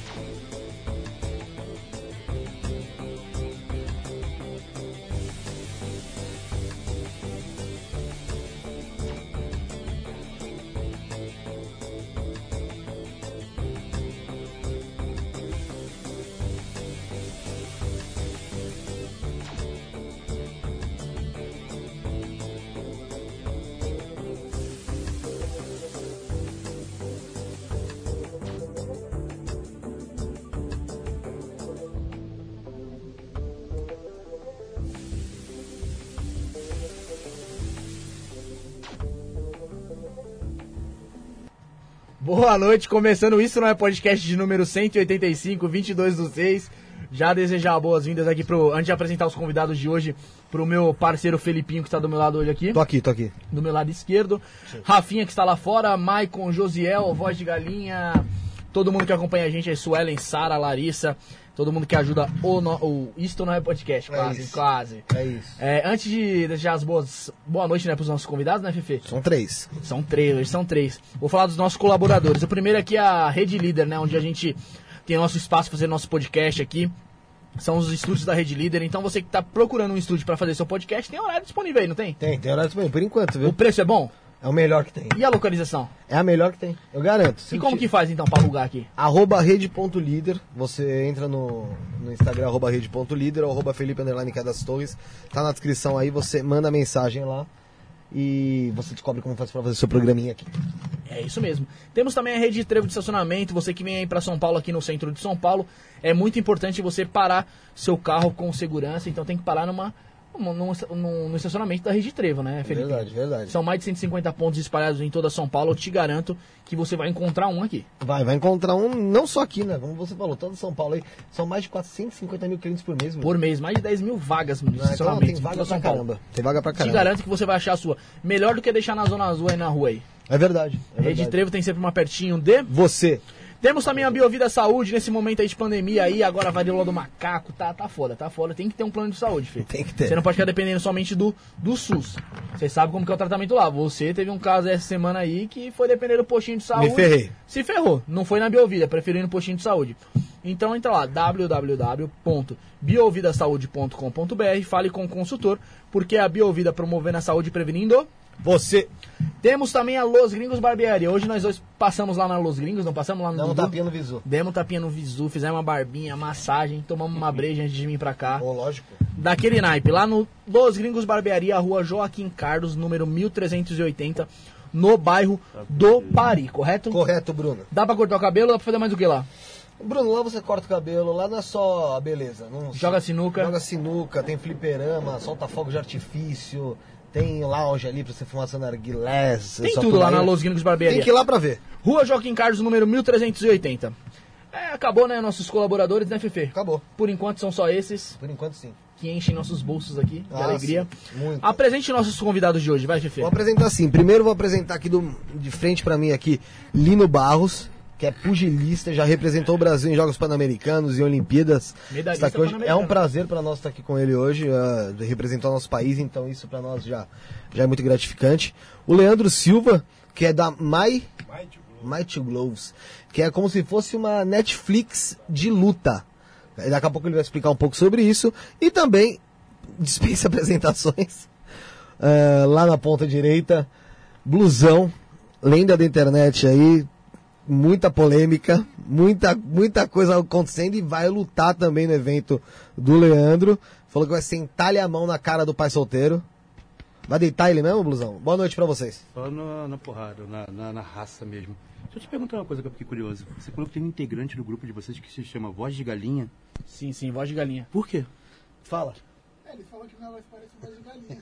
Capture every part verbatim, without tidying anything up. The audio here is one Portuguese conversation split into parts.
Boa noite, começando Isso Não É Podcast de número cento e oitenta e cinco, vinte e dois do seis. Já desejar boas-vindas aqui pro, antes de apresentar os convidados de hoje, pro meu parceiro Felipinho, que está do meu lado hoje aqui. Tô aqui, tô aqui. Do meu lado esquerdo. Sim. Rafinha, que está lá fora, Maicon, Josiel, Voz de Galinha, todo mundo que acompanha a gente, a Suelen, Sara, Larissa, todo mundo que ajuda o, no, o Isto Não É Podcast, quase, é isso. quase. É isso. É, antes de deixar as boas, boa noite, né, pros nossos convidados, né, Fefe? São três. São três, hoje são três. Vou falar dos nossos colaboradores. O primeiro aqui é a Rede Líder, né, onde a gente tem nosso espaço para fazer nosso podcast aqui. São os estúdios da Rede Líder. Então você que tá procurando um estúdio para fazer seu podcast, tem horário disponível aí, não tem? Tem, tem horário disponível, por enquanto, viu? O preço é bom? É o melhor que tem. E a localização? É a melhor que tem, eu garanto. E como que faz então pra alugar aqui? Arroba rede.líder, você entra no, no Instagram, arroba rede.líder, ou arroba Felipe Underline das Torres, tá na descrição aí, você manda mensagem lá e você descobre como faz pra fazer seu programinha aqui. É isso mesmo. Temos também a Rede Trevo de estacionamento, você que vem aí pra São Paulo, aqui no centro de São Paulo, é muito importante você parar seu carro com segurança, então tem que parar numa... No, no, no estacionamento da Rede Trevo, né, Felipe? Verdade, verdade. São mais de cento e cinquenta pontos espalhados em toda São Paulo. Eu te garanto que você vai encontrar um aqui. Vai, vai encontrar um, não só aqui, né? Como você falou, toda São Paulo aí. São mais de quatrocentos e cinquenta mil clientes por mês. Meu. Por mês, mais de dez mil vagas no estacionamento. Então, tem vaga pra caramba. Tem vaga pra caramba. Te garanto que você vai achar a sua. Melhor do que deixar na Zona Azul aí na rua aí. É verdade. É Rede verdade. Trevo tem sempre uma pertinho de... Você. Temos também a Biovida Saúde, nesse momento aí de pandemia aí, agora a varíola do macaco, tá, tá foda, tá foda. Tem que ter um plano de saúde, filho. Tem que ter. Você não pode ficar dependendo somente do, do SUS. Você sabe como que é o tratamento lá. Você teve um caso essa semana aí que foi depender do postinho de saúde. Me ferrei. Se ferrou. Não foi na Biovida, preferiu ir no postinho de saúde. Então entra lá, w w w ponto biovida saúde ponto com ponto b r, fale com o consultor, porque a Biovida promovendo a saúde e prevenindo... Você. Temos também a Los Gringos Barbearia. Hoje nós dois passamos lá na Los Gringos, não passamos lá no Demos Dudu? tapinha no visu. Demos tapinha no visu, fizemos uma barbinha, massagem, tomamos uma breja antes de vir pra cá. Oh, lógico. Daquele naipe, lá no Los Gringos Barbearia, rua Joaquim Carlos, número mil trezentos e oitenta, no bairro do Pari, correto? Correto, Bruno. Dá pra cortar o cabelo ou dá pra fazer mais o que lá? Bruno, lá você corta o cabelo, lá não é só a beleza. Não, Joga sinuca. Joga sinuca, tem fliperama, solta fogo de artifício... Tem lounge ali pra você fumar seu narguilés. Tem tudo lá na Los Gringos Barbearia. Tem que ir lá pra ver. Rua Joaquim Carlos, número mil trezentos e oitenta. É, acabou, né, nossos colaboradores, né, Fefe? Acabou. Por enquanto são só esses. Por enquanto, sim. Que enchem nossos bolsos aqui, de ah, alegria. Sim, muito. Apresente nossos convidados de hoje, vai, Fefe. Vou apresentar assim. Primeiro vou apresentar aqui do, de frente pra mim aqui, Lino Barros, que é pugilista, já representou o Brasil em Jogos Pan-Americanos e Olimpíadas. Medalhista está aqui hoje. É um prazer para nós estar aqui com ele hoje, uh, representar o nosso país, então isso para nós já, já é muito gratificante. O Leandro Silva, que é da My, Mighty Gloves, que é como se fosse uma Netflix de luta. Daqui a pouco ele vai explicar um pouco sobre isso. E também, dispensa apresentações, uh, lá na ponta direita, Blusão, lenda da internet aí, muita polêmica, muita, muita coisa acontecendo e vai lutar também no evento do Leandro. Falou que vai sentar-lhe a mão na cara do pai solteiro. Vai deitar ele mesmo, Blusão? Boa noite pra vocês. Só na, na porrada, na, na, na raça mesmo. Deixa eu te perguntar uma coisa que eu fiquei curioso. Você falou que tem um integrante do grupo de vocês que se chama Voz de Galinha. Sim, sim, Voz de Galinha. Por quê? Fala. Ele falou que minha voz parece voz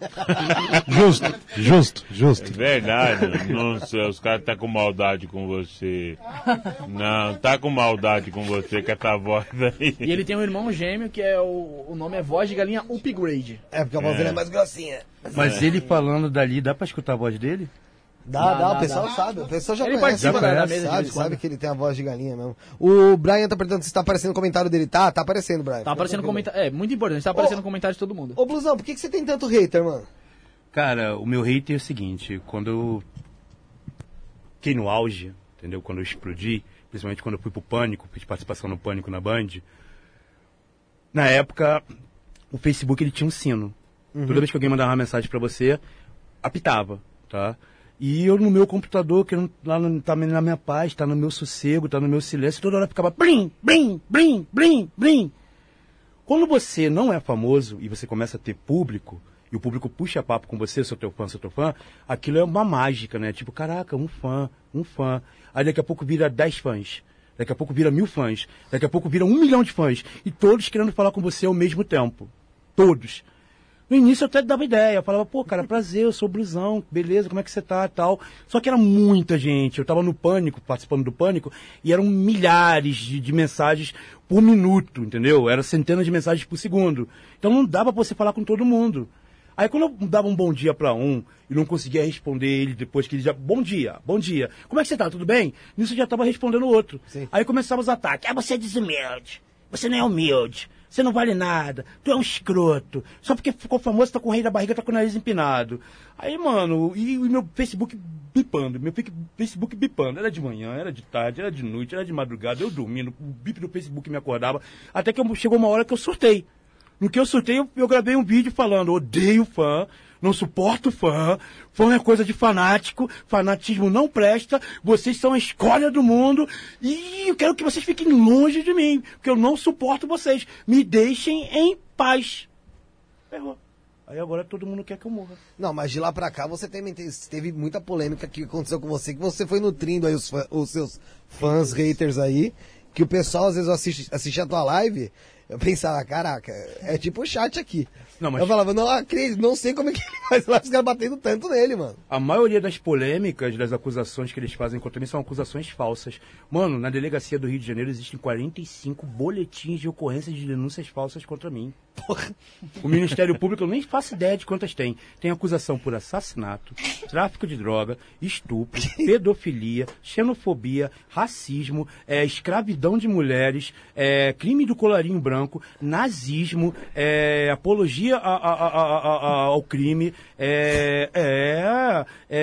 de galinha. Justo, justo, justo. É verdade, não sei, os caras tá com maldade com você. Não, tá com maldade com você, com essa voz aí. E ele tem um irmão gêmeo que é o, o nome é Voz de Galinha Upgrade. É, porque a voz dele é mais grossinha. Mas ele falando dali, dá pra escutar a voz dele? Dá, Dá, dá, dá, o pessoal dá. sabe, o pessoal já Ele conhece, participa já da- da conhece, mesa de sabe, vez em quando. sabe que ele tem a voz de galinha mesmo. O Brian tá perguntando se tá aparecendo o comentário dele. Tá, tá aparecendo, Brian. Tá aparecendo comentário. É, muito importante, tá aparecendo comentário de todo mundo. Ô, Blusão, por que, que você tem tanto hater, mano? Cara, o meu hater é o seguinte, quando eu fiquei no auge, entendeu? Quando eu explodi, principalmente quando eu fui pro Pânico, fiz participação no Pânico na Band. Na época, o Facebook ele tinha um sino. Uhum. Toda vez que alguém mandava uma mensagem pra você, apitava, tá? E eu no meu computador, que não, lá no, tá na minha paz, tá no meu sossego, tá no meu silêncio, toda hora ficava blim, blim, blim, blim, blim. Quando você não é famoso e você começa a ter público, e o público puxa papo com você, sou teu fã, sou teu fã, aquilo é uma mágica, né? Tipo, caraca, um fã, um fã. Aí daqui a pouco vira dez fãs. Daqui a pouco vira mil fãs. Daqui a pouco vira um milhão de fãs. E todos querendo falar com você ao mesmo tempo. Todos. No início eu até dava ideia, eu falava, pô, cara, prazer, eu sou o Blusão, beleza, como é que você tá e tal. Só que era muita gente, eu tava no Pânico, participando do Pânico, e eram milhares de, de mensagens por minuto, entendeu? Era centenas de mensagens por segundo. Então não dava pra você falar com todo mundo. Aí quando eu dava um bom dia pra um e não conseguia responder ele depois que ele já... Bom dia, bom dia. Como é que você tá, tudo bem? Nisso eu já tava respondendo o outro. Sim. Aí começavam os ataques. Ah, você é desumilde, você não é humilde. Você não vale nada, tu é um escroto. Só porque ficou famoso, tá com o rei da barriga, tá com o nariz empinado. Aí, mano, e o meu Facebook bipando, meu Facebook bipando. Era de manhã, era de tarde, era de noite, era de madrugada, eu dormindo, o bip do Facebook me acordava. Até que eu, chegou uma hora que eu surtei. No que eu surtei, eu, eu gravei um vídeo falando, odeio fã, não suporto fã, fã é coisa de fanático, fanatismo não presta, vocês são a escória do mundo e eu quero que vocês fiquem longe de mim, porque eu não suporto vocês. Me deixem em paz. Errou. Aí agora todo mundo quer que eu morra. Não, mas de lá pra cá você também teve, teve muita polêmica que aconteceu com você, que você foi nutrindo aí os, fã, os seus fãs, haters aí, que o pessoal às vezes assiste, assiste a tua live... Eu pensava, caraca, é tipo o chat aqui. Não, mas... Eu falava, não acredito, não sei como é que ele faz lá, os caras batendo tanto nele, mano. A maioria das polêmicas, das acusações que eles fazem contra mim são acusações falsas. Mano, na delegacia do Rio de Janeiro existem quarenta e cinco boletins de ocorrência de denúncias falsas contra mim. Porra. O Ministério Público, eu nem faço ideia de quantas tem. Tem acusação por assassinato, tráfico de droga, estupro, pedofilia, xenofobia, racismo, é, escravidão de mulheres, é, crime do colarinho branco, nazismo, é, apologia a, a, a, a, a, ao crime, é, é,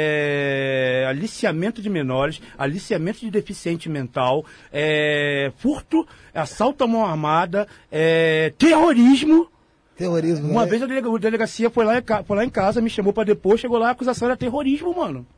é, aliciamento de menores, aliciamento de deficiente mental, é, furto, assalto à mão armada, é, terrorismo. Terrorismo, Uma né? vez a delega- a delegacia foi lá, em ca- foi lá em casa, me chamou pra depor, chegou lá, a acusação era terrorismo, mano.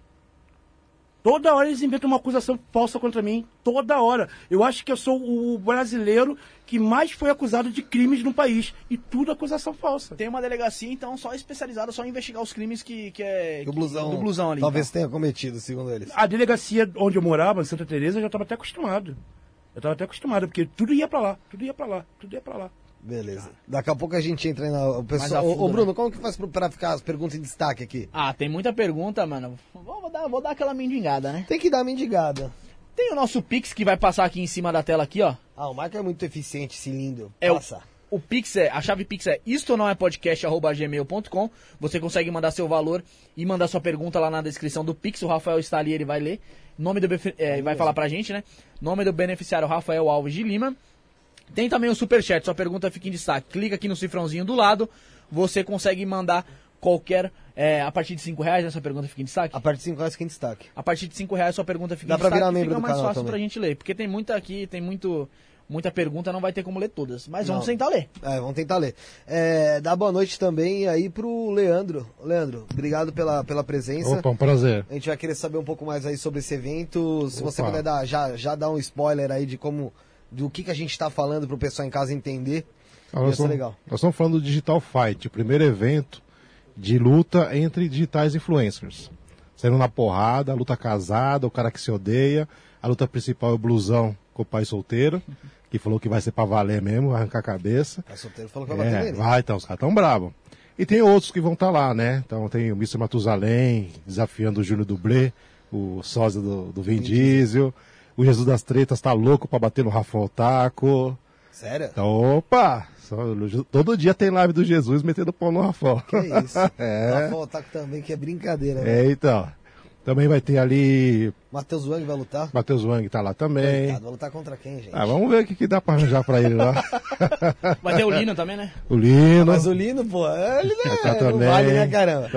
Toda hora eles inventam uma acusação falsa contra mim. Toda hora. Eu acho que eu sou o brasileiro que mais foi acusado de crimes no país. E tudo acusação falsa. Tem uma delegacia, então, só especializada, só em investigar os crimes que, que é... Do blusão, do blusão ali. talvez então. tenha cometido, segundo eles. A delegacia onde eu morava, em Santa Teresa, eu já estava até acostumado. Eu estava até acostumado, porque tudo ia pra lá, tudo ia pra lá, tudo ia pra lá. Beleza. Daqui a pouco a gente entra aí na... O Mais pessoal... a fundo, Ô, ô, Bruno, né? como que faz pro- pra ficar as perguntas em destaque aqui? Ah, tem muita pergunta, mano. Vou, vou dar, vou dar aquela mendigada, né? Tem que dar mendigada. Tem o nosso Pix que vai passar aqui em cima da tela aqui, ó. Ah, o Marco é muito eficiente, esse lindo. É o, Passa. o Pix é, a chave Pix é isto não é podcast arroba gmail ponto com. Você consegue mandar seu valor e mandar sua pergunta lá na descrição do Pix. O Rafael está ali, ele vai ler. Nome do befe- é, vai falar pra gente, né? Nome do beneficiário Rafael Alves de Lima. Tem também o Superchat, sua pergunta fica em destaque. Clica aqui no cifrãozinho do lado, você consegue mandar qualquer... É, a partir de cinco reais, essa pergunta fica em destaque? A partir de cinco reais fica em destaque. A partir de cinco reais, sua pergunta fica Dá em pra destaque virar e membro fica do mais canal fácil também. pra gente ler. Porque tem muita aqui, tem muito, muita pergunta, não vai ter como ler todas. Mas Não. vamos tentar ler. É, vamos tentar ler. É, dá boa noite também aí pro Leandro. Leandro, obrigado pela, pela presença. Opa, um prazer. A gente vai querer saber um pouco mais aí sobre esse evento. Se você Opa. puder dar, já, já dar um spoiler aí de como, do que, que a gente tá falando pro pessoal em casa entender. Ah, Ia nós, ser estamos, legal. nós estamos falando do Digital Fight, o primeiro evento de luta entre digitais influencers. Saindo na porrada, a luta casada, o cara que se odeia. A luta principal é o blusão com o pai solteiro, que falou que vai ser pra valer mesmo, arrancar a cabeça. O solteiro falou que vai bater É, nele. vai, então, os caras tão bravos. E tem outros que vão estar lá, né? Então tem o mister Matusalém, desafiando o Júnior Dublê, o sósia do, do Vin Diesel. O Jesus das Tretas tá louco pra bater no Rafael Taco. Sério? Então, opa! Só- todo dia tem live do Jesus metendo pau no Rafael. Que isso? É. Rafael Taco também, que é brincadeira. né? É, então. Também vai ter ali. Matheus Wang vai lutar? Matheus Wang tá lá também. Coitado, vai lutar contra quem, gente? Ah, vamos ver o que, que dá pra arranjar pra ele lá. Vai ter o Lino também, né? O Lino. Mas o Lino, pô, ele não, tá é, não também. vale, né, caramba? Então,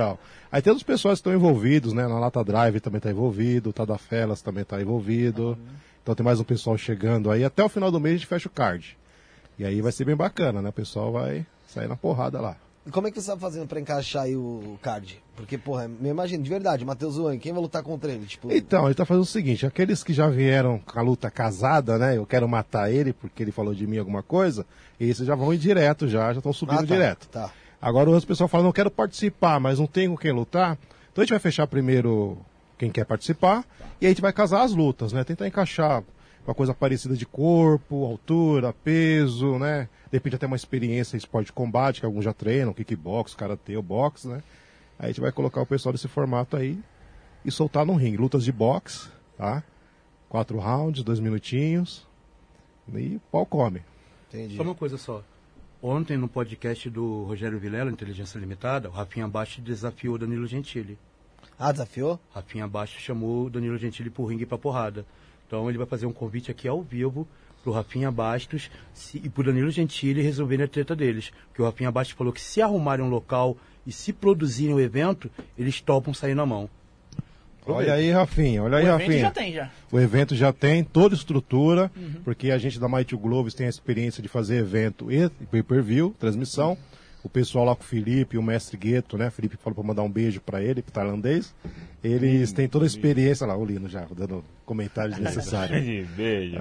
Aí tem outros pessoas que estão envolvidos, né? Na Lata Drive também está envolvido, o Tadafelas também está envolvido. Uhum. Então tem mais um pessoal chegando aí. Até o final do mês a gente fecha o card. E aí vai ser bem bacana, né? O pessoal vai sair na porrada lá. E como é que você está fazendo para encaixar aí o card? Porque, porra, me imagino, de verdade, Matheus Wang, quem vai lutar contra ele? Tipo... Então, ele tá fazendo o seguinte, aqueles que já vieram com a luta casada, né? Eu quero matar ele porque ele falou de mim alguma coisa, esses já vão ir direto já, já estão subindo ah, tá, direto. Tá. Agora o outro pessoal fala, não quero participar, mas não tem com quem lutar. Então a gente vai fechar primeiro quem quer participar, e aí a gente vai casar as lutas, né? Tentar encaixar uma coisa parecida de corpo, altura, peso, né? De repente até uma experiência em esporte de combate, que alguns já treinam, kickbox, karatê ou boxe, né? Aí a gente vai colocar o pessoal desse formato aí e soltar no ringue. Lutas de boxe, tá? Quatro rounds, dois minutinhos. E o pau come. Entendi. Só uma coisa só. Ontem, no podcast do Rogério Vilela, Inteligência Limitada, o Rafinha Bastos desafiou o Danilo Gentili. Ah, desafiou? Rafinha Bastos chamou o Danilo Gentili pro ringue pra porrada. Então ele vai fazer um convite aqui ao vivo pro Rafinha Bastos se, e pro Danilo Gentili resolverem a treta deles. Porque o Rafinha Bastos falou que se arrumarem um local e se produzirem o evento, eles topam sair na mão. Olha aí, Rafinha, olha aí, o Rafinha. evento já tem, já. O evento já tem toda estrutura, uhum. porque a gente da Mighty Gloves tem a experiência de fazer evento e pay-per-view, transmissão. O pessoal lá com o Felipe, o mestre Gueto, né? Felipe falou para mandar um beijo para ele, pro tailandês. Eles hum, têm toda a experiência lá, o Lino já, dando comentários necessários. Beijo.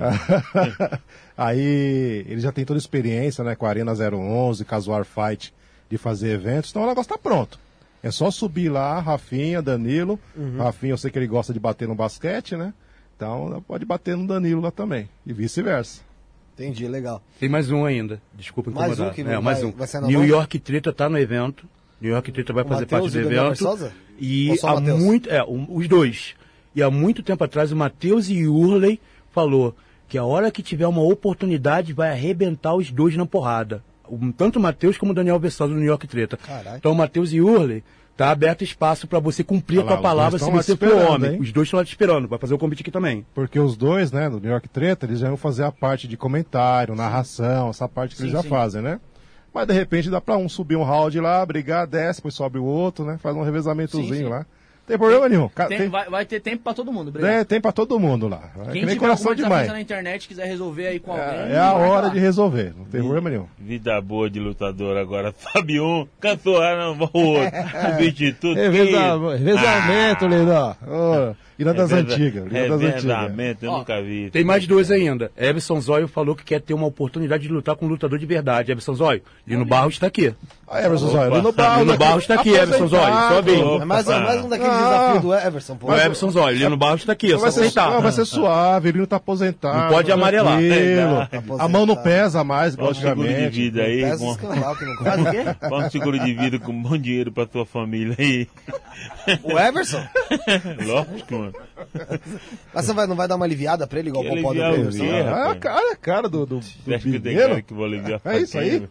Aí, eles já têm toda a experiência, né? Com a Arena zero onze, Casuar Fight, de fazer eventos. Então o negócio tá pronto. É só subir lá, Rafinha, Danilo. Uhum. Rafinha, eu sei que ele gosta de bater no basquete, né? Então pode bater no Danilo lá também. E vice-versa. Entendi, legal. Tem mais um ainda. Desculpa incomodar. Mais um que é, vai, mais um. vai ser na New mão? York Treta tá no evento. New York Treta vai O fazer Mateus parte do e o Daniel evento. Barbosa? E Ou só o há Mateus? muito, é, um, os dois. E há muito tempo atrás o Matheus e Urley falou que a hora que tiver uma oportunidade vai arrebentar os dois na porrada. O, tanto o Matheus como o Daniel Versosa do New York Treta. Caralho. Então o Matheus e Urley tá aberto espaço para você cumprir Olha a tua lá, palavra os se dois você estão for lá te homem. esperando, hein? Os dois estão lá te esperando. Vai fazer o convite aqui também. Porque os dois, né, do New York Treta, eles já vão fazer a parte de comentário, narração, essa parte que Sim, eles já sim. fazem, né? Mas de repente dá pra um subir um round lá, brigar, desce, depois sobe o outro, né? Faz um revezamentozinho Sim, sim. lá. Tem problema nenhum. Ca- Tem- tem, vai, vai ter tempo pra todo mundo, obrigado. né, tem pra todo mundo lá. É Quem que nem tiver coração alguma de desafiança mãe. na internet, quiser resolver aí com alguém... É, é a marca hora lá. de resolver, não tem problema nenhum. Vida boa de lutador agora. Sobe um, cansou, ah, não, o outro. Substituto. Reveza- Revezamento, Lindó. Oh, Ira das Reveza- antigas. Ira das antigas. Revezamento, eu Ó, nunca vi isso. Tem mais dois ainda. Everson Zóio falou que quer ter uma oportunidade de lutar com um lutador de verdade. Everson Zóio, Lino Barros está aqui. Ah, Everson Zóio, Opa. Lino Barros. Lino Barros tá aqui, Everson Zóio, só vem. É mais, um- mais um daqueles Ah. desafios do Everson, pô. O Everson Zóio, Lino Barros está aqui, é só Vai ser, aceitar. não, vai ser suave, ele não tá aposentado. Não pode amarelar. tranquilo. Tá aposentado. A mão não pesa mais, Qual o seguro de logicamente. vida aí? Pesa Com- escambau que não Faz o quê? Qual um seguro de vida com bom dinheiro pra tua família aí? O Everson? Lógico, mano. Mas você vai, não vai dar uma aliviada pra ele, igual o Que Popó do aliviar o Everson? quê? Ah, a rapaz. cara, a cara do, do, do Você acha que tem Bineiro. cara que vou aliviar É isso aí?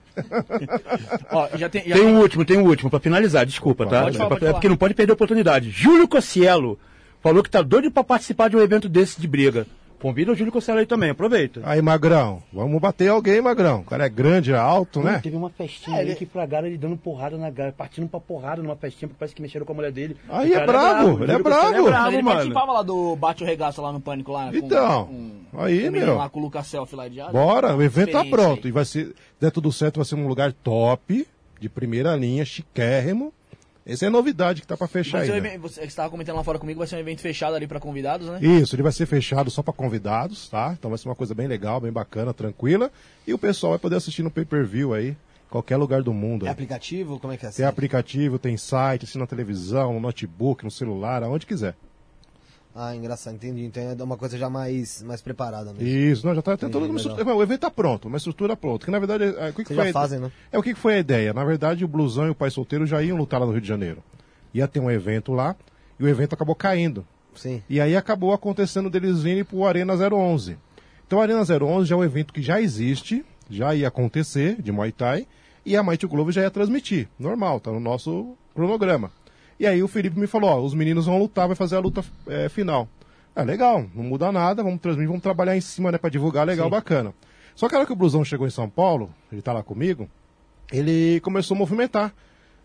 Ó, já tem... Já Tem tem... um último, tem um último, pra finalizar, desculpa, tá? Pode falar, É pode pra- é falar. porque não pode perder a oportunidade. Júlio Cossielo falou que tá doido pra participar de um evento desse de briga. Convida o Júlio Cossielo aí também, aproveita. Aí, Magrão, vamos bater alguém, Magrão. O cara é grande, é alto, né? Teve uma festinha É, aí ele- que flagaram ele dando porrada na galera, partindo pra porrada numa festinha, porque parece que mexeram com a mulher dele. Aí O é cara bravo, o ele é Júlio Cossielo bravo. É bravo, Ele mano. participava lá do Bate o Regaço lá no Pânico lá. Então, com, aí, com o menino meu. lá com o Lucas Selfie lá de Asa. Bora, o evento tá Experiência pronto. aí. E vai ser, der tudo certo, vai ser um lugar top, de primeira linha, chiquérrimo. Essa é a novidade que tá pra fechar Vai ser um ainda. evento- você estava comentando lá fora comigo, vai ser um evento fechado ali pra convidados, né? Isso, ele vai ser fechado só para convidados, tá? Então vai ser uma coisa bem legal, bem bacana, tranquila. E o pessoal vai poder assistir no pay-per-view aí, qualquer lugar do mundo. É aí. aplicativo? Como é que é assim? Tem aplicativo, tem site, assim na televisão, no notebook, no celular, aonde quiser. Ah, engraçado, entendi. Então é uma coisa já mais, mais preparada mesmo. Isso, não, já tá tentando. Entendi, uma legal. estrutura, o evento tá pronto, uma estrutura pronta. Que na verdade, é, o que, que Vocês foi já a- fazem, né? É o que, que foi a ideia. Na verdade, o Blusão e o Pai Solteiro já iam lutar lá no Rio de Janeiro. Ia ter um evento lá, e o evento acabou caindo. Sim. E aí acabou acontecendo deles virem pro Arena zero onze. Então a Arena zero onze já é um evento que já existe, já ia acontecer, de Muay Thai, e a Mighty Globo já ia transmitir. Normal, tá no nosso cronograma. E aí o Felipe me falou, ó, os meninos vão lutar, vai fazer a luta é, final. Ah, legal, não muda nada, vamos transmitir, vamos trabalhar em cima, né, pra divulgar, legal, Sim. bacana. Só que a hora que o Blusão chegou em São Paulo, ele tá lá comigo, ele começou a movimentar.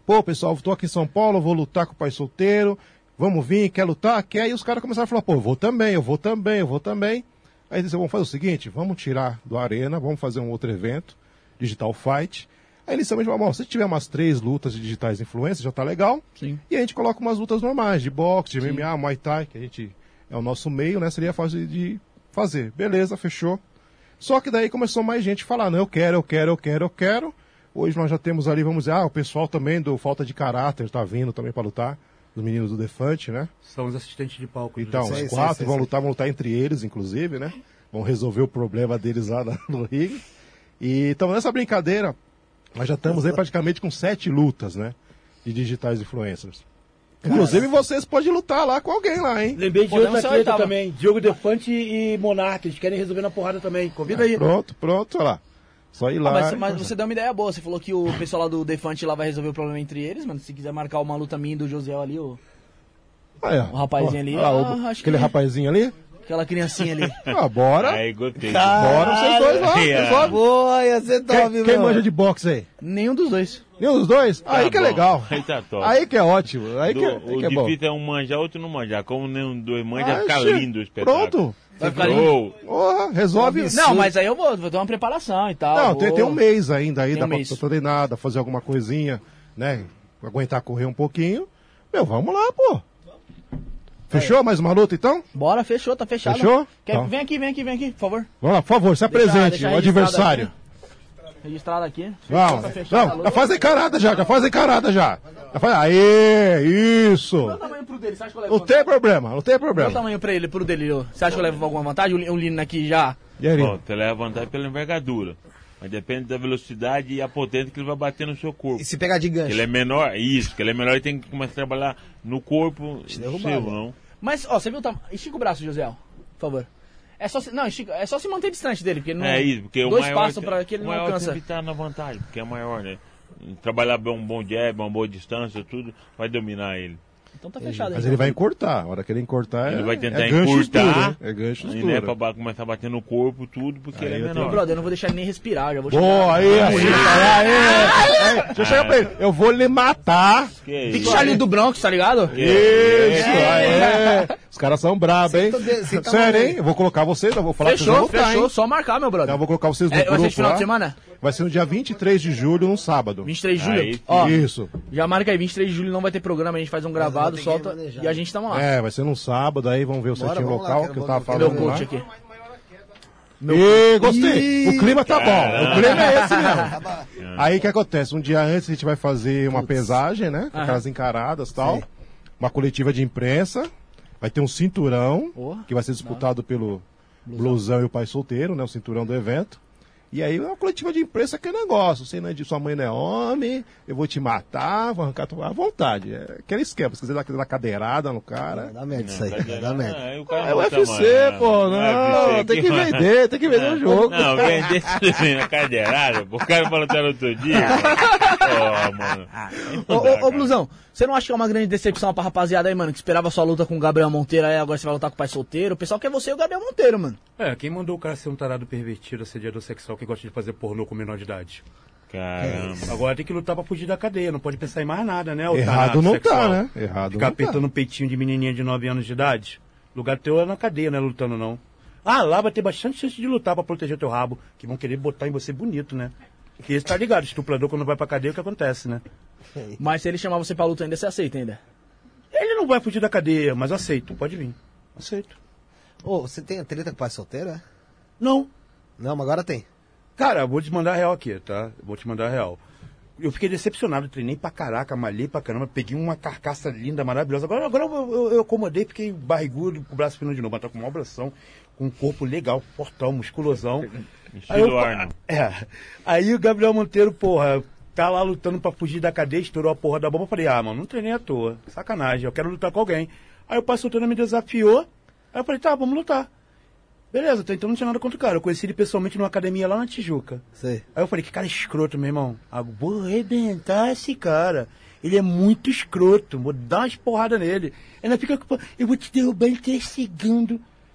Pô, pessoal, tô aqui em São Paulo, vou lutar com o pai solteiro, vamos vir, quer lutar? Quer? E os caras começaram a falar, pô, eu vou também, eu vou também, eu vou também. Aí eles disseram, vamos fazer o seguinte, vamos tirar do Arena, vamos fazer um outro evento, Digital Fight. Aí eles também falaram, bom, se tiver umas três lutas de digitais influências, já tá legal. Sim. E a gente coloca umas lutas normais, de boxe, de M M A, Muay Thai, que a gente é o nosso meio, né? Seria fácil de fazer. Beleza, fechou. Só que daí começou mais gente a falar, não, eu quero, eu quero, eu quero, eu quero. Hoje nós já temos ali, vamos dizer, ah, o pessoal também do Falta de Caráter tá vindo também para lutar, os meninos do Defante, né? São os assistentes de palco. Então, Sei, os sei, quatro sei, vão sei. lutar, vão lutar entre eles, inclusive, né? Vão resolver o problema deles lá na- no ringue. E estamos nessa brincadeira, nós já estamos aí praticamente com sete lutas, né? De digitais influencers. Inclusive vocês podem lutar lá com alguém lá, hein? Lembrei de Podemos outra ser treta oitava. também. Diogo Defante e Monark. Eles querem resolver na porrada também. Convida aí. Pronto, pronto, olha lá. Só ir lá. Ah, mas, e mas conversar. você deu uma ideia boa. Você falou que o pessoal lá do Defante lá vai resolver o problema entre eles, mano. Se quiser marcar uma luta minha e do Josiel ali, o, Ah, é. o rapazinho ali. Ah, o- ah, acho aquele que rapazinho ali? aquela criancinha ali. Ah, bora. Aí, gostei. Bora vocês dois lá. Caralho. resolve. Boa, ia ser top, Quem, quem mano. manja de boxe aí? Nenhum dos dois. Nenhum dos dois? aí que é bom. legal. Aí tá top. Aí que é ótimo. Aí Do- que, é- aí o que é bom. difícil é um manjar, outro não manjar. Como nenhum dois manja, Ah, fica che- lindo o espetáculo. Pronto. Vai ficar Show. Porra, resolve. Não, mas aí eu vou, vou ter uma preparação e tal. Não, tem, vou- tem um mês ainda aí, Tem dá um pra mês. pra treinar, dá pra fazer alguma coisinha, né? Aguentar correr um pouquinho. Meu, vamos lá, pô. Fechou mais uma luta então? Bora, fechou, tá fechado. Fechou? Quer- Então. Vem aqui, vem aqui, vem aqui, por favor. Vamos lá, por favor, se Deixa- apresente, deixa o registrado adversário. aqui. Registrado aqui. Vamos, Tá fechada a não, luta. já faz a encarada já, já faz a encarada já. já faz... Aê, isso. Qual o tamanho pro dele? Você acha que eu levo Não tem problema, não tem Qual o problema. tamanho pra ele, pro dele? ô? Você acha que eu levo alguma vantagem? O Li- O Lino aqui já. E aí, Bom, você leva vantagem pela envergadura. Mas depende da velocidade e a potência que ele vai bater no seu corpo. E se pegar de gancho? Ele é menor, isso, que ele é menor, ele tem que começar a trabalhar no corpo derrubar, seu, né? não. Mas, ó, você viu o tamanho? Estica o braço, José, por favor. É só se... Não, estica... é só se manter distante dele, porque não... É isso, porque o Dois maior, passos pra que ele o não maior alcança. sempre tá na vantagem, porque é maior, né? Trabalhar bem um bom jab, uma boa distância, tudo, vai dominar ele. Então tá fechado aí. mas ele vai encurtar, a hora que ele encurtar Ele é, vai tentar é gancho encurtar, duro, hein? É gancho E não é duro. pra ba- começar a bater no corpo, tudo, porque Aí ele é eu Meu menor. brother, eu não vou deixar ele nem respirar, já vou Boa, aí, assim, aí, aí, aí. Deixa eu chegar pra ele. Eu vou lhe matar. Que é Pique isso? Charlinho do Bronx, tá ligado? Isso, aí. Os caras são brabos, hein? Senta o dedo, senta a Sério, mão hein? Eu vou colocar vocês, eu vou falar que vocês Fechou, vão lutar, fechou. hein? Só marcar, meu Então, brother. eu vou colocar vocês no É, vai ser grupo esse final lá. de semana? Vai ser no dia vinte e três de julho, num sábado. vinte e três de julho? Aí, Ó, Isso. já marca aí, vinte e três de julho não vai ter programa, a gente faz um gravado, ter que solta remanejar. e a gente tamo lá. É, vai ser num sábado, aí vamos ver o Bora, certinho vamos lá, local quero que eu bom- tava quero Meu falando lá. coach aqui. E gostei. O clima tá bom. O clima é esse mesmo. Aí o que acontece? Um dia antes a gente vai fazer uma pesagem, né? Com Aham. aquelas encaradas e tal. Uma coletiva de imprensa. Vai ter um cinturão, Porra. que vai ser disputado pelo Blusão e o Pai Solteiro, né? O cinturão do evento. E aí uma coletiva de imprensa que é negócio. Você não é de sua mãe não é homem, eu vou te matar, vou arrancar tua à vontade. É aquele esquema. Se quiser dar aquela cadeirada no cara. Dá merda isso aí, dá merda. Ah, aí o cara É o bota U F C, mais, pô. né? Não, U F C tem que vai- vender, tem que vender o jogo. Não, vender isso na cadeirada, pô. O cara falou até no outro dia. Ó, mano. Ô, ô, ô, Blusão, você não acha que é uma grande decepção pra rapaziada aí, mano, que esperava sua luta com o Gabriel Monteiro, aí agora você vai lutar com o pai solteiro? O pessoal quer você e o Gabriel Monteiro, mano. É, quem mandou o cara ser um tarado pervertido, assediador sexual que gosta de fazer pornô com menor de idade? Caramba. Agora tem que lutar pra fugir da cadeia, não pode pensar em mais nada, né? o Errado tarado não sexual. tá, né? Errado Ficar não tá. apertando o peitinho de menininha de nove anos de idade. Lugar teu é na cadeia, não é lutando não. Ah, lá vai ter bastante chance de lutar pra proteger teu rabo, que vão querer botar em você bonito, né? Porque esse tá ligado, estuprador quando vai pra cadeia, o que acontece, né? Mas se ele chamar você pra luta ainda, você aceita ainda? Ele não vai fugir da cadeia, mas eu aceito, pode vir. Aceito. Ô, você tem a treta com o pai solteiro, é? Não. Não, mas agora tem. Cara, eu vou te mandar a real aqui, tá? Eu vou te mandar a real. Eu fiquei decepcionado, treinei pra caraca, malhei pra caramba, peguei uma carcaça linda, maravilhosa. Agora, agora eu, eu, eu acomodei, fiquei barrigudo, com o braço fino de novo, mas tá com uma abração, com um corpo legal, fortão, musculosão. Aí, eu, Estilo Arnold. é, aí o Gabriel Monteiro, porra, tá lá lutando pra fugir da cadeia, estourou a porra da bomba. Eu falei, ah, mano, não treinei à toa, sacanagem, eu quero lutar com alguém. Aí o pai solteiro me desafiou, aí eu falei, tá, vamos lutar. Beleza, até então não tinha nada contra o cara. Eu conheci ele pessoalmente numa academia lá na Tijuca. Sei. Aí eu falei, que cara escroto, meu irmão. Ah, vou arrebentar esse cara. Ele é muito escroto. Vou dar umas porradas nele. Ainda fica com... Eu vou te derrubar em três segundos.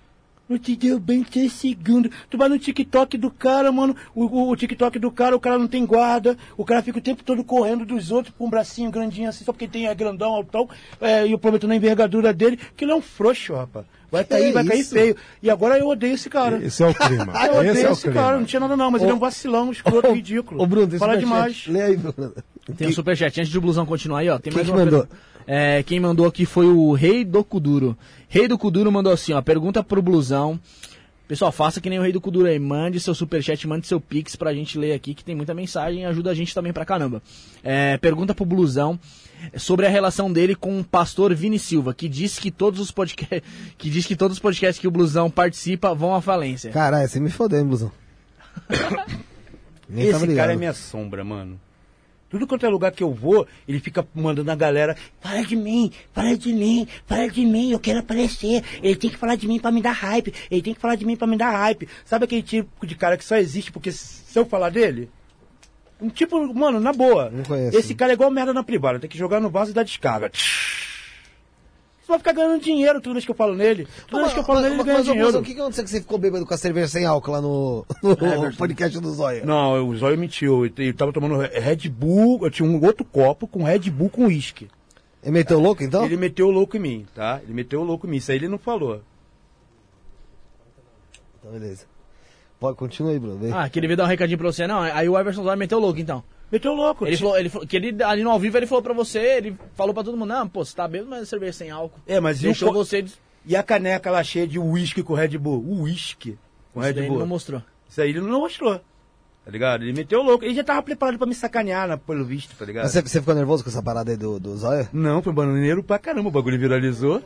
Não te deu bem três segundos. Tu vai no TikTok do cara, mano. O, o, o TikTok do cara, o cara não tem guarda. O cara fica o tempo todo correndo dos outros com um bracinho grandinho assim, só porque tem é grandão, altão. É, e aproveitando a envergadura dele, que ele é um frouxo, rapaz. Vai Que cair, vai isso? cair feio. E agora eu odeio esse cara. Esse é o clima. Ah, eu odeio Esse é o esse clima. cara, não tinha nada não, mas ele é um vacilão, um escroto, ridículo. Ô, Bruno, tem Fala superchat. demais. Lê aí, Bruno. Tem um superchat. Antes do Blusão continuar aí, ó. Tem Quem mais que uma mandou? pergunta. É, quem mandou aqui foi o Rei do Kuduro. Rei do Kuduro mandou assim, ó. Pergunta pro Blusão. Pessoal, faça que nem o Rei do Kuduro aí. Mande seu superchat, mande seu pix pra gente ler aqui, que tem muita mensagem e ajuda a gente também pra caramba. É, pergunta pro Blusão sobre a relação dele com o pastor Vini Silva, que diz que todos os podcasts, que diz que todos os podcasts que o Blusão participa vão à falência. Caralho, você me fodeu, hein, Blusão? Nem tava Esse ligado. cara é minha sombra, mano. Tudo quanto é lugar que eu vou, ele fica mandando a galera, fala de mim, fala de mim, fala de mim, eu quero aparecer. Ele tem que falar de mim pra me dar hype, ele tem que falar de mim pra me dar hype. Sabe aquele tipo de cara que só existe porque se eu falar dele? Um tipo, mano, na boa. Não conheço. Esse cara é igual merda na privada, tem que jogar no vaso e dar descarga. Você vai ficar ganhando dinheiro toda vez que eu falo nele. Toda vez que eu falo nele, ele ganha mas, ô, dinheiro. Blusão, o que que aconteceu que você ficou bêbado com a cerveja sem álcool lá no, no podcast do Zóia? Não, o Zóio mentiu. Eu eu tava tomando Red Bull, eu tinha um outro copo com Red Bull com uísque. Ele meteu louco, então? Ele meteu o louco em mim, tá? Ele meteu o louco em mim. Isso aí ele não falou. Então, beleza. Pode, continua aí, Bruno. Vem. Ah, que ele veio dar um recadinho pra você. Não, aí o Everson Zóio meteu o louco, então. Meteu o louco. Ele falou, ele falou que ele, ali no ao vivo, ele falou pra você, ele falou pra todo mundo, não, pô, você tá bêbado, mas cerveja sem álcool. É, mas e o Deixou co- você... des- E a caneca lá cheia de uísque com Red Bull? O uísque com Isso Red daí ele Bull. não mostrou. Isso aí ele não mostrou. Tá ligado? Ele meteu o louco. Ele já tava preparado pra me sacanear, né, pelo visto, tá ligado? Mas você, você ficou nervoso com essa parada aí do, do Zóia? Não, foi bananeiro pra caramba. O bagulho viralizou.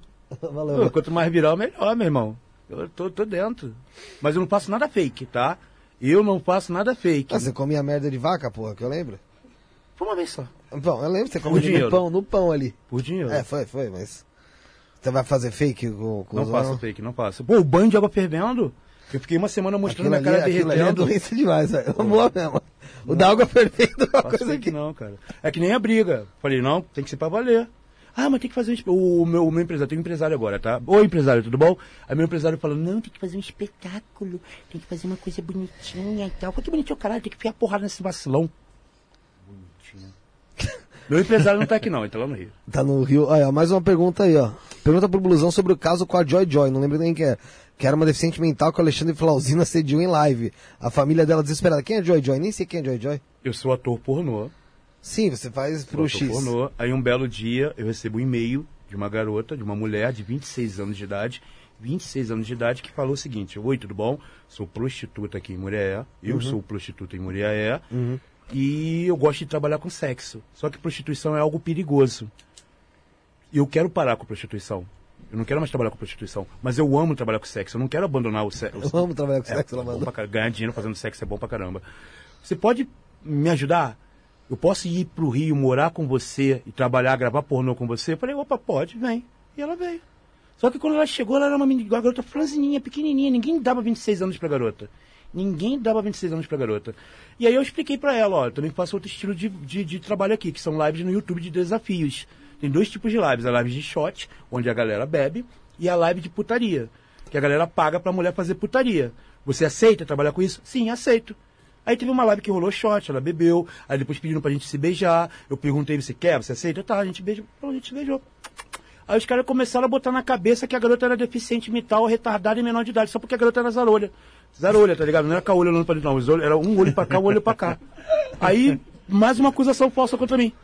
Valeu. Pô, quanto mais viral, melhor, meu irmão. Eu tô, tô dentro. Mas eu não faço nada fake, tá? Eu não faço nada fake. Ah, você comia merda de vaca, porra, que eu lembro? Foi uma vez só. Bom, eu lembro que você Por comia dinheiro. no pão, no pão ali. Por dinheiro. É, foi, foi, mas... Você vai fazer fake com, com Não o Zóia? faço fake, não faço. Pô, o banho de água fervendo. Eu fiquei uma semana mostrando Aquilo minha ali, cara aquilo ali é derretendo. doença demais, velho. É boa mesmo. O da água fervendo é uma Faço coisa fake que... não, cara. É que nem a briga. Falei, não, tem que ser pra valer. Ah, mas tem que fazer um... espe- O meu, o meu empresário, tem um empresário agora, tá? Oi, empresário, tudo bom? Aí meu empresário falou, não, tem que fazer um espetáculo, tem que fazer uma coisa bonitinha e tal. Foi que bonitinho, caralho, tem que enfiar porrada nesse vacilão. Bonitinho. Meu empresário não tá aqui não, ele tá lá no Rio. Tá no Rio. Olha, mais uma pergunta aí, ó. Pergunta pro Blusão sobre o caso com a Joy Joy. Não lembro nem quem é. Que era uma deficiente mental que o Alexandre Flauzino assediou em live. A família dela desesperada. Quem é Joy Joy? Nem sei quem é Joy Joy. Eu sou ator pornô. Sim, você faz pro Ator X. pornô. Aí um belo dia eu recebo um e-mail de uma garota, de uma mulher de vinte e seis anos de idade, vinte e seis anos de idade, que falou o seguinte: oi, tudo bom? Sou prostituta aqui em Muriaé. Eu sou prostituta em Muriaé. Uhum. E eu gosto de trabalhar com sexo. Só que prostituição é algo perigoso. E eu quero parar com a prostituição. Eu não quero mais trabalhar com prostituição. Mas eu amo trabalhar com sexo. Eu não quero abandonar o sexo. Eu amo trabalhar com É, sexo, é ela bom mandou. pra car- ganhar dinheiro fazendo sexo é bom pra caramba. Você pode me ajudar? Eu posso ir pro Rio, morar com você e trabalhar, gravar pornô com você? Eu falei, opa, pode, vem. E ela veio. Só que quando ela chegou, ela era uma, menina, uma garota franzininha, pequenininha. Ninguém dava vinte e seis anos pra garota. Ninguém dava vinte e seis anos pra garota. E aí eu expliquei pra ela, ó, eu também faço outro estilo de, de, de trabalho aqui, que são lives no YouTube de desafios. Tem dois tipos de lives. A live de shot, onde a galera bebe, e a live de putaria, que a galera paga pra mulher fazer putaria. Você aceita trabalhar com isso? Sim, aceito. Aí teve uma live que rolou shot, ela bebeu, aí depois pediram pra gente se beijar. Eu perguntei, você quer? Você aceita? Tá, a gente beijou. Então a gente se beijou. Aí os caras começaram a botar na cabeça que a garota era deficiente mental, retardada e menor de idade, só porque a garota era zarolha. Zarolha, tá ligado? Não era com a olho olhando pra dentro, não. Os olhos- Era um olho pra cá, um olho pra cá. Aí, mais uma acusação falsa contra mim.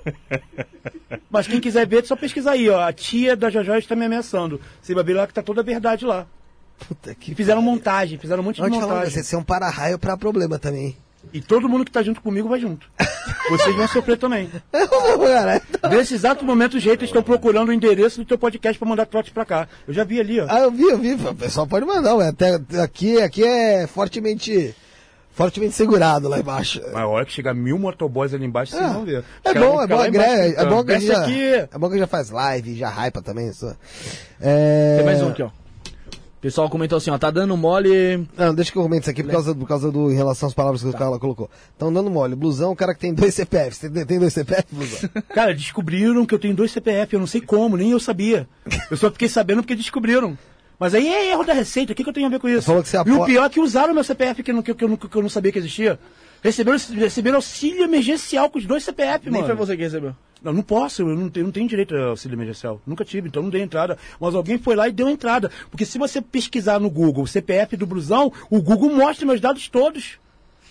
Mas quem quiser ver, é só pesquisar aí, ó. A tia da Jojó está me ameaçando. Você vai ver lá que tá toda a verdade lá. Puta que E fizeram montagem, fizeram um monte de Não, te falando, montagem. você é um para-raio pra problema também. E todo mundo que tá junto comigo vai junto. Vocês vão sofrer também. Cara, Nesse exato momento, os haters estão procurando o endereço do teu podcast pra mandar trote pra cá. Eu já vi ali, ó. Ah, eu vi, eu vi. O pessoal pode mandar, ué. Até aqui, aqui é fortemente, fortemente segurado lá embaixo. Mas a hora que chegar mil motoboys ali embaixo, vocês Ah, vão ver. Os é caras bom, vão é ficar bom, lá é, embaixo é, é gritando, bom que a "Desce gente já, aqui." é bom que já faz live, já hypa também. Isso. É... Tem mais um aqui, ó. O pessoal comentou assim, ó, tá dando mole... Não, deixa que eu comente isso aqui por causa, por causa do, em relação às palavras que o cara colocou. Estão dando mole. Blusão, o cara que tem dois C P Fs. Você tem, tem dois C P Fs, Blusão? Cara, descobriram que eu tenho dois C P F, eu não sei como, nem eu sabia. Eu só fiquei sabendo porque descobriram. Mas aí é erro da Receita, o que, que eu tenho a ver com isso? Falou que você E apo- o pior é que usaram meu C P F, que eu não, que eu, que eu não, que eu não sabia que existia. Receberam, receberam auxílio emergencial com os dois C P F, Nem mano. foi você que recebeu. Não, não posso, eu não tenho, não tenho direito a auxílio emergencial. Nunca tive, então não dei entrada. Mas alguém foi lá e deu entrada. Porque se você pesquisar no Google o C P F do Blusão, o Google mostra meus dados todos.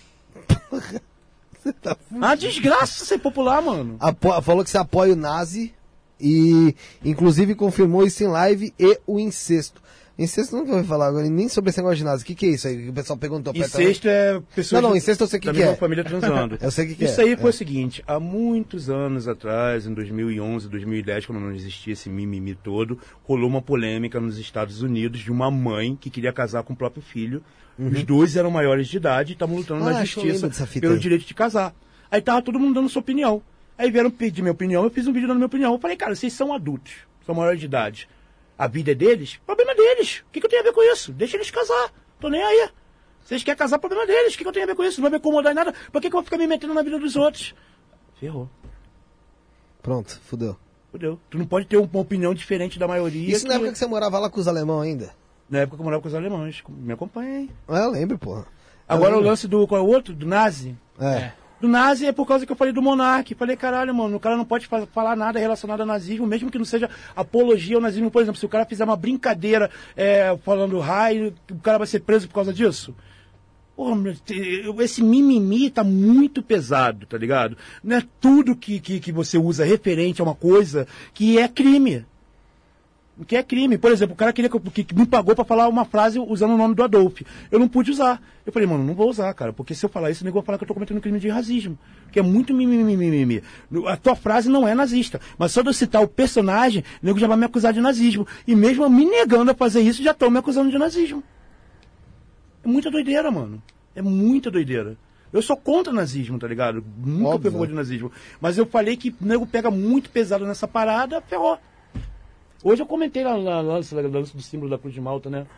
tá Ah, desgraça ser popular, mano. Apo- falou que você apoia o Nazi e inclusive confirmou isso em live e o incesto. Incesto nunca vai falar agora, nem sobre esse negócio de Nazi. O que, que é isso aí? O pessoal perguntou. Incesto é pessoas Não, não, de- incesto eu sei o que da que mesma é. família transando. Eu sei o que que Isso é, aí foi é. o seguinte, há muitos anos atrás, em dois mil e onze, dois mil e dez, quando não existia esse mimimi todo, rolou uma polêmica nos Estados Unidos de uma mãe que queria casar com o próprio filho. Os dois eram maiores de idade e estavam lutando Ah, na acho que eu lembro justiça dessa fita pelo aí. direito de casar. Aí tava todo mundo dando sua opinião. Aí vieram pedir minha opinião, eu fiz um vídeo dando minha opinião. Eu falei, cara, vocês são adultos, são maiores de idade. A vida é deles? Problema deles. O que, que eu tenho a ver com isso? Deixa eles casar. Tô nem aí. Vocês querem casar, problema deles. O que, que eu tenho a ver com isso? Não vai me incomodar em nada. Por que, que eu vou ficar me metendo na vida dos outros? Ferrou. Pronto, fudeu. Fudeu. Tu não pode ter uma opinião diferente da maioria. Isso na época que você morava lá com os alemão ainda? Na época que eu morava com os alemães. Me acompanha aí. Ah, eu lembro, porra. Agora Eu o lembro. lance do... Qual é o outro? Do Nazi. É. Do Nazi é por causa que eu falei do Monark. Falei, caralho, mano, o cara não pode fa- falar nada relacionado ao nazismo, mesmo que não seja apologia ao nazismo. Por exemplo, se o cara fizer uma brincadeira é, falando raio, o cara vai ser preso por causa disso? Porra, meu, te- esse mimimi tá muito pesado, tá ligado? Não é tudo que, que, que você usa referente a uma coisa que é crime. Que é crime. Por exemplo, o cara queria que, eu- que que me pagou pra falar uma frase usando o nome do Adolf. Eu não pude usar. Eu falei, mano, não vou usar, cara, porque se eu falar isso, o nego vai falar que eu tô cometendo crime de racismo. Que é muito mimimi. A tua frase não é nazista. Mas só de eu citar o personagem, o nego já vai me acusar de nazismo. E mesmo eu me negando a fazer isso, já estão me acusando de nazismo. É muita doideira, mano. É muita doideira. Eu sou contra nazismo, tá ligado? Nunca Óbvio. fui a favor de nazismo. Mas eu falei que o nego pega muito pesado nessa parada, ferrou. Hoje eu comentei lá no lance do símbolo da Cruz de Malta, né?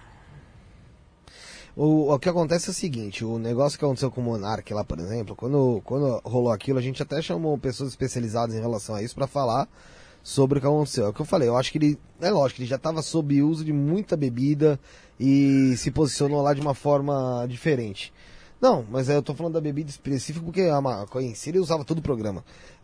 O, o que acontece é o seguinte, o negócio que aconteceu com o Monark lá, por exemplo, quando, quando rolou aquilo, a gente até chamou pessoas especializadas em relação a isso pra falar sobre o que aconteceu. É o que eu falei, eu acho que ele, é lógico, ele já tava sob uso de muita bebida e se posicionou lá de uma forma diferente. Não, mas eu tô falando da bebida específica porque a maconha em si ele usava todo o programa.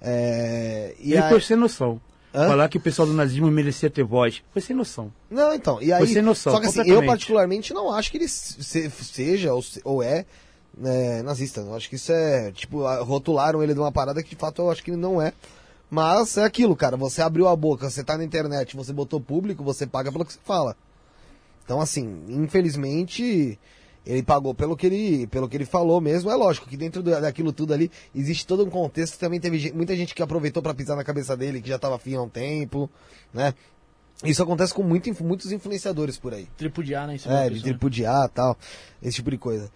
É, e Ele aí- foi sem noção. Hã? Falar que o pessoal do nazismo merecia ter voz. Foi sem noção. Não, então, e aí, sem noção, só que assim, eu completamente. particularmente não acho que ele se- seja ou, se- ou é né, nazista. Eu acho que isso é, tipo, a- rotularam ele de uma parada que de fato eu acho que ele não é. Mas é aquilo, cara, você abriu a boca, você tá na internet, você botou público, você paga pelo que você fala. Então assim, infelizmente, ele pagou pelo que ele, pelo que ele falou mesmo. É lógico que dentro do- daquilo tudo ali existe todo um contexto. Também teve gen- muita gente que aproveitou pra pisar na cabeça dele, que já tava afim há um tempo, né? Isso acontece com muito, inf- muitos influenciadores por aí. Tripudiar, né? Em cima É, da de pessoa, né? tripudiar e tal, esse tipo de coisa.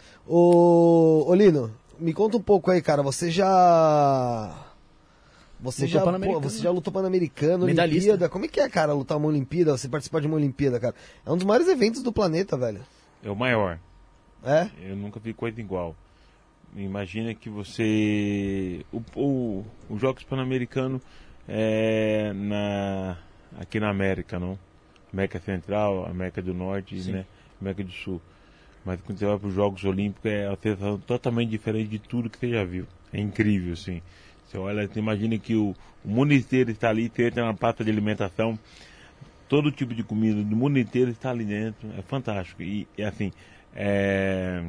Ô, ô Lino, me conta um pouco aí, cara, você já... Você Lutou já, Pan-Americano, pô, você né? já lutou Pan-Americano, Medalhista. Olimpíada. Como é que é, cara, lutar uma Olimpíada, você participar de uma Olimpíada, cara? É um dos maiores eventos do planeta, velho. É o maior. É? Eu nunca vi coisa igual. Imagina que você. O, o, os Jogos Pan-Americanos é na, aqui na América, não? América Central, América do Norte, né? América do Sul. Mas quando você vai para os Jogos Olímpicos é uma sensação totalmente diferente de tudo que você já viu. É incrível, assim. Você olha, você imagina que o, o mundo inteiro está ali, você entra na praça de alimentação, todo tipo de comida do mundo inteiro está ali dentro. É fantástico. E, e assim, é,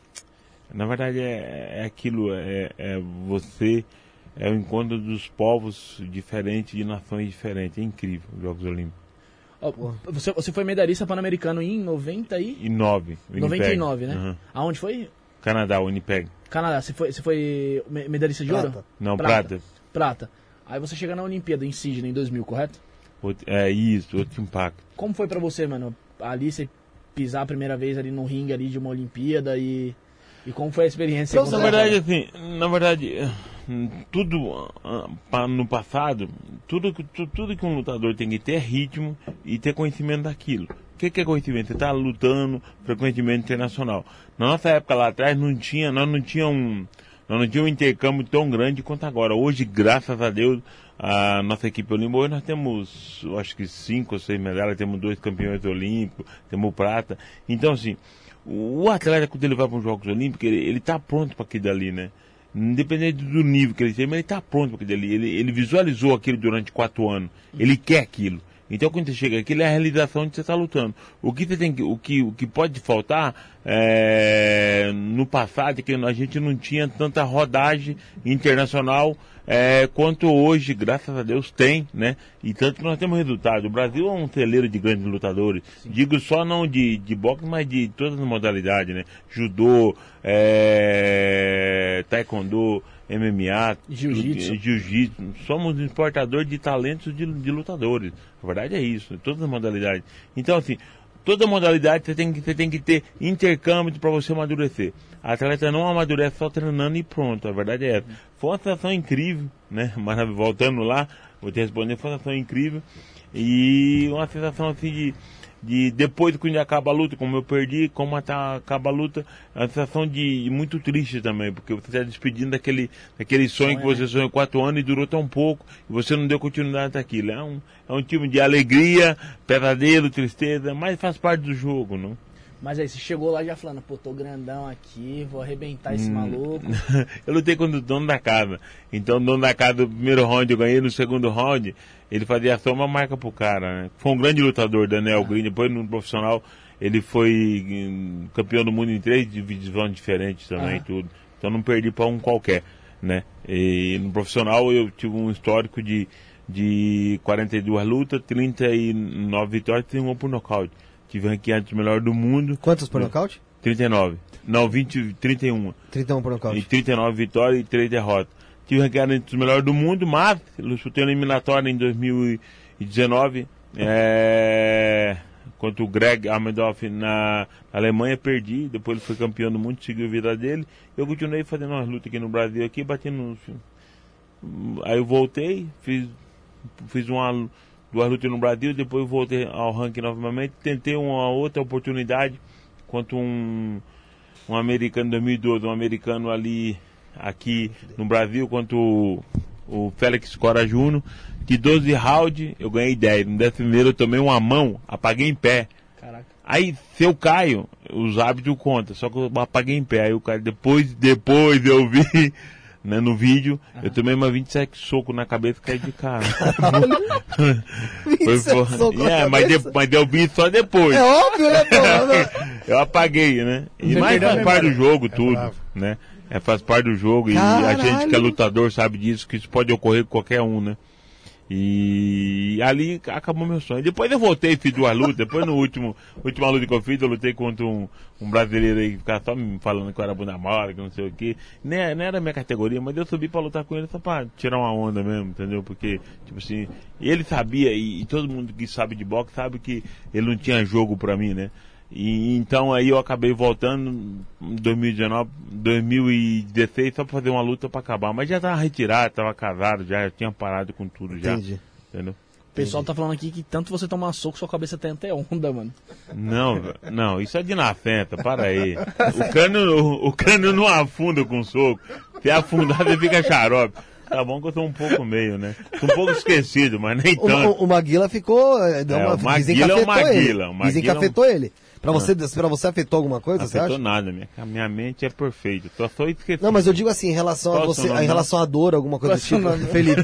na verdade é, é aquilo, é, é você, é o encontro dos povos diferentes, de nações diferentes. É incrível os Jogos Olímpicos. Ó, você, você foi medalhista pan-americano em noventa e... E nove. Winnipeg. noventa e nove, né? Uhum. Aonde foi? Canadá, Winnipeg. Canadá. Você foi, você foi me- medalhista de Prata. ouro? Não, prata. Prata. Aí você chega na Olimpíada em Sydney em dois mil, correto? Outro- É isso, outro impacto. Como foi pra você, mano? Ali você pisar a primeira vez ali no ringue ali de uma Olimpíada e... E como foi a experiência? Então, Você Na contou verdade, agora? assim, na verdade, tudo ah, pa- no passado, tudo, que- tu- tudo que um lutador tem que ter é ritmo e ter conhecimento daquilo. O que, que é conhecimento? Você está lutando para conhecimento internacional. Na nossa época lá atrás não tinha, nós não tínhamos um, Nós não tínhamos um intercâmbio tão grande quanto agora. Hoje, graças a Deus, a nossa equipe olímpica, hoje nós temos, eu acho que cinco ou seis medalhas, temos dois campeões olímpicos, temos prata. Então, assim, o atleta, quando ele vai para os Jogos Olímpicos, ele está pronto para aquilo dali, né? Independente do nível que ele tem, mas ele está pronto para aquilo dali. Ele, ele visualizou aquilo durante quatro anos. Ele quer aquilo. Então, quando você chega aqui, é a realização de você estar lutando. O que, você tem que, o que, o que pode faltar, é, no passado, é que a gente não tinha tanta rodagem internacional é, quanto hoje, graças a Deus, tem, né? E tanto que nós temos resultado. O Brasil é um celeiro de grandes lutadores. Sim. Digo só não de, de boxe, mas de todas as modalidades, né? Judô, é, taekwondo, M M A, jiu-jitsu. jiu-jitsu. Somos um exportador de talentos de, de lutadores. A verdade é isso, todas as modalidades. Então, assim, toda modalidade você tem que, você tem que ter intercâmbio para você amadurecer. A atleta não amadurece só treinando e pronto, a verdade é essa. Foi uma sensação incrível, né? Mas voltando lá, vou te responder, foi uma sensação incrível. E uma sensação assim de... de depois quando acaba a luta, como eu perdi, como tá, acaba a luta, é uma sensação de muito triste também, porque você está despedindo daquele, daquele sonho que você sonhou quatro anos e durou tão pouco, e você não deu continuidade daquilo. É um, é um tipo de alegria, pesadelo, tristeza, mas faz parte do jogo, não? Mas aí, você chegou lá já falando, pô, tô grandão aqui, vou arrebentar esse hum. maluco. Eu lutei contra o dono da casa. Então, o dono da casa, no primeiro round eu ganhei, no segundo round, ele fazia só uma marca pro cara, né? Foi um grande lutador, Daniel ah. Green. Depois, no profissional, ele foi hum, campeão do mundo em três divisões diferentes também, ah. tudo. Então, não perdi pra um qualquer, né? E no profissional, eu tive um histórico de, de quarenta e duas lutas, trinta e nove vitórias e uma por nocaute. Tive ranqueado o melhor do mundo. Quantos por nocaute? trinta e nove. Não, vinte, trinta e um. trinta e um por nocaute. E trinta e nove vitórias e três derrotas. Tive ranqueado entre os melhores do mundo, mas lutei na eliminatória em dois mil e dezenove. É, contra o Greg Amedov na Alemanha, perdi. Depois ele foi campeão do mundo, seguiu a vida dele. Eu continuei fazendo umas lutas aqui no Brasil, aqui, batendo. Aí eu voltei, fiz, fiz uma. duas lutas no Brasil, depois voltei ao ranking novamente, tentei uma outra oportunidade contra um, um americano em dois mil e doze, um americano ali, aqui no Brasil, contra o, o Félix Cora Júnior, de doze rounds eu ganhei dez, no décimo primeiro eu tomei uma mão, apaguei em pé. Caraca. Aí, se eu caio, os árbitros contam, só que eu apaguei em pé, aí o cara, depois, depois eu vi... Né, no vídeo, ah. eu tomei uma vinte e sete socos na cabeça e caí de cara. vinte e sete socos na é, mas, de, mas deu vi só depois. É óbvio, né? Eu apaguei, né? E mais faz parte do jogo, tudo, é né? É, faz parte do jogo. Caralho. E a gente que é lutador sabe disso, que isso pode ocorrer com qualquer um, né? E ali acabou meu sonho. Depois eu voltei, fiz duas lutas. Depois no último, última luta que eu fiz, eu lutei contra um, um brasileiro aí que ficava só me falando que eu era bunda mole, que não sei o que. Nem, nem era a minha categoria, mas eu subi pra lutar com ele só pra tirar uma onda mesmo, entendeu? Porque, tipo assim, ele sabia, e, e todo mundo que sabe de boxe sabe que ele não tinha jogo pra mim, né? E então aí eu acabei voltando em dois mil e dezenove, dois mil e dezesseis só pra fazer uma luta pra acabar. Mas já tava retirado, tava casado, já, já tinha parado com tudo já. Entendi. Entendeu? O pessoal tá falando aqui que tanto você tomar soco, sua cabeça tem até onda, mano. Não, não, isso é de nascença, para aí. O crânio, o, o crânio não afunda com soco. Se afundar, você fica xarope. Tá bom que eu tô um pouco meio, né? Tô um pouco esquecido, mas nem tanto. O, o, o Maguila ficou... Deu é, uma, o Maguila é o Maguila. Ele. Dizem que afetou ele. Pra você, pra você afetou alguma coisa, afetou você acha? Afetou nada, minha, a minha mente é perfeita. Só só esquecido. Não, mas eu digo assim, em relação Qual a você, em relação à dor, alguma coisa desse tipo, Felipe.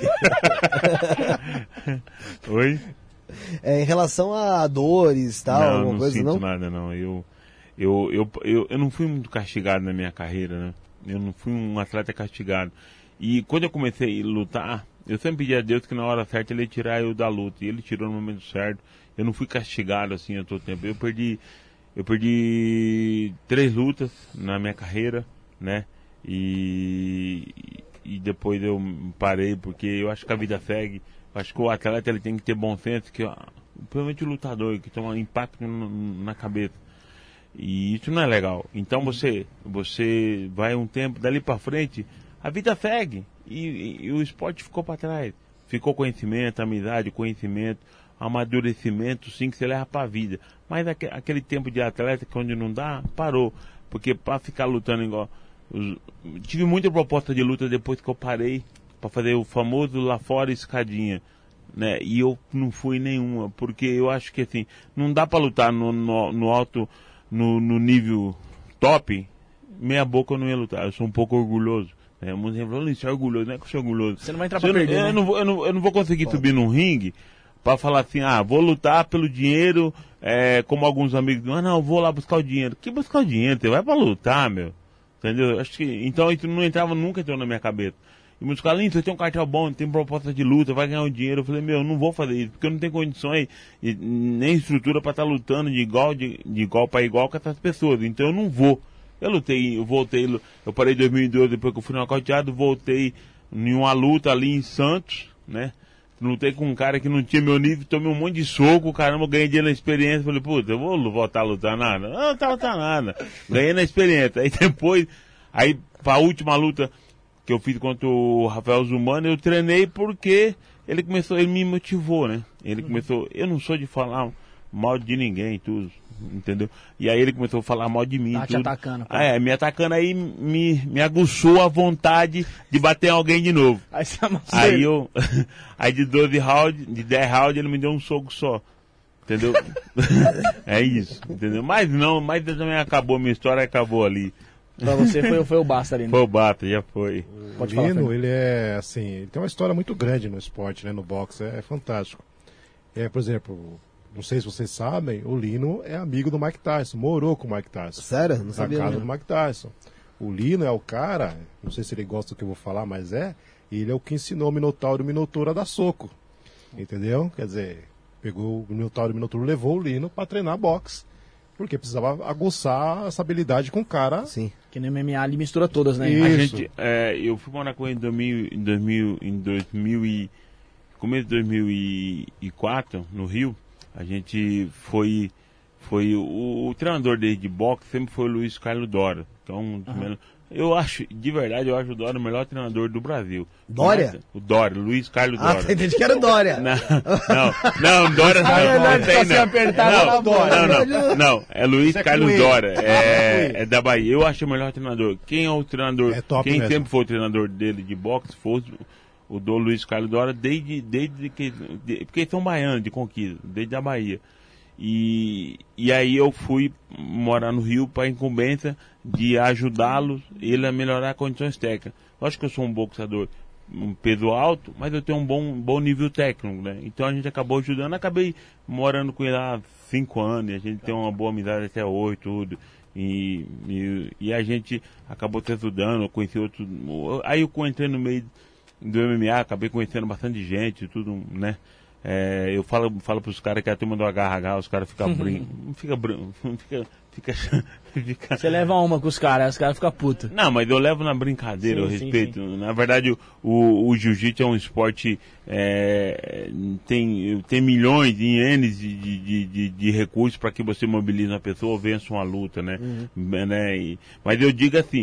Oi? É, em relação a dores e tal, não, alguma não coisa, não? Não, nada, não. Eu, eu, eu, eu, eu não fui muito castigado na minha carreira, né? Eu não fui um atleta castigado. E quando eu comecei a lutar, eu sempre pedi a Deus que na hora certa ele ia tirar eu da luta. E ele tirou no momento certo. Eu não fui castigado assim a todo tempo. Eu perdi, eu perdi três lutas na minha carreira, né? E, e depois eu parei porque eu acho que a vida segue. Eu acho que o atleta ele tem que ter bom senso, que principalmente o lutador que toma impacto no, na cabeça. E isso não é legal. Então você, você vai um tempo dali para frente, a vida segue e, e, e o esporte ficou para trás. Ficou conhecimento, amizade, conhecimento, amadurecimento, sim, que você leva para a vida. Mas aquele, aquele tempo de atleta que onde não dá, parou. Porque para ficar lutando igual... os, tive muita proposta de luta depois que eu parei para fazer o famoso lá fora escadinha, né? E eu não fui nenhuma, porque eu acho que assim, não dá para lutar no, no, no alto, no, no nível top, meia boca eu não ia lutar, eu sou um pouco orgulhoso. É, muita gente falou, isso é orgulhoso, não é que eu sou orgulhoso. Você não vai entrar Se pra eu, não, perder, eu, né? não vou, eu, não, eu não vou conseguir Pode. subir num ringue para falar assim, ah, vou lutar pelo dinheiro, é, como alguns amigos, ah, não, vou lá buscar o dinheiro. Que buscar o dinheiro? Você vai para lutar, meu. Entendeu? Acho que, então isso não entrava, nunca entrou na minha cabeça. E muitos caras, você tem um cartel bom, tem proposta de luta, vai ganhar o dinheiro. Eu falei, meu, eu não vou fazer isso, porque eu não tenho condições, e, nem estrutura para estar tá lutando de igual, de, de igual para igual com essas pessoas. Então eu não vou. Eu lutei, eu voltei, eu parei em dois mil e doze, depois que eu fui nocauteado, voltei em uma luta ali em Santos, né? Lutei com um cara que não tinha meu nível, tomei um monte de soco, caramba, ganhei dinheiro na experiência. Falei, puta, eu vou voltar a lutar nada. Não, não tá lutando nada. Ganhei na experiência. Aí depois, aí pra última luta que eu fiz contra o Rafael Zumano, eu treinei porque ele começou, ele me motivou, né? Ele começou, eu não sou de falar mal de ninguém, tudo, entendeu? E aí ele começou a falar mal de mim, tá tudo. te atacando. Ah, é, me atacando aí, me, me aguçou a vontade de bater em alguém de novo. Aí, você aí eu, aí de doze rounds, de dez rounds, ele me deu um soco só, entendeu? É isso, entendeu? Mas não, mas também acabou, minha história acabou ali. Pra você foi, foi o basta ali, né? Foi o basta, já foi. O Lino, ele é assim, ele tem uma história muito grande no esporte, né, no boxe, é, é fantástico. É, por exemplo, não sei se vocês sabem, o Lino é amigo do Mike Tyson, morou com o Mike Tyson. Sério? Não na sabia. casa Não. do Mike Tyson. O Lino é o cara, não sei se ele gosta do que eu vou falar, mas é, ele é o que ensinou o Minotauro e o Minotauro a dar soco. Entendeu? Quer dizer, pegou o Minotauro e o Minotauro, levou o Lino pra treinar boxe. Porque precisava aguçar essa habilidade com o cara. Sim. Que no M M A ali mistura todas, né? Isso. A gente, é, eu fui morar com ele em dois mil, em dois mil, em dois mil e começo de dois mil e quatro, no Rio. A gente foi, foi o, o treinador dele de boxe sempre foi o Luiz Carlos Dória. Que é um dos Uhum. melhores. Eu acho, de verdade, eu acho o Dória o melhor treinador do Brasil. Dória? Mas, o Dória, Luiz Carlos Ah, Dória. entendi que era o Dória. Não, não, não, Dória Ah, é, não, não, não tem, você não. apertava Não, na bola. não, não, não, é Luiz é Carlos com ele. Dória, Ah, é, com ele. é da Bahia. Eu acho o melhor treinador. Quem é o treinador? É top quem mesmo. sempre foi o treinador dele de boxe foi o do Luiz Carlos Dória desde, desde que, de, porque eles são baianos de Conquista, desde a Bahia. E, e aí eu fui morar no Rio para incumbência de ajudá-los, ele a melhorar condições técnicas. Lógico que eu sou um boxeador, um peso alto, mas eu tenho um bom, bom nível técnico, né? Então a gente acabou ajudando, acabei morando com ele há cinco anos, e a gente tem uma boa amizade até hoje, tudo. E, e, e a gente acabou se ajudando, eu conheci outros. Aí eu entrei no meio do M M A, acabei conhecendo bastante gente, tudo, né? É, eu falo, falo pros caras que a turma do H H, os caras ficam brincando, fica, brin- fica, fica, fica... Você leva uma com os caras, os caras ficam putos. Não, mas eu levo na brincadeira, Sim, eu sim, respeito. Na verdade, o, o, o jiu-jitsu é um esporte, é, tem, tem milhões de ienes de, de, de, de recursos para que você mobilize uma pessoa ou vença uma luta, né? né? E, mas eu digo assim,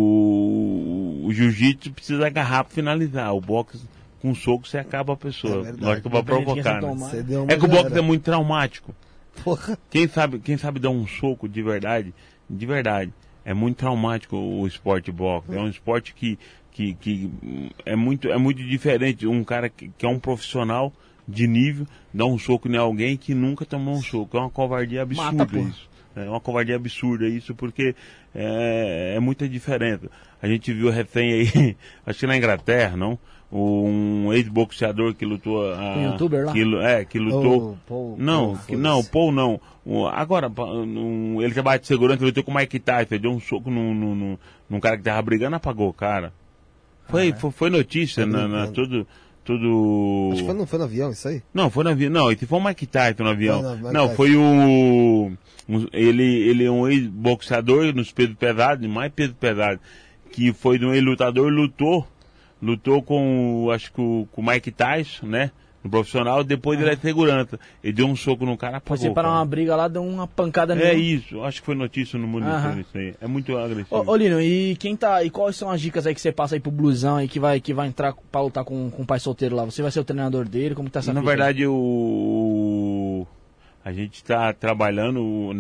o, o jiu-jitsu precisa agarrar para finalizar, o boxe com soco você acaba a pessoa. É verdade. Lógico que vai Depende de quem provocar, você né? tomar. Você deu uma É que o já boxe era. é muito traumático. Porra. Quem sabe, quem sabe dar um soco de verdade, de verdade, é muito traumático o esporte boxe. É um esporte que, que, que é, muito, é muito diferente. Um cara que, que é um profissional de nível, dá um soco em alguém que nunca tomou um soco. É uma covardia absurda Mata, pô. isso. É uma covardia absurda isso, porque é, é muita diferença. A gente viu recém aí, acho que na Inglaterra, não? Um ex-boxeador que lutou... A, Um youtuber lá? Que, lu- é, que lutou... Ô, Paul- Não, Paul, que, não, foda-se. Paul não. O- Agora, pa- um, ele trabalha de segurança, ele lutou com o Mike Tyson, ele deu um soco num, num, num- num cara que tava brigando, apagou o cara. Foi, foi, foi notícia, Tô na, na, brincando. tudo, tudo... Acho que foi, não foi no avião isso aí? Não, foi no avião, não, esse foi o Mike Tyson no avião. Foi no Mike não, Tyson. foi o... um- ele, ele é um ex-boxeador nos pesos pesados, mais peso pesado, que foi um ex-lutador, lutou, lutou com, o- acho que o, com o Mike Tyson, né? No profissional, depois ele é de segurança. Ele deu um soco no cara, apagou. Você parar cara. uma briga lá, deu uma pancada É nele. isso, acho que foi notícia no mundo Aham. inteiro isso aí. É muito agressivo. Ô, ô Lino, e quem tá. E quais são as dicas aí que você passa aí pro Blusão aí que vai, que vai entrar pra lutar com, com o pai solteiro lá? Você vai ser o treinador dele? Como que tá essa Na fita aí? verdade, o... a gente está trabalhando, né?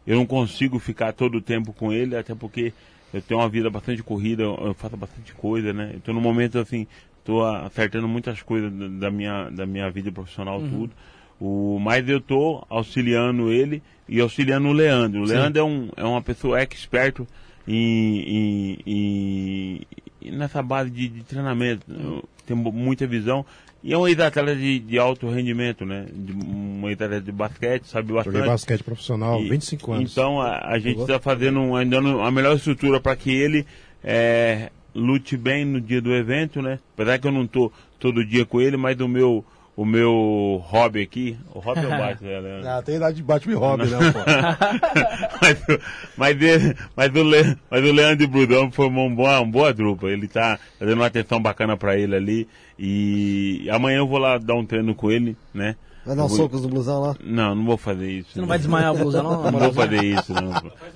eu não consigo ficar todo o tempo com ele, até porque eu tenho uma vida bastante corrida, eu faço bastante coisa, né? Estou num momento assim, estou acertando muitas coisas da minha, da minha vida profissional, uhum. tudo. O, mas eu estou auxiliando ele e auxiliando o Leandro. O Sim. Leandro é, um, é uma pessoa experto em, em, em, nessa base de, de treinamento. Uhum. Tem muita visão. E é um ex-atleta de, de alto rendimento, né? De, um ex-atleta de basquete, sabe bastante. Joguei basquete profissional, e, vinte e cinco anos. Então a, a gente está fazendo, ainda a melhor estrutura para que ele é, lute bem no dia do evento, né? Apesar que eu não tô todo dia com ele, mas o meu, o meu hobby aqui, o hobby é o bate, né? Não, tem idade de bate-me hobby, não, pô. mas, mas, ele, mas, o Le, mas o Leandro Brudão formou um boa, uma boa dupla. Ele tá dando uma atenção bacana para ele ali. E amanhã eu vou lá dar um treino com ele, né? Vai dar uns vou... socos no blusão lá? Não, não vou fazer isso. Você não vai desmaiar a blusa, não? Não vou fazer isso, não.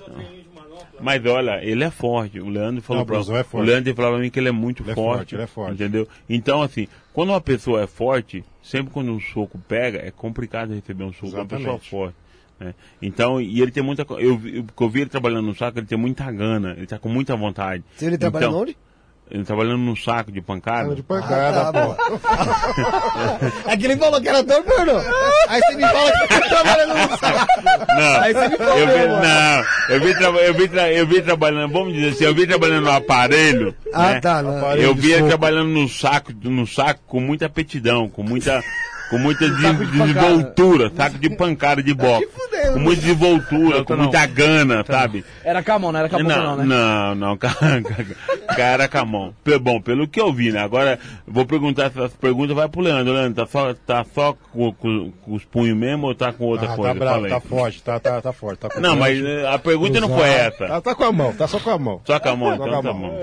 Mas olha, ele é forte. O Leandro falou não, pra é forte. O Leandro falou pra mim que ele é muito ele forte, é forte. Ele é forte. Entendeu? Então, assim, quando uma pessoa é forte, sempre quando um soco pega, é complicado receber um soco. Exatamente. Uma pessoa forte. Né? Então, e ele tem muita. Eu, eu, eu vi ele trabalhando no saco, ele tem muita gana, ele tá com muita vontade. Se ele trabalha então, onde? Ele trabalhando num saco de pancada. De pancada, ah, tá, pô. É que ele falou que era ator pornô. Aí você me fala que tá trabalhando num saco. Não, aí você me falou, eu vi, mano. não, eu vi, tra eu, vi tra eu vi trabalhando, vamos dizer assim, eu vi trabalhando no aparelho. Ah, né? tá. Não. Eu vi ele trabalhando no saco, no saco com muita aptidão, com muita, com muita de, de desenvoltura, saco de pancada de boxe. Com muita desenvoltura, com muita gana, sabe? Era com a mão, não era com a boca não, né? Não, não, cara, era com a mão. Bom, pelo que eu vi, né? Agora, vou perguntar se essa pergunta vai pro Leandro. Leandro, tá só, tá só com, com, com os punhos mesmo ou tá com outra ah, coisa? Tá bravo, tá forte, tá, tá, tá forte. Tá não, mas a pergunta não foi essa. Ela tá com a mão, tá só com a mão. Só com a mão, só então com a tá mão.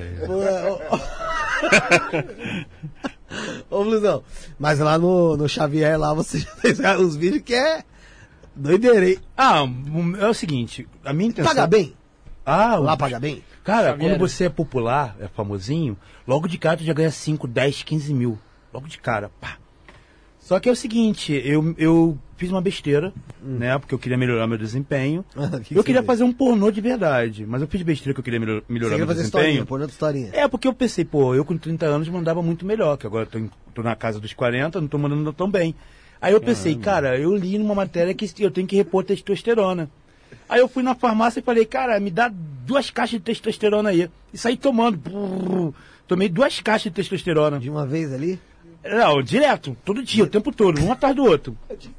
bom. Ô, Blusão, mas lá no, no Xavier, lá você já fez os vídeos que é doideira, hein? Ah, é o seguinte, a minha intenção... Paga bem? Ah, lá o... paga bem? Cara, Xavier. Quando você é popular, é famosinho, logo de cara tu já ganha cinco, dez, quinze mil. Logo de cara, pá. Só que é o seguinte, eu, eu fiz uma besteira, hum. né? Porque eu queria melhorar meu desempenho. Ah, que eu que queria fazer um pornô de verdade, mas eu fiz besteira que eu queria melhor, melhorar meu fazer desempenho. Historinha, pornô de historinha. É, porque eu pensei, pô, eu com trinta anos mandava muito melhor, que agora eu tô, em, tô na casa dos quarenta, não tô mandando tão bem. Aí eu pensei, ah, cara, eu li numa matéria que eu tenho que repor testosterona. Aí eu fui na farmácia e falei, cara, me dá duas caixas de testosterona aí. E saí tomando. Brrr, tomei duas caixas de testosterona. De uma vez ali? Não, direto, todo dia, o tempo todo, um atrás do outro.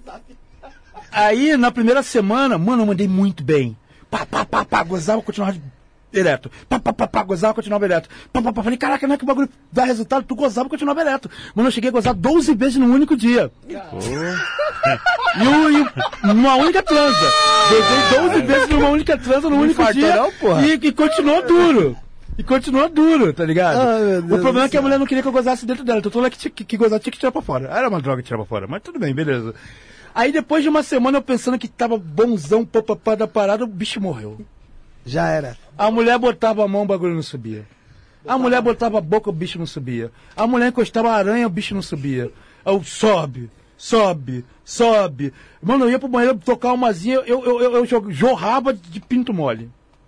Aí, na primeira semana, mano, eu mandei muito bem. Pá, pá, pá, pá, gozava, continuava direto. Pá, pá, pá, pá, gozava, continuava direto. Pá, pá, pá, falei, caraca, não é que o bagulho dá resultado, tu gozava, continuava direto. Mano, eu cheguei a gozar doze vezes num único dia. E, o, e numa única transa. Gozei doze vezes numa única transa, num único dia. Não, porra. E, e continuou duro. E continua duro, tá ligado? Ai, o problema é que a mulher não queria que eu gozasse dentro dela. Então toda mulher que, que, que gozar tinha que tirar pra fora. Era uma droga que tirava pra fora, mas tudo bem, beleza. Aí depois de uma semana eu pensando que tava bonzão, papapá da parada, o bicho morreu. Já era. A mulher botava a mão, o bagulho não subia. A mulher botava a boca, o bicho não subia. A mulher encostava a aranha, o bicho não subia. Eu, sobe, sobe, sobe. Mano, eu ia pro banheiro tocar umazinha, eu, eu, eu, eu jorrava de pinto mole.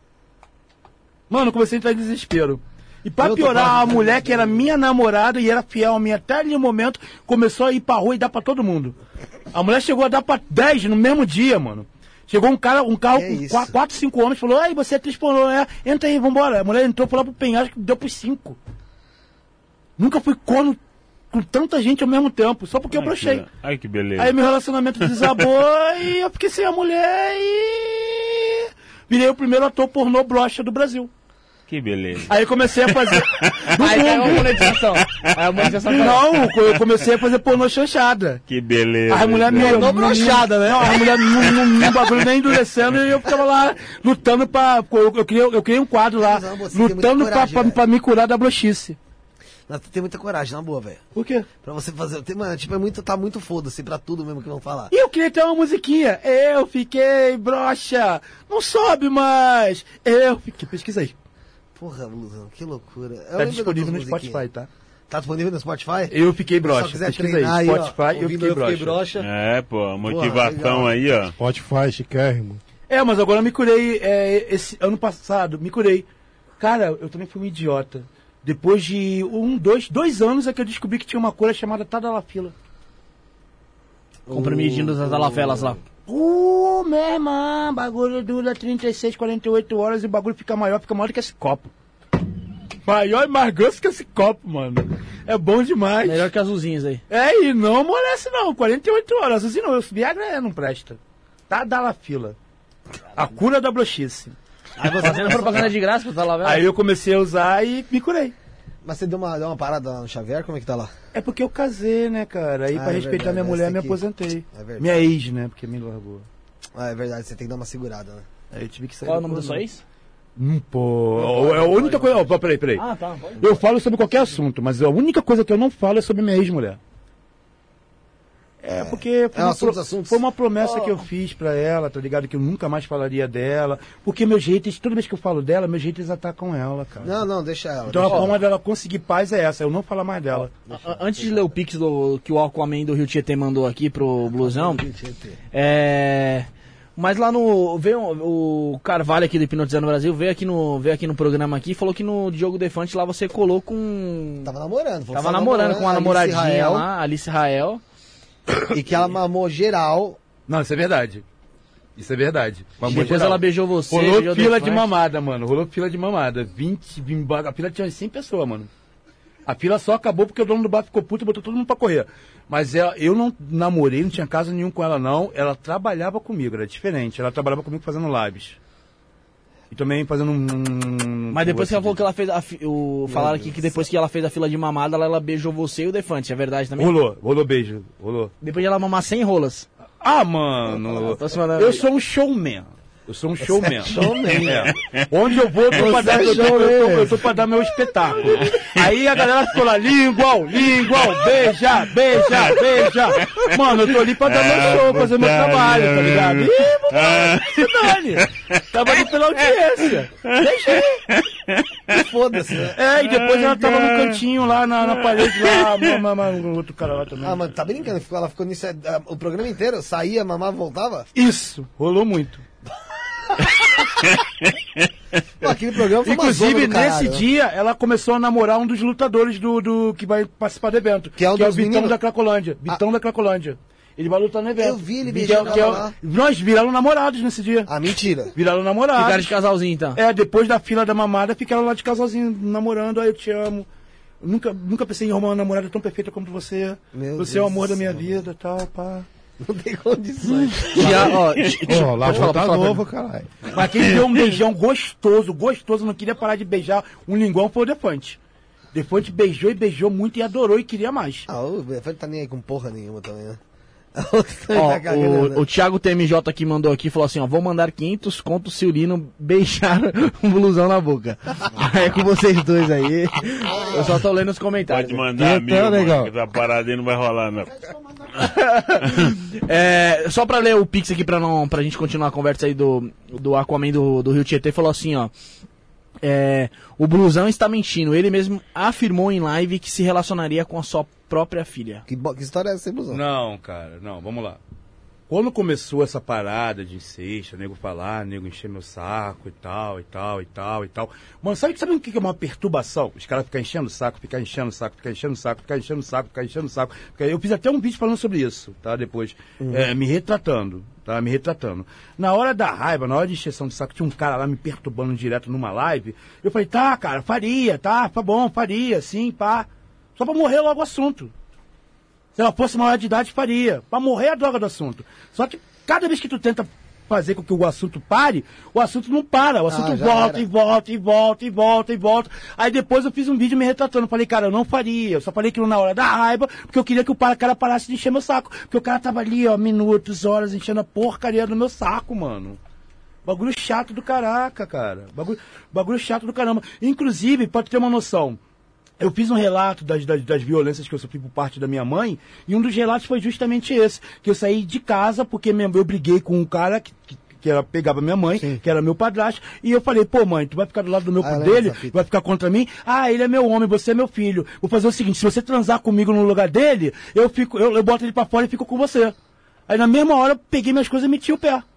Mano, eu comecei a entrar em desespero. E pra piorar, a mulher que era minha namorada e era fiel a mim até ali no momento, começou a ir pra rua e dar pra todo mundo. A mulher chegou a dar pra dez no mesmo dia, mano. Chegou um cara, um carro com quatro, quatro, cinco homens, falou, ai, você é atriz pornô, é? Entra aí, vambora. A mulher entrou, foi lá pro penhasco, deu pros cinco. Nunca fui corno com tanta gente ao mesmo tempo, só porque ai, eu brochei. Que, ai, que beleza. Aí meu relacionamento desabou e eu fiquei sem a mulher e... virei o primeiro ator pornô brocha do Brasil. Que beleza. Aí comecei a fazer... Aí é uma monetização. Aí a monetização não, eu comecei a fazer pornô chanchada. Que beleza. Aí a mulher me... Pornô brochada, né? A mulher no bagulho nem endurecendo e eu ficava lá lutando pra... Eu, eu, criei, eu criei um quadro lá, não, lutando coragem, pra, pra, pra me curar da brochice. Não, tu tem muita coragem, na boa, velho. Por quê? Pra você fazer... Tem, mano, tipo, é muito, tá muito foda-se pra tudo mesmo que vão falar. E eu queria ter uma musiquinha. Eu fiquei broxa. Não sobe mais. Eu fiquei... Pesquisa aí. Porra, Blusão, que loucura. Eu tá disponível no Spotify, tá? Tá disponível no Spotify? Eu fiquei broxa. Pesquisa aí, Spotify, aí, ó, eu, fiquei eu broxa. fiquei broxa. É, pô, motivação. Porra, aí, ó. Spotify, chiquérrimo. É, mas agora eu me curei, é, esse ano passado, me curei. Cara, eu também fui um idiota. Depois de um, dois, dois anos é que eu descobri que tinha uma cura chamada Tadalafila. Comprimidinho das alafelas lá. Uh, meu irmão, bagulho dura trinta e seis, quarenta e oito horas e o bagulho fica maior, fica maior do que esse copo. Maior e mais grosso que esse copo, mano. É bom demais. Melhor que as azulzinhas aí. É, e não amolece não, quarenta e oito horas. Assim não, Viagra é, não presta. Tadalafila. A cura da broxice. Aí você fazendo propaganda de graça pra Talavela? Aí eu comecei a usar e me curei. Mas você deu uma, deu uma parada no Xavier? Como é que tá lá? É porque eu casei, né, cara? Aí Ah, pra é respeitar verdade, minha mulher, essa me aqui- aposentei. É verdade. Minha ex, né, porque me largou. Ah, é verdade, você tem que dar uma segurada, né? Aí eu tive que sair. Qual é o da nome da porra, sua né? ex? Hum, pô, é a única coisa... Ó, peraí, peraí. Ah, tá. Pode. Eu falo sobre qualquer assunto, mas a única coisa que eu não falo é sobre minha ex-mulher. É, porque foi, É, uma, assuntos, pro- assuntos. foi uma promessa que eu fiz pra ela, tá ligado? Que eu nunca mais falaria dela. Porque meus haters, toda vez que eu falo dela, meus haters atacam ela, cara. Não, não, deixa ela. Então a deixa forma ela. dela conseguir paz é essa, eu não falar mais dela. A- Antes de ler o pix do, que o Aquaman do Rio Tietê mandou aqui pro Blusão, é... Mas lá no... Veio o Carvalho aqui do Hipnotizando Brasil, veio aqui, no, veio aqui no programa aqui e falou que no Diogo Defante lá você colou com... Tava namorando. falou que Tava namorando com a Alice namoradinha Israel, lá, Alice Rael. E que ela mamou geral. Não, isso é verdade. Isso é verdade. E Mamou depois geral. ela beijou você, Rolou beijou o fila de Defante. mamada, mano. Rolou fila de mamada. vinte, vinte, a fila tinha cem pessoas, mano. A fila só acabou porque o dono do bar ficou puto e botou todo mundo pra correr. Mas ela, eu não namorei, não tinha caso nenhum com ela, não. Ela trabalhava comigo, era diferente. Ela trabalhava comigo fazendo lives. E também fazendo um... Mas depois que ela falou que ela fez a fi- o falaram aqui Deus que depois que ela fez a fila de mamada, ela, ela beijou você e o Defante, é verdade também? Rolou, rolou beijo, rolou. Depois de ela mamar cem rolas. Ah, mano, Tô se mandando eu aí. sou um showman. Eu sou um showman. showman. É. Onde eu vou, eu tô, pra dar, eu, tô, eu, tô, eu tô pra dar meu espetáculo. Aí a galera ficou lá, lingual, lingual, beija, beija, beija. Mano, eu tô ali pra dar meu show, fazer meu trabalho, tá ligado? Ih, mano, se dane. Tava ali pela audiência. Deixei. Foda-se, né? É, e depois ela tava no cantinho lá, na, na parede lá, ma- ma- ma- outro cara lá também. Ah, mas tá brincando? Ficou- Ela ficou nisso é, ah, o programa inteiro? Saía, mamava, voltava? Isso, rolou muito. Pô, aquele programa foi uma zona Inclusive, do caralho, nesse né? dia, ela começou a namorar um dos lutadores do, do que vai participar do evento. Que é um o dos Vitão meninos? da Cracolândia. Vitão da Cracolândia. Ele vai lutar no evento. Eu vi ele Que é- beijando que é- ela lá. Nós viraram namorados nesse dia. Ah, mentira. Viraram namorados. Ficaram de casalzinho então. É, depois da fila da mamada, ficaram lá de casalzinho, namorando. Aí eu te amo. Nunca, nunca pensei em arrumar uma namorada tão perfeita como você. Meu você é o Deus amor do da minha céu. vida e tal, pá. Não tem condições. Já, ó, t- t- Pô, lá pode falar, tá pode falar, novo, caralho. Mas quem deu um beijão gostoso, gostoso, não queria parar de beijar um linguão foi o Defante. Defante beijou e beijou muito e adorou e queria mais. Ah, o Defante tá nem aí com porra nenhuma também, né? A outra também Ó, tá cagando, o, né? o Thiago T M J aqui mandou aqui, falou assim, ó, vou mandar quinhentos contos se o Lino beijar um blusão na boca. É com vocês dois aí. Eu só tô lendo os comentários. Pode mandar, Então, amigo, legal. mano, que essa parada aí não vai rolar, não. É, só pra ler o Pix aqui pra, não, pra gente continuar a conversa aí do, do Aquaman do, do Rio Tietê, falou assim, ó. É, o blusão está mentindo. Ele mesmo afirmou em live que se relacionaria com a sua própria filha. Que, bo- que história é essa aí, Blusão? Não, cara, não, vamos lá. Quando começou essa parada de incesto, nego falar, nego encher meu saco e tal, e tal, e tal, e tal. Mano, sabe, sabe o que é uma perturbação? Os caras ficam enchendo o saco, ficam enchendo o saco, ficam enchendo o saco, ficam enchendo o saco, ficam enchendo o saco. Fica- Eu fiz até um vídeo falando sobre isso, tá? Depois, é, me retratando, tá? Me retratando. Na hora da raiva, na hora de encheção de saco, tinha um cara lá me perturbando direto numa live. Eu falei, tá, cara, faria, tá, tá bom, faria, sim, pá. Só pra morrer logo o assunto. Se ela fosse maior de idade, faria. Pra morrer a droga do assunto. Só que cada vez que tu tenta fazer com que o assunto pare, o assunto não para. O assunto Ah, já volta era. e volta e volta e volta e volta. Aí depois eu fiz um vídeo me retratando. Falei, cara, eu não faria. Eu só falei aquilo na hora da raiva, porque eu queria que o pa- cara parasse de encher meu saco. Porque o cara tava ali, ó, minutos, horas, enchendo a porcaria do meu saco, mano. Bagulho chato do caraca, cara. Bagulho, bagulho chato do caramba. Inclusive, pode ter uma noção. Eu fiz um relato das, das, das violências que eu sofri por parte da minha mãe, e um dos relatos foi justamente esse, que eu saí de casa porque minha, eu briguei com um cara que, que, que era, pegava minha mãe, Sim. que era meu padrasto, e eu falei, pô mãe, tu vai ficar do lado do meu Ah, cu eu lembro dele, dessa fita. vai ficar contra mim? Ah, ele é meu homem, você é meu filho. Vou fazer o seguinte, se você transar comigo no lugar dele, eu, fico, eu, eu boto ele pra fora e fico com você. Aí na mesma hora eu peguei minhas coisas e meti o pé.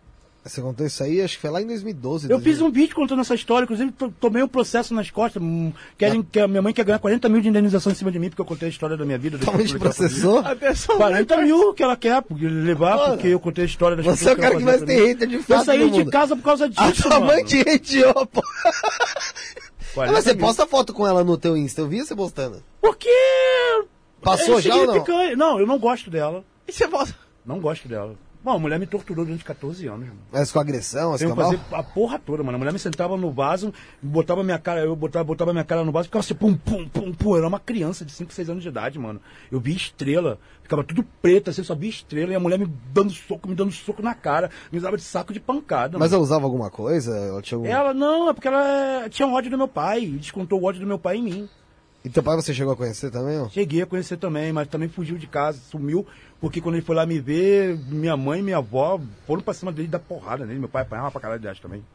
Você contou isso aí, acho que foi lá em dois mil e doze. Eu fiz um vídeo contando essa história, inclusive to- tomei um processo nas costas. hum, Querem, que a minha mãe quer ganhar quarenta mil de indenização em cima de mim, porque eu contei a história da minha vida. Como a gente processou? quarenta mil que ela quer porque levar, Mano, porque eu contei a história das Você é o cara que mais fazer tem pra mim. hater de Eu fato saí no de mundo. casa por causa A disso, sua mano. mãe te hateou, pô. quarenta Mas você mil. posta foto com ela no teu Insta, eu vi você postando. Porque... Passou é já ou não? insignificante. Não, eu não gosto dela. E você volta. Não gosto dela. Bom, a mulher me torturou durante catorze anos, mano. Mas com agressão, Tenho que escambau? fazer a porra toda, mano. A mulher me sentava no vaso, botava minha cara, eu botava, botava minha cara no vaso, ficava assim, pum, pum, pum, pum. Eu era uma criança de cinco, seis anos de idade, mano. Eu via estrela, ficava tudo preto, assim, só via estrela, e a mulher me dando soco, me dando soco na cara, me usava de saco de pancada. Mas mano. ela usava alguma coisa? Ela tinha algum... Ela, não, é porque ela tinha um ódio do meu pai, e descontou o ódio do meu pai em mim. E teu pai você chegou a conhecer também, ó? Cheguei a conhecer também, mas também fugiu de casa, sumiu, porque quando ele foi lá me ver, minha mãe e minha avó foram pra cima dele dar porrada nele. Meu pai apanhava pra caralho de acho também.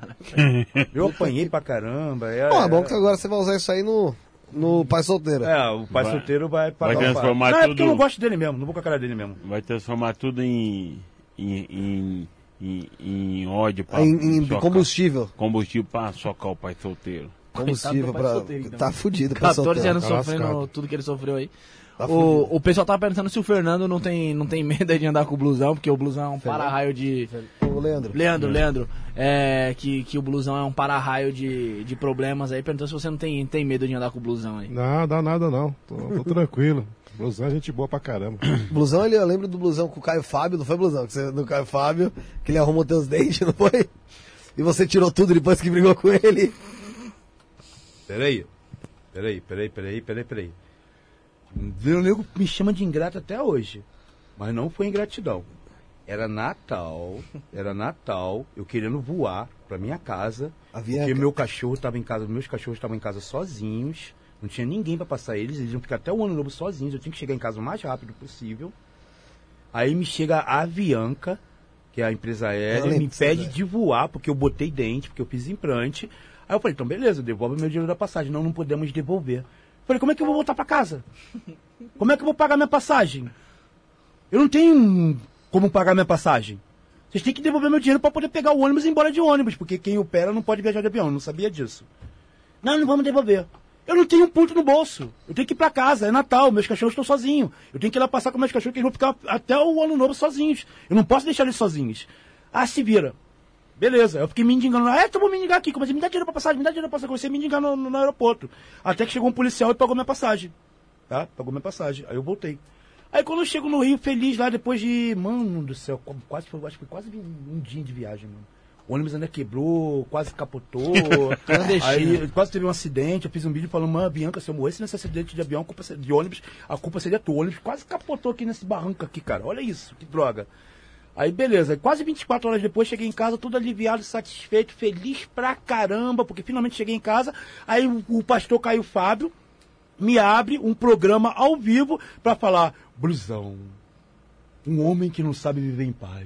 Eu apanhei pra caramba. É, Bom, é bom é- que agora você vai usar isso aí no, no pai solteiro. É, o pai Vai- solteiro vai vai pagar o transformar pai. Não, é porque eu tudo- não gosto dele mesmo, não vou com a cara dele mesmo. Vai transformar tudo em, em, em, em, em ódio pra em, em socar- combustível. combustível pra socar o pai solteiro. Combustível Coitado do pai pra... solteiro, então. Tá fudido pra catorze solteiro. anos tá sofrendo lascado. tudo que ele sofreu aí. Tá o, fudido. o pessoal tava perguntando se o Fernando não tem, não tem medo de andar com o blusão, porque o blusão é um para-raio de... Ô, Leandro. Leandro, Leandro, é, que, que o blusão é um para-raio de, de problemas aí. Perguntou se você não tem, tem medo de andar com o blusão aí. Não, dá nada não. Tô, tô tranquilo. Blusão é gente boa pra caramba. Blusão, ele, eu lembro do blusão com o Caio Fábio, não foi blusão? Que você, do Caio Fábio, que ele arrumou teus dentes, não foi? E você tirou tudo depois que brigou com ele. Peraí, peraí, peraí, peraí, peraí, peraí. O nego me chama de ingrato até hoje, mas não foi ingratidão. Era Natal, era Natal, eu querendo voar pra minha casa, A porque Bianca. meu cachorro tava em casa, meus cachorros estavam em casa sozinhos, não tinha ninguém pra passar eles, eles iam ficar até o ano novo sozinhos, eu tinha que chegar em casa o mais rápido possível. Aí me chega a Avianca, que é a empresa aérea, lembro me disso, pede né? de voar, porque eu botei dente, porque eu fiz implante. Aí eu falei, então beleza, devolve meu dinheiro da passagem. Não, não podemos devolver. Falei, como é que eu vou voltar pra casa? Como é que eu vou pagar minha passagem? Eu não tenho como pagar minha passagem. Vocês têm que devolver meu dinheiro para poder pegar o ônibus e ir embora de ônibus, porque quem opera não pode viajar de avião, eu não sabia disso. Não, não vamos devolver. Eu não tenho um ponto no bolso. Eu tenho que ir pra casa, é Natal, meus cachorros estão sozinhos. Eu tenho que ir lá passar com meus cachorros, que eles vão ficar até o ano novo sozinhos. Eu não posso deixar eles sozinhos. Ah, se vira. Beleza, eu fiquei me indigando. Ah, então vou me indigar aqui. Comecei, me dá dinheiro pra passagem, me dá dinheiro pra passagem. Comecei a me indigar no, no, no aeroporto. Até que chegou um policial e pagou minha passagem. Tá? Pagou minha passagem. Aí eu voltei. Aí quando eu chego no Rio, feliz lá, depois de... Mano do céu, quase foi, acho que foi quase um dia de viagem, mano. O ônibus ainda quebrou, quase capotou. Aí quase teve um acidente. Eu fiz um vídeo falando, mano, Bianca, se eu morresse nesse acidente de avião, a culpa seria- de ônibus, a culpa seria tua. O ônibus quase capotou aqui nesse barranco aqui, cara. Olha isso, que droga. Aí beleza, quase vinte e quatro horas depois cheguei em casa, tudo aliviado, satisfeito, feliz pra caramba, porque finalmente cheguei em casa. Aí o, o pastor Caio Fábio me abre um programa ao vivo pra falar, Blusão, um homem que não sabe viver em paz.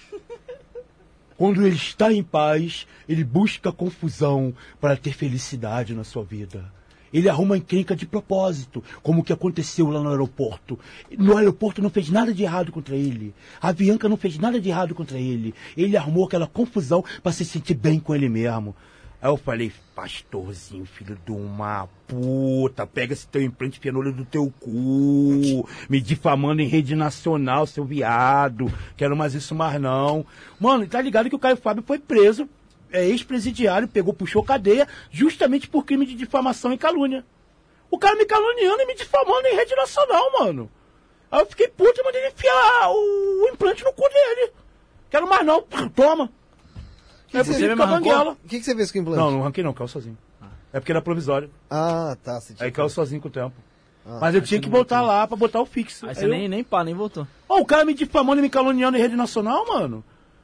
Quando ele está em paz, ele busca confusão para ter felicidade na sua vida. Ele arruma encrenca de propósito, como o que aconteceu lá no aeroporto. No aeroporto não fez nada de errado contra ele. A Bianca não fez nada de errado contra ele. Ele arrumou aquela confusão para se sentir bem com ele mesmo. Aí eu falei, pastorzinho, filho de uma puta, pega esse teu implante, enfia no olho do teu cu, me difamando em rede nacional, seu viado, quero mais isso mais não. Mano, tá ligado que o Caio Fábio foi preso, é ex-presidiário, pegou, puxou cadeia, justamente por crime de difamação e calúnia. O cara me caluniando e me difamando em rede nacional, mano. Aí eu fiquei puto e mandei ele enfiar o, o implante no cu dele. Quero mais não, toma. Que É que porque você ele fica banguela. O que, que você fez com o implante? Não, não ranquei não, caiu sozinho. É porque era provisório. Ah, tá. Você tinha... Aí caiu sozinho com o tempo. Ah, Mas eu tinha que voltar lá pra botar o fixo. Aí Aí você eu- nem, nem pá, nem voltou. Ó, o cara me difamando e me caluniando em rede nacional, mano.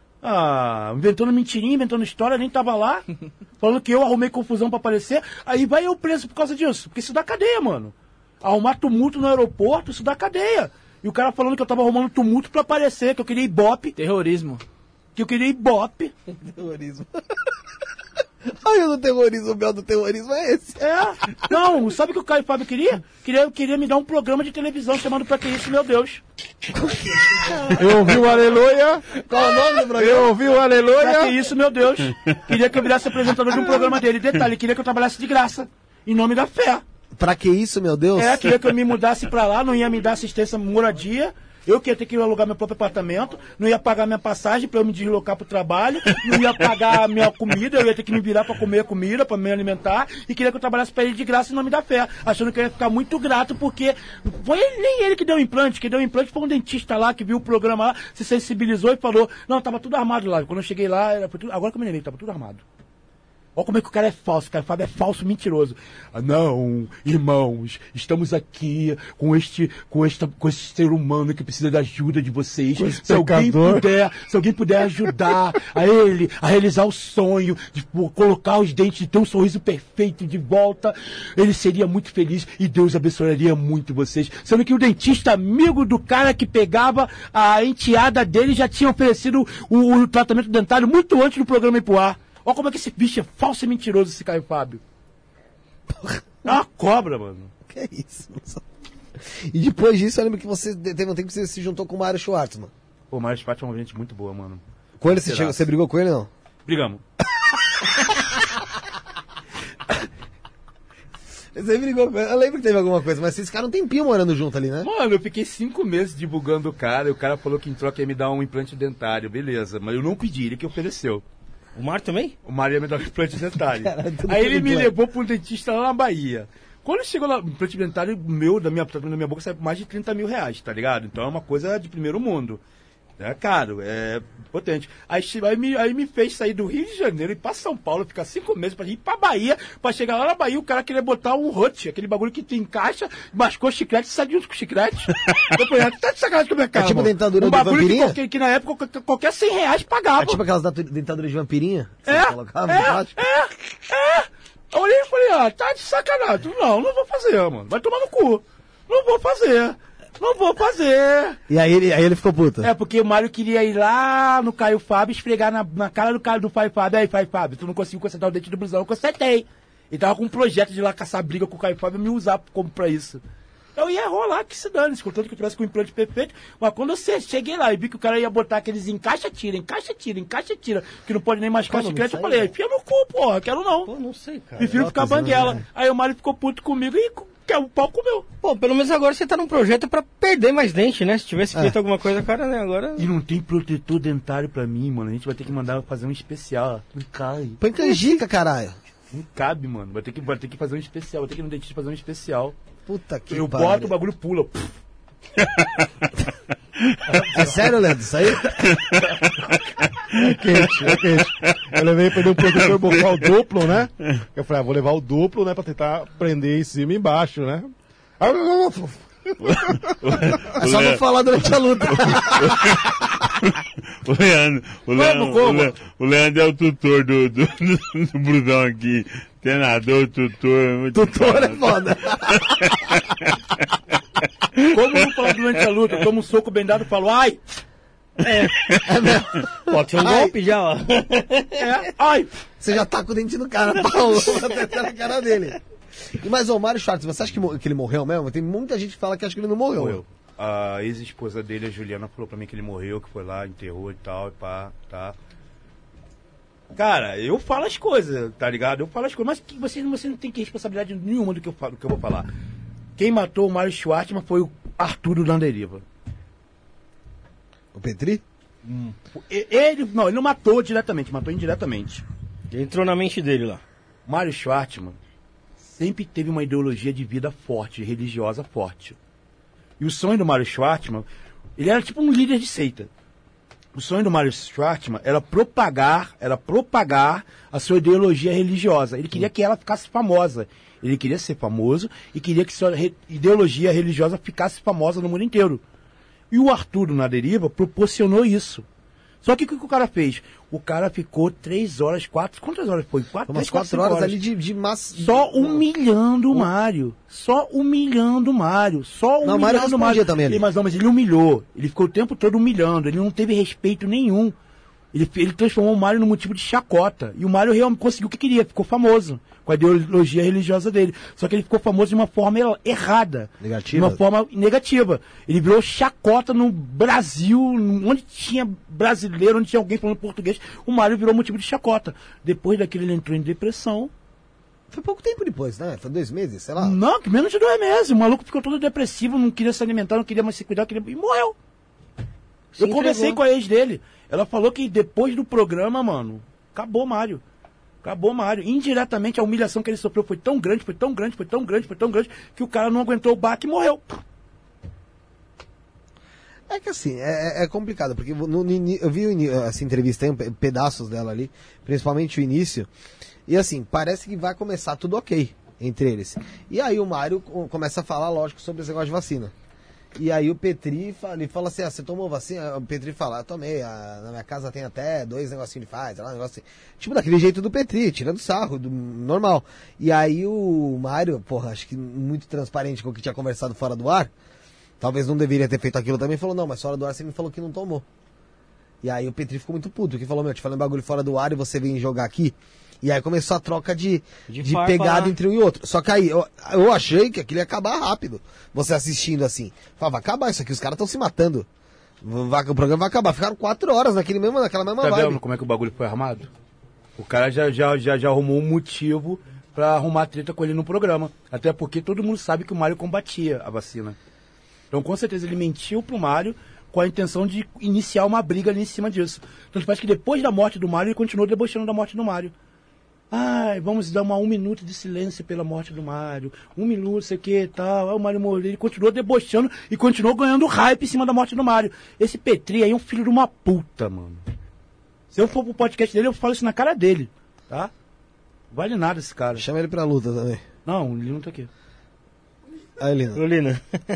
Ah, inventando mentirinha, inventando história, nem tava lá. Falando que eu arrumei confusão pra aparecer. Aí vai eu preso por causa disso. Porque isso dá cadeia, mano. Arrumar tumulto no aeroporto, isso dá cadeia. E o cara falando que eu tava arrumando tumulto pra aparecer, que eu queria ibope, Terrorismo. que eu queria ibope. Terrorismo. Ai, eu não terrorizo, o Bel do terrorismo é esse. É. Não, sabe o que o Caio Fábio queria? Queria, queria me dar um programa de televisão chamado Pra Que Isso, Meu Deus. Eu ouvi o Aleluia. Qual o nome do programa? Eu ouvi o Pra Que Aleluia. Isso, Meu Deus. Queria que eu virasse apresentador de um programa dele. Detalhe, queria que eu trabalhasse de graça. Em nome da fé. Pra que isso, meu Deus? É, queria que eu me mudasse pra lá, não ia me dar assistência moradia. Eu que ia ter que alugar meu próprio apartamento, não ia pagar minha passagem pra eu me deslocar pro trabalho, não ia pagar a minha comida, eu ia ter que me virar pra comer comida, pra me alimentar, e queria que eu trabalhasse pra ele de graça em nome da fé, achando que eu ia ficar muito grato, porque foi ele, nem ele que deu o implante, quem deu o implante foi um dentista lá, que viu o programa lá, se sensibilizou e falou, não, tava tudo armado lá. Quando eu cheguei lá, era tudo, agora que eu me lembrei, tava tudo armado. Olha como é que o cara é falso, o cara Fábio é falso, mentiroso. Ah, não, irmãos, estamos aqui com este, com esta, com este ser humano que precisa da ajuda de vocês. Se alguém puder, se alguém puder ajudar a ele a realizar o sonho de pô, colocar os dentes, de ter um sorriso perfeito de volta, ele seria muito feliz e Deus abençoaria muito vocês. Sendo que o dentista amigo do cara que pegava a enteada dele já tinha oferecido o, o tratamento dentário muito antes do programa ir pro ar. Olha como é que esse bicho é falso e mentiroso, esse Caio Fábio. Porra. É uma cobra, mano. Que é isso? E depois disso, eu lembro que você teve um tempo que você se juntou com o Mário Schwartzman. Pô, o Mário Schwartzman é uma gente muito boa, mano. Com ele você, chegou, você brigou com ele, não? Brigamos. Você brigou com ele. Eu lembro que teve alguma coisa, mas vocês ficaram um tempinho morando junto ali, né? Mano, eu fiquei cinco meses divulgando o cara, e o cara falou que em troca ia me dar um implante dentário, beleza. Mas eu não pedi, ele que ofereceu. O Mário também? O Mário ia me dar um implante dentário. Caralho, Aí ele me implante. levou para um dentista lá na Bahia. Quando chegou lá, o implante dentário meu, da minha, da minha boca, sai por mais de trinta mil reais, tá ligado? Então é uma coisa de primeiro mundo. É caro, é potente. Aí, aí, me, aí me fez sair do Rio de Janeiro e ir pra São Paulo, ficar cinco meses pra ir pra Bahia, pra chegar lá na Bahia, o cara queria botar um hut, aquele bagulho que tu encaixa, mascou chiclete e sai junto com chiclete. Eu falei, tá de sacanagem com a minha cara, É tipo mano. dentadura um de bagulho que, vampirinha? qualquer, que na época qualquer, qualquer cem reais pagava. É tipo aquelas datu- dentaduras de vampirinha? que É, você colocava é, no plástico? é, é. Eu olhei e falei, ah, tá de sacanagem. Não, não vou fazer, mano. Vai tomar no cu. Não vou fazer. Não vou fazer. E aí ele, aí ele ficou puto. É, porque o Mário queria ir lá no Caio Fábio esfregar na, na cara do cara do Caio Fábio. Aí, Caio Fábio, tu não conseguiu consertar o dente do blusão. Eu consertei. Ele tava com um projeto de ir lá caçar briga com o Caio Fábio e me usar como pra isso. Eu ia rolar que se dane, contanto que eu tivesse com o implante perfeito. Mas quando eu cheguei lá e vi que o cara ia botar aqueles encaixa-tira, encaixa-tira, encaixa-tira, que não pode nem machucar Como chiclete, eu não sai, falei, né? enfia no cu, porra, quero não. Pô, não sei, cara. Prefiro ficar Bota, banguela. né? Aí o Mário ficou puto comigo e quer o pau comeu. Pô, pelo menos agora você tá num projeto pra perder mais dente, né? Se tivesse É. feito alguma coisa, cara, né? Agora... E não tem protetor dentário pra mim, mano. A gente vai ter que mandar fazer um especial. Não cai. Põe canjica, caralho. Não cabe, mano. Vai ter que, vai ter que fazer um especial. Vai ter que ir no dentista fazer um especial. Puta que Eu pariu. boto, o bagulho pula. É sério, Leandro? Isso aí? É quente, é quente. Eu levei pra ele um protetor bucal duplo, né? Eu falei, ah, vou levar o duplo, né? Pra tentar prender em cima e embaixo, né? Aí eu- É só não falar durante a luta. O Leandro, o Leandro, como? o Le- o Leandro é o tutor do, do, do, do Brudão aqui. Treinador, tutor. muito Tutor foda. é foda. Como não fala durante a luta? Toma um soco bem dado e falo, ai! Pode ser um Ai. golpe já, ó. É, ai! Você já tá com o dente no cara, Paulo. Até na cara dele. E mas o Mário Schwartzman, você acha que, mo- que ele morreu mesmo? Tem muita gente que fala que acha que ele não morreu. Morreu. A ex-esposa dele, a Juliana, falou pra mim que ele morreu, que foi lá, enterrou e tal, e pá, tá. Cara, eu falo as coisas, tá ligado? Eu falo as coisas, mas que você, você não tem que responsabilidade nenhuma do que eu falo, do que eu vou falar. Quem matou o Mário Schwartzman foi o Arturo da Deriva. O Petri? E- Ele, não, ele não matou diretamente, matou indiretamente. Entrou na mente dele lá. Mário Schwartzman sempre teve uma ideologia de vida forte, religiosa forte. E o sonho do Mário Schwartzman, ele era tipo um líder de seita. O sonho do Mário Schwartzman era propagar, era propagar a sua ideologia religiosa. Ele queria que ela ficasse famosa. Ele queria ser famoso e queria que sua re- ideologia religiosa ficasse famosa no mundo inteiro. E o Arturo na Deriva proporcionou isso. Só que o que o cara fez? O cara ficou três horas, quatro... Quantas horas foi? Quatro, Umas três, quatro cinco horas ali de, de massa. Só humilhando o Mário. Só humilhando o Mário. Só humilhando Não, o Mário respondia Mário. também ali. Ele, mas não, mas ele humilhou. Ele ficou o tempo todo humilhando. Ele não teve respeito nenhum. Ele, ele transformou o Mário num motivo de chacota. E o Mário realmente conseguiu o que queria, ficou famoso com a ideologia religiosa dele. Só que ele ficou famoso de uma forma errada. Negativa? De uma forma negativa. Ele virou chacota no Brasil, onde tinha brasileiro, onde tinha alguém falando português, o Mário virou motivo de chacota. Depois daquilo ele entrou em depressão. Foi pouco tempo depois, né? Foi dois meses, sei lá. Não, que menos de dois meses. O maluco ficou todo depressivo, não queria se alimentar, não queria mais se cuidar, queria... e morreu. Se Eu conversei entregou. com a ex dele. Ela falou que depois do programa, mano, acabou o Mário. Acabou o Mário. Indiretamente, a humilhação que ele sofreu foi tão grande, foi tão grande, foi tão grande, foi tão grande, que o cara não aguentou o baque e morreu. É que assim, é, é complicado, porque no, no, eu vi o ini- essa entrevista, tem um pedaços dela ali, principalmente o início, e assim, parece que vai começar tudo ok entre eles. E aí o Mário começa a falar, lógico, sobre esse negócio de vacina. E aí o Petri fala, ele fala assim, ah, você tomou vacina? O Petri fala, eu tomei, a, na minha casa tem até dois negocinhos de faz, lá, um negócio assim. Tipo daquele jeito do Petri, tirando sarro, do, normal. E aí o Mário, porra, acho que muito transparente com o que tinha conversado fora do ar, talvez não deveria ter feito aquilo também, falou, não, mas fora do ar você me falou que não tomou. E aí o Petri ficou muito puto, que falou, meu, te falei um bagulho fora do ar e você vem jogar aqui. E aí começou a troca de, De de farpa, pegada né? entre um e outro. Só que aí, eu, eu achei que aquilo ia acabar rápido. Você assistindo assim. Falava, vai acabar isso aqui, os caras estão se matando. Vai, o programa vai acabar. Ficaram quatro horas naquele mesmo, naquela mesma Tá vibe. vendo como é que o bagulho foi armado? O cara já, já, já, já arrumou um motivo pra arrumar treta com ele no programa. Até porque todo mundo sabe que o Mário combatia a vacina. Então, com certeza, ele mentiu pro Mário com a intenção de iniciar uma briga ali em cima disso. Então, parece que depois da morte do Mário, ele continuou debochando da morte do Mário. Ai, vamos dar uma, um minuto de silêncio pela morte do Mário. Um minuto, sei o que, tal. Aí o Mário morreu. Ele continuou debochando e continuou ganhando hype em cima da morte do Mário. Esse Petri aí é um filho de uma puta, mano. Se eu for pro podcast dele, eu falo isso na cara dele, tá? Vale nada esse cara. Chama ele pra luta também. Não, ele não tá aqui. Aí, Lina. Ô, Lina.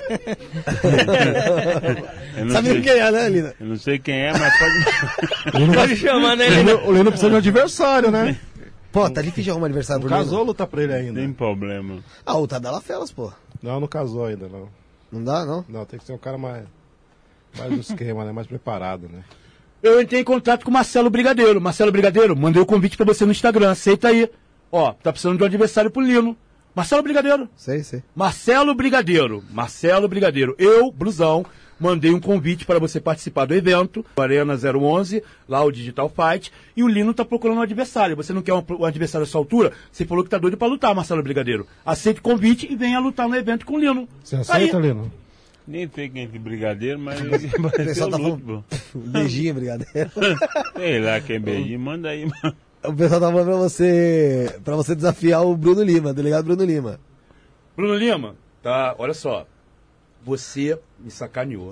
Eu não Sabe sei- quem é, né, Lina? Eu não sei quem é, mas pode. Pode chamar, né, O Lina? Leno- O Leno precisa de um adversário, né? Pô, tá difícil de arrumar aniversário Não pro Lina. casou, luta pra ele ainda. Tem problema. Ah, o Tadala Felas, pô. Não, não casou ainda, não. Não dá, não? Não, tem que ser um cara mais, mais do esquema, né? Mais preparado, né? Eu entrei em contato com o Marcelo Brigadeiro. Marcelo Brigadeiro, mandei o convite pra você no Instagram. Aceita aí. Ó, tá precisando de um adversário pro Lino. Marcelo Brigadeiro. Sei, sei. Marcelo Brigadeiro. Marcelo Brigadeiro. Eu, Blusão, mandei um convite para você participar do evento, Arena zero onze, lá o Digital Fight, e o Lino tá procurando um adversário. Você não quer um, um adversário à sua altura? Você falou que tá doido pra lutar, Marcelo Brigadeiro. Aceite o convite e venha lutar no evento com o Lino. Você aceita, Aí. Leno? Nem sei quem é esse brigadeiro, mas O pareceu pessoal tá luto, falando. pô. Beijinho, brigadeiro. Sei lá quem é beijinho, manda aí, mano. O pessoal tá falando pra você. Pra você desafiar o Bruno Lima, delegado Bruno Lima. Bruno Lima, tá, olha só. Você me sacaneou.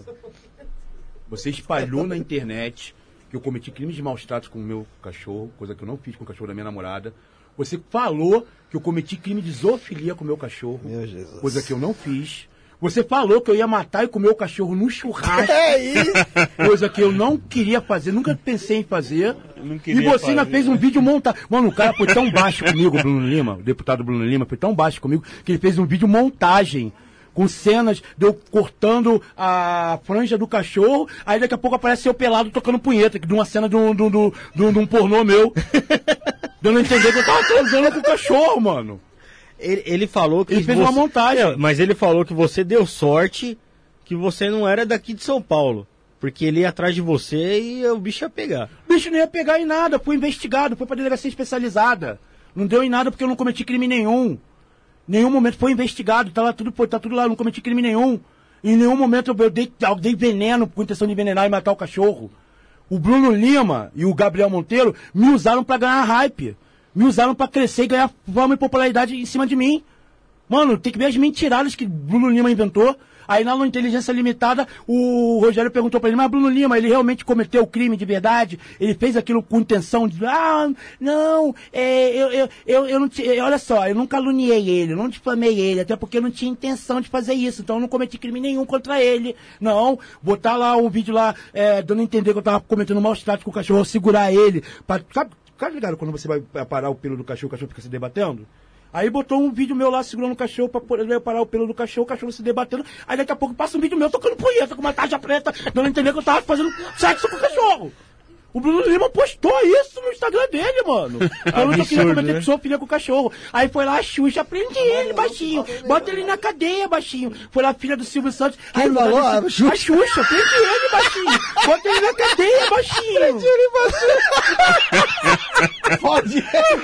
Você espalhou na internet que eu cometi crimes de maus tratos com o meu cachorro, coisa que eu não fiz com o cachorro da minha namorada. Você falou que eu cometi crime de zoofilia com o meu cachorro, Meu Jesus. coisa que eu não fiz. Você falou que eu ia matar e comer o cachorro no churrasco, É isso! coisa que eu não queria fazer, nunca pensei em fazer. Eu não E queria você ainda fazer. fez um vídeo montado. Mano, o cara foi tão baixo comigo, Bruno Lima, o deputado Bruno Lima, foi tão baixo comigo, que ele fez um vídeo montagem, com cenas de eu cortando a franja do cachorro, aí daqui a pouco aparece eu pelado tocando punheta, de uma cena de um, de um, de um, de um, de um pornô meu. Dando a entender que eu tava transando com o cachorro, mano. Ele, ele falou que. Ele fez você- uma montagem. É, mas ele falou que você deu sorte que você não era daqui de São Paulo. Porque ele ia atrás de você e o bicho ia pegar. O bicho não ia pegar em nada, fui investigado, foi pra delegacia especializada. Não deu em nada porque eu não cometi crime nenhum. Nenhum momento foi investigado, tá lá tudo, pô, tá tudo lá, eu não cometi crime nenhum. Em nenhum momento eu, eu dei, eu dei veneno com intenção de envenenar e matar o cachorro. O Bruno Lima e o Gabriel Monteiro me usaram pra ganhar hype. Me usaram pra crescer e ganhar fama e popularidade em cima de mim. Mano, tem que ver as mentiradas que Bruno Lima inventou. Aí lá no Inteligência Limitada, o Rogério perguntou pra ele, mas Bruno Lima, ele realmente cometeu o crime de verdade? Ele fez aquilo com intenção de, ah, não, é, eu, eu, eu, eu não ti- olha só, eu não caluniei ele, eu não difamei ele, até porque eu não tinha intenção de fazer isso, então eu não cometi crime nenhum contra ele. Não, botar lá um vídeo lá, é, dando a entender que eu tava cometendo maus tratos com o cachorro, segurar ele, pra, sabe, tá ligado quando você vai parar o pelo do cachorro, o cachorro fica se debatendo? Aí botou um vídeo meu lá segurando o cachorro pra poder parar o pelo do cachorro, o cachorro se debatendo. Aí daqui a pouco passa um vídeo meu tocando punheta com uma tarja preta, dando a entender que eu tava fazendo sexo com o cachorro. O Bruno Lima postou isso no Instagram dele, mano. Falando que eu queria cometer né? zoofilia com o cachorro. Aí foi lá a Xuxa, prende ele, baixinho. Bota ele na cadeia, baixinho. Foi lá a filha do Silvio Santos. Quem Aí, falou? a A Xuxa? A Xuxa, prende ele, baixinho. Bota ele na cadeia, baixinho. Prende ele, baixinho. Pode.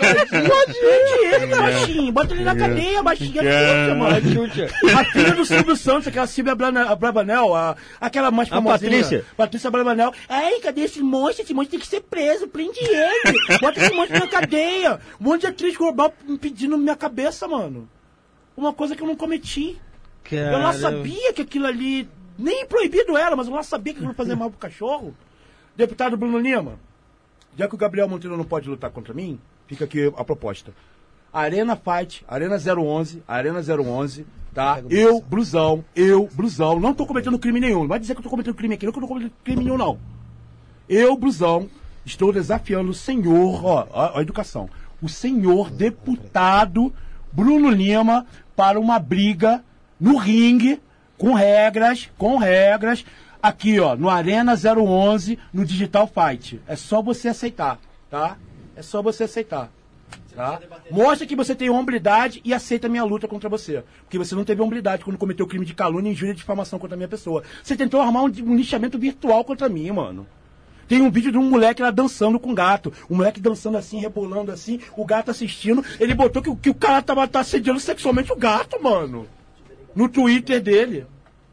Prende ele, baixinho. Bota ele na cadeia, baixinho. É Xuxa, mano. A Xuxa. A filha do Silvio Santos, aquela Silvia Blana- Bravanel, a, aquela mais A famosinha. Patrícia. Patrícia Bravanel. Ai, cadê esse monstro? Esse monstro tem que ser preso, prende ele. Bota esse monstro na cadeia. Um monte de atriz global pedindo minha cabeça, mano. Uma coisa que eu não cometi. Eu lá sabia que aquilo ali, nem proibido era, mas eu lá sabia que aquilo fazia mal pro cachorro. Deputado Bruno Lima, já que o Gabriel Monteiro não pode lutar contra mim, fica aqui a proposta. Arena Fight, Arena zero onze, Arena zero onze, tá? Eu, blusão, eu, blusão, não tô cometendo crime nenhum. Não vai dizer que eu tô cometendo crime aqui, não que eu não tô cometendo crime nenhum, não. Eu, blusão, estou desafiando o senhor, ó, ó, ó a educação, o senhor deputado Bruno Lima para uma briga no ringue, com regras, com regras, aqui, ó, no Arena zero onze, no Digital Fight. É só você aceitar, tá? É só você aceitar. Tá? Mostra que você tem hombridade e aceita a minha luta contra você. Porque você não teve hombridade quando cometeu crime de calúnia, injúria e difamação contra a minha pessoa. Você tentou armar um, um lixamento virtual contra mim, mano. Tem um vídeo de um moleque lá dançando com o gato. O moleque dançando assim, rebolando assim, o gato assistindo. Ele botou que, que o cara tava tá assediando sexualmente o gato, mano. No Twitter dele.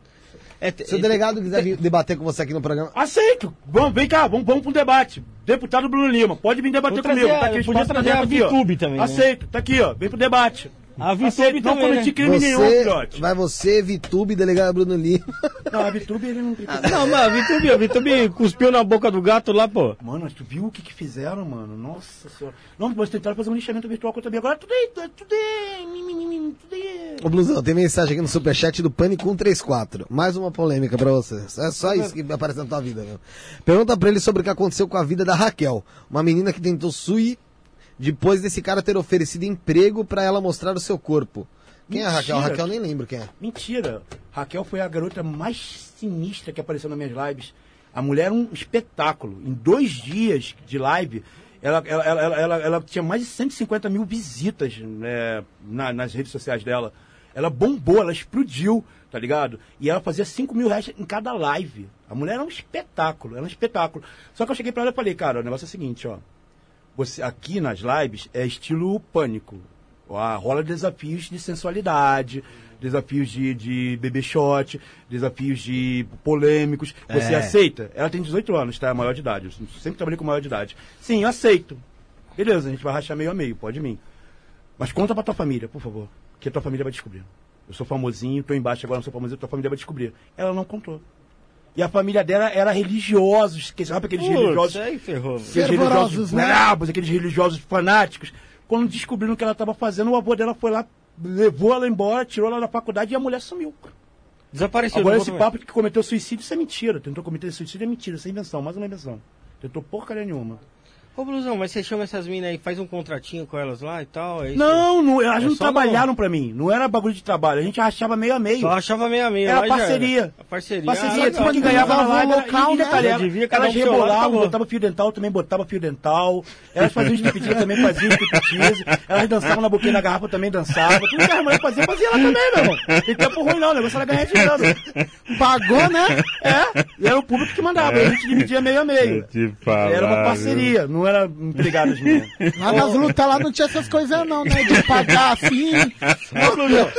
É, Se o delegado quiser vir debater com você aqui no programa. Aceito. Vamos, vem cá, vamos, vamos para um debate. Deputado Bruno Lima, pode vir debater Vou trazer comigo. a- Tá aqui, o podia espaço trazer tá a aqui, ó. VTube também, né? Aceito, tá aqui, ó. Vem pro debate. A VTube Aceito, não também, cometi né? crime nenhum, Você, filhote. vai você, Vitube, delegado Bruno Lima. Não, a VTube ele não precisa. Não, mas a VTube, a VTube cuspiu na boca do gato lá, pô. Mano, mas tu viu o que que fizeram, mano? Nossa senhora. Não, mas tentaram fazer um lixamento virtual contra mim. Agora tudo é, tudo é, mimimi, tudo é... Ô, Blusão, tem mensagem aqui no superchat do Pânico um três quatro. Mais uma polêmica pra você. É só isso que aparece na tua vida, meu. Pergunta pra ele sobre o que aconteceu com a vida da Raquel. Uma menina que tentou suir depois desse cara ter oferecido emprego pra ela mostrar o seu corpo. Quem é a Raquel? A Mentira. Raquel nem lembro quem é. Mentira. Raquel foi a garota mais sinistra que apareceu nas minhas lives. A mulher era um espetáculo. Em dois dias de live, ela, ela, ela, ela, ela- ela tinha mais de cento e cinquenta mil visitas né, na- nas redes sociais dela. Ela bombou, ela explodiu, tá ligado? E ela fazia cinco mil reais em cada live. A mulher era um espetáculo, era um espetáculo. Só que eu cheguei pra ela e falei, cara, o negócio é o seguinte, ó. Você, aqui nas lives é estilo Pânico. Ah, rola desafios de sensualidade, desafios de, de bebê shot, desafios de polêmicos. Você É. aceita? Ela tem dezoito anos, tá? É maior de idade. Eu sempre trabalhei com maior de idade. Sim, eu aceito. Beleza, a gente vai rachar meio a meio, pode vir. Mas conta pra tua família, por favor. Que a tua família vai descobrir. Eu sou famosinho, tô embaixo agora, não sou famosinho, tua família vai descobrir. Ela não contou. E a família dela era religiosos, que sabe aqueles religiosos... Putz, aí ferrou. Aqueles Fervorosos, religiosos né? brabos, aqueles religiosos fanáticos. Quando descobriram o que ela estava fazendo, o avô dela foi lá, levou ela embora, tirou ela da faculdade e a mulher sumiu. Desapareceu. Agora não esse voltou papo de que cometeu suicídio, isso é mentira. Tentou cometer suicídio é mentira, isso é invenção, mais uma invenção. Tentou porcaria nenhuma. mais. Ô, Blusão, mas você chama essas minas aí, faz um contratinho com elas lá e tal? É isso? Não, não, elas É não só trabalharam pra mim. Não era bagulho de trabalho, a gente rachava meio a meio. Só achava meio a meio. Era lá já parceria. A parceria. Parceria, Ah, tudo que legal. ganhava na Usava live, o era- local, e né? detalhe, Já devia, cada elas um pro seu lado, rebolavam, acabou. botavam fio dental, também botava fio dental. Elas faziam striptease, também faziam striptease. Elas dançavam na boquinha da garrafa, também dançavam. Tudo que a mulher fazia, fazia ela também, meu irmão. Não tem tempo ruim não, o negócio era ganhar dinheiro. Pagou, né? É, e era o público que mandava, a gente dividia meio a meio. te falar, Era uma viu? parceria, não era empregadas minhas. Lá nas lutas lá não tinha essas coisas não, né? De pagar assim. Ô, Blusão,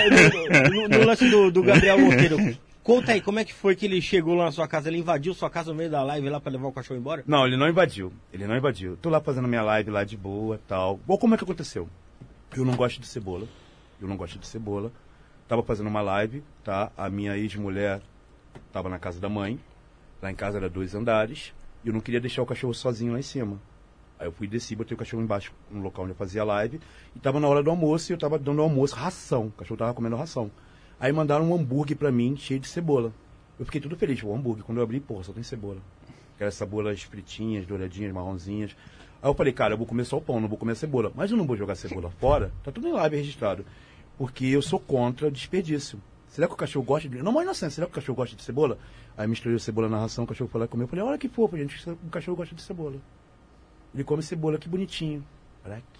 né, no, no- no lance do, do Gabriel Monteiro, conta aí, como é que foi que ele chegou lá na sua casa? Ele invadiu sua casa no meio da live lá pra levar o cachorro embora? Não, ele não invadiu. Ele não invadiu. Tô lá fazendo minha live lá de boa tal. Ou como é que aconteceu? Eu não gosto de cebola. Eu não gosto de cebola. Tava fazendo uma live, tá? A minha ex-mulher tava na casa da mãe. Lá em casa era dois andares. E eu não queria deixar o cachorro sozinho lá em cima. Aí eu fui desci, botei o cachorro embaixo, no local onde eu fazia live. E tava na hora do almoço e eu tava dando almoço, ração. O cachorro tava comendo ração. Aí mandaram um hambúrguer pra mim, cheio de cebola. Eu fiquei tudo feliz, o hambúrguer. Quando eu abri, porra, só tem cebola. Aquelas cebolas fritinhas, douradinhas, marronzinhas. Aí eu falei, cara, eu vou comer só o pão, não vou comer a cebola. Mas eu não vou jogar cebola fora. Tá tudo em live registrado. Porque eu sou contra desperdício. será que o cachorro gosta de... Não, mas inocente, será que o cachorro gosta de cebola? Aí misturei a cebola na ração, o cachorro foi lá e comeu. Eu falei, olha que fofo, gente, o cachorro gosta de cebola. Ele come cebola, que bonitinho. Olha aqui.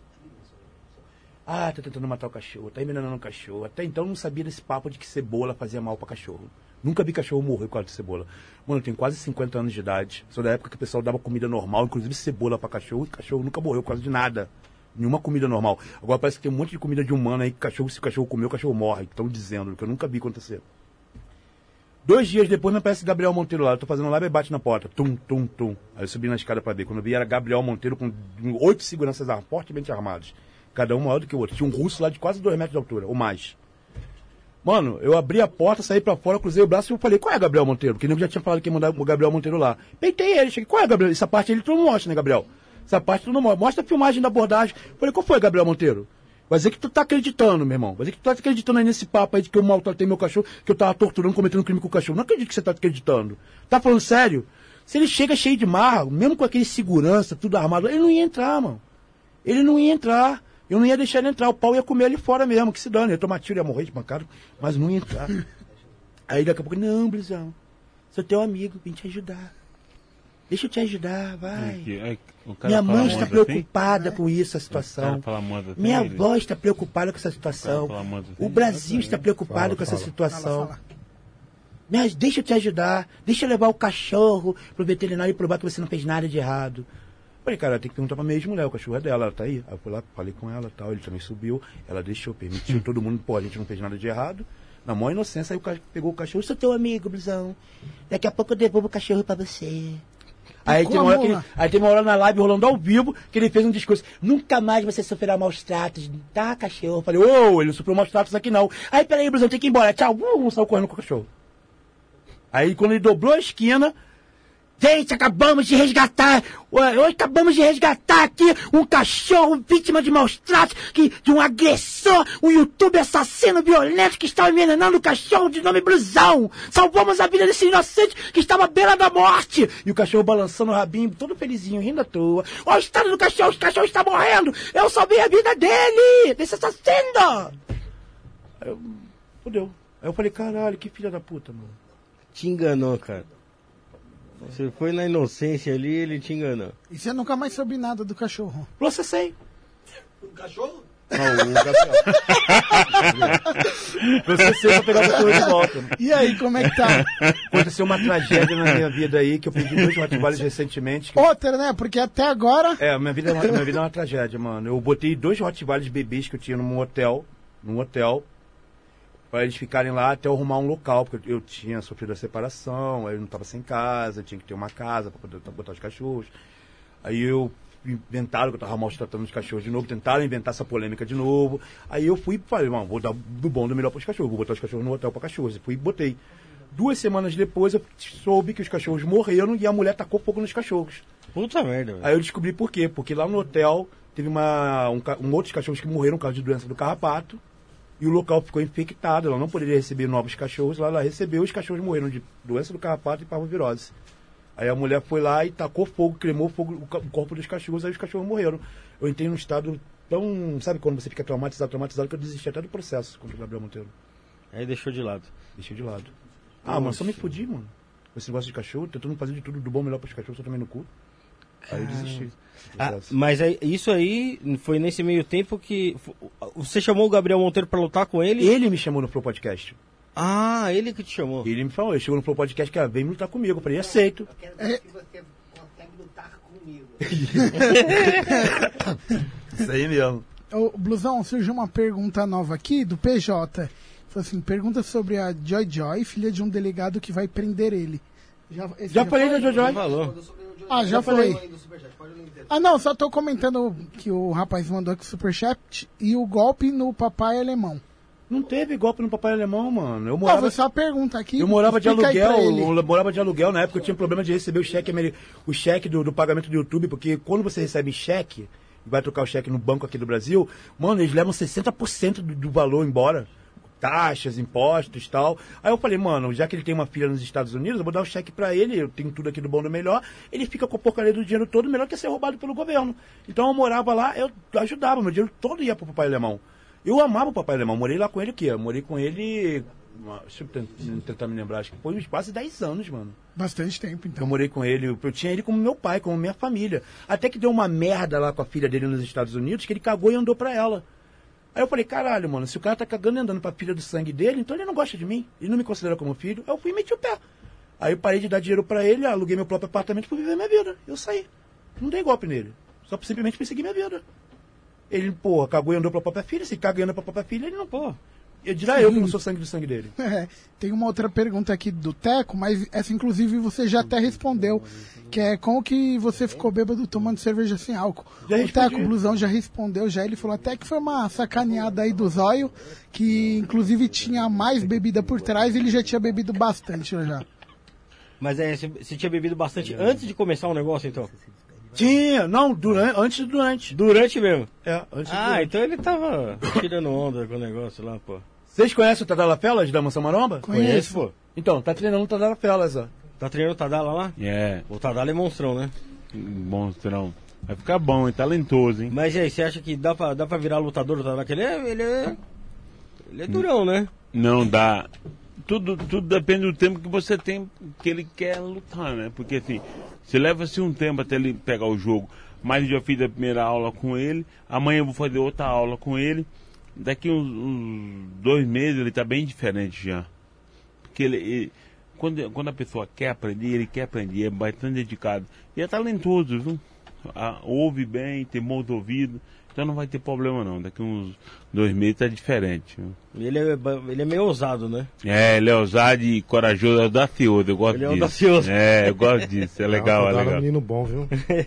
Ah, tá tentando matar o cachorro, tá envenenando o cachorro. Até então eu não sabia desse papo de que cebola fazia mal pra cachorro. Nunca vi cachorro morrer por causa de cebola. Mano, eu tenho quase cinquenta anos de idade. Sou da época que o pessoal dava comida normal, inclusive cebola pra cachorro, e cachorro nunca morreu por causa de nada. Nenhuma comida normal. Agora parece que tem um monte de comida de humano aí que cachorro, se o cachorro comer, o cachorro morre. Estão dizendo, que eu nunca vi acontecer. Dois dias depois me aparece Gabriel Monteiro lá. Eu tô fazendo live e bate na porta. Tum, tum, tum. Aí eu subi na escada pra ver. Quando eu vi era Gabriel Monteiro com oito seguranças fortemente armados. Cada um maior do que o outro. Tinha um russo lá de quase dois metros de altura, ou mais. Mano, eu abri a porta, saí pra fora, cruzei o braço e eu falei, qual é Gabriel Monteiro? Porque eu já tinha falado que ia mandar o Gabriel Monteiro lá. Peitei ele, cheguei, qual é Gabriel? Essa parte ele tu não mostra, né, Gabriel? Essa parte tu não mostra. Mostra a filmagem da abordagem. Eu falei, qual foi, Gabriel Monteiro? Vai dizer que tu tá acreditando, meu irmão. Vai dizer que tu tá acreditando aí nesse papo aí de que eu maltratei meu cachorro, que eu tava torturando, cometendo crime com o cachorro. Não acredito que você tá acreditando. Tá falando sério? Se ele chega cheio de marra, mesmo com aquele segurança, tudo armado, ele não ia entrar, mano. Ele não ia entrar. Eu não ia deixar ele entrar, o pau ia comer ali fora mesmo, que se dane. Ia tomar tiro, ia morrer de pancada, mas não ia entrar. Aí daqui a pouco, não, Brisão, sou teu amigo, vim te ajudar. Deixa eu te ajudar, vai. É, Minha mãe está assim? preocupada com isso, a situação. Minha assim, avó está preocupada com essa situação. O Brasil está preocupado com essa situação. Mas deixa eu te ajudar, deixa eu levar o cachorro pro veterinário e provar que você não fez nada de errado. Falei, cara, tem que perguntar pra minha ex-mulher, o cachorro é dela, ela tá aí. Aí eu fui lá, falei com ela e tal, ele também subiu, ela deixou, permitiu, todo mundo, pô, a gente não fez nada de errado. Na maior inocência, aí o cara pegou o cachorro, sou teu amigo, Brisão. Daqui a pouco eu devolvo o cachorro pra você. Aí tem, uma hora que ele, aí tem uma hora na live rolando ao vivo que ele fez um discurso. Nunca mais você sofrerá maus tratos, tá, cachorro? Eu falei, ô, oh, ele não sofreu maus tratos aqui não. Aí, peraí, Brisão, tem que ir embora. Tchau, uh, saiu correndo com o cachorro. Aí quando ele dobrou a esquina, gente, acabamos de resgatar, hoje acabamos de resgatar aqui um cachorro vítima de maus tratos, que, de um agressor, um youtuber assassino violento que estava envenenando o cachorro de nome Blusão. Salvamos a vida desse inocente que estava à beira da morte. E o cachorro balançando o rabinho, todo felizinho, rindo à toa. Olha o estado do cachorro, o cachorro está morrendo. Eu salvei a vida dele, desse assassino. Aí eu, fodeu. Aí eu falei, caralho, que filha da puta, mano. Te enganou, cara. Você foi na inocência ali, ele te enganou. E você nunca mais soube nada do cachorro? Processei. O cachorro? Não, o Gabriel. Processei pra pegar o cachorro de volta. E aí, como é que tá? Aconteceu uma tragédia na minha vida aí, que eu perdi dois Rottweilers recentemente. Que... Outra, né? Porque até agora... É, minha vida é uma, minha vida é uma tragédia, mano. Eu botei dois Rottweilers bebês que eu tinha num hotel, num hotel, para eles ficarem lá até eu arrumar um local, porque eu tinha sofrido a separação, aí eu não estava sem casa, tinha que ter uma casa para poder botar os cachorros. Aí eu inventaram que eu estava maltratando os cachorros de novo, tentaram inventar essa polêmica de novo. Aí eu fui e falei, mano, vou dar do bom do melhor para os cachorros, vou botar os cachorros no hotel para cachorros. E fui e botei. Duas semanas depois eu soube que os cachorros morreram e a mulher tacou fogo nos cachorros. Puta merda, velho. Aí eu descobri por quê, porque lá no hotel teve uma, um, um outros cachorros que morreram por causa de doença do carrapato. E o local ficou infectado, ela não poderia receber novos cachorros, lá ela recebeu, os cachorros morreram de doença do carrapato e parvovirose. Aí a mulher foi lá e tacou fogo, cremou fogo o corpo dos cachorros, aí os cachorros morreram. Eu entrei num estado tão, sabe quando você fica traumatizado, traumatizado, que eu desisti até do processo contra o Gabriel Monteiro. Aí deixou de lado. Deixei de lado. Ah, mas só me fudi, mano. Esse negócio de cachorro, tentando fazer de tudo do bom melhor para os cachorros, eu também no cu. Aí eu desisti. Ah, mas aí, isso aí foi nesse meio tempo que você chamou o Gabriel Monteiro pra lutar com ele? Ele me chamou no Flow Podcast. Ah, ele que te chamou. Ele me falou, ele chegou no Flow Podcast que ela veio lutar comigo. Eu falei, aceito. Eu quero ver se você consegue lutar comigo. Isso aí mesmo. Ô, Blusão, surgiu uma pergunta nova aqui do P J. Falou assim, pergunta sobre a Joy Joy, filha de um delegado que vai prender ele. Já, esse Já falei foi? da Joy Joy. Falou. Ah, já foi. Ah, não, só tô comentando que o rapaz mandou aqui o superchat e o golpe no papai alemão. Não teve golpe no papai alemão, mano. Eu Não, morava, foi só uma pergunta aqui. eu morava de explica aí pra aluguel, ele. eu morava de aluguel na época, eu tinha problema de receber o cheque, ameri- o cheque do, do pagamento do YouTube, porque quando você recebe cheque, e vai trocar o cheque no banco aqui do Brasil, mano, eles levam sessenta por cento do, do valor embora. Taxas, impostos e tal. Aí eu falei, mano, já que ele tem uma filha nos Estados Unidos, eu vou dar o cheque pra ele, eu tenho tudo aqui do bom do melhor, ele fica com a porcaria do dinheiro todo, melhor que ser roubado pelo governo. Então eu morava lá, eu ajudava, meu dinheiro todo ia pro papai alemão. Eu amava o papai alemão, morei lá com ele o quê? Eu morei com ele uma, deixa eu tentar, tentar me lembrar, acho que foi uns quase dez anos, mano. Bastante tempo, então. Eu morei com ele, eu tinha ele como meu pai, como minha família. Até que deu uma merda lá com a filha dele nos Estados Unidos, que ele cagou e andou pra ela. Aí eu falei, caralho, mano, se o cara tá cagando e andando pra filha do sangue dele, então ele não gosta de mim, ele não me considera como filho. Aí eu fui e meti o pé. Aí eu parei de dar dinheiro pra ele, aluguei meu próprio apartamento e fui viver minha vida. Eu saí. Não dei golpe nele. Só simplesmente fui seguir minha vida. Ele, pô, cagou e andou pra própria filha, se caga e anda pra própria filha, ele não, pô. Eu dirá eu que não sou sangue do sangue dele. É, tem uma outra pergunta aqui do Teco, mas essa inclusive você já até respondeu, que é como que você ficou bêbado tomando cerveja sem álcool. Já o respondi. Teco Blusão já respondeu, já ele falou até que foi uma sacaneada aí do Zóio, que inclusive tinha mais bebida por trás e ele já tinha bebido bastante já. Mas é, você você tinha bebido bastante antes de começar o negócio, então? Tinha, não, durante, antes e durante. Durante mesmo? É, antes e Ah, durante. então ele tava tirando onda com o negócio lá, pô. Vocês conhecem o Tadala Felas da Mansão Maromba? Conheço, pô. Então, tá treinando o Tadala Felas, ó. Tá treinando o Tadala lá? É, O Tadala é monstrão, né? monstrão. Vai ficar bom, hein? Talentoso, hein? Mas e aí, você acha que dá pra, dá pra virar lutador do Tadala? Que ele é, ele é... Ele é durão, né? Não dá. Tudo, tudo depende do tempo que você tem, que ele quer lutar, né? Porque assim, se leva-se um tempo até ele pegar o jogo. Mas eu já fiz a primeira aula com ele, amanhã eu vou fazer outra aula com ele. Daqui uns, uns dois meses ele tá bem diferente já. Porque ele, ele- quando, quando a pessoa quer aprender, ele quer aprender, é bastante dedicado. E é talentoso, viu? Ah, ouve bem, tem bons ouvidos. Então não vai ter problema não. Daqui uns dois meses tá diferente. Viu? Ele é, ba- ele é meio ousado, né? É, ele é ousado e corajoso, audacioso, eu gosto Ele é disso. audacioso. É, eu gosto disso, é legal, é Não, legal. um menino bom, viu?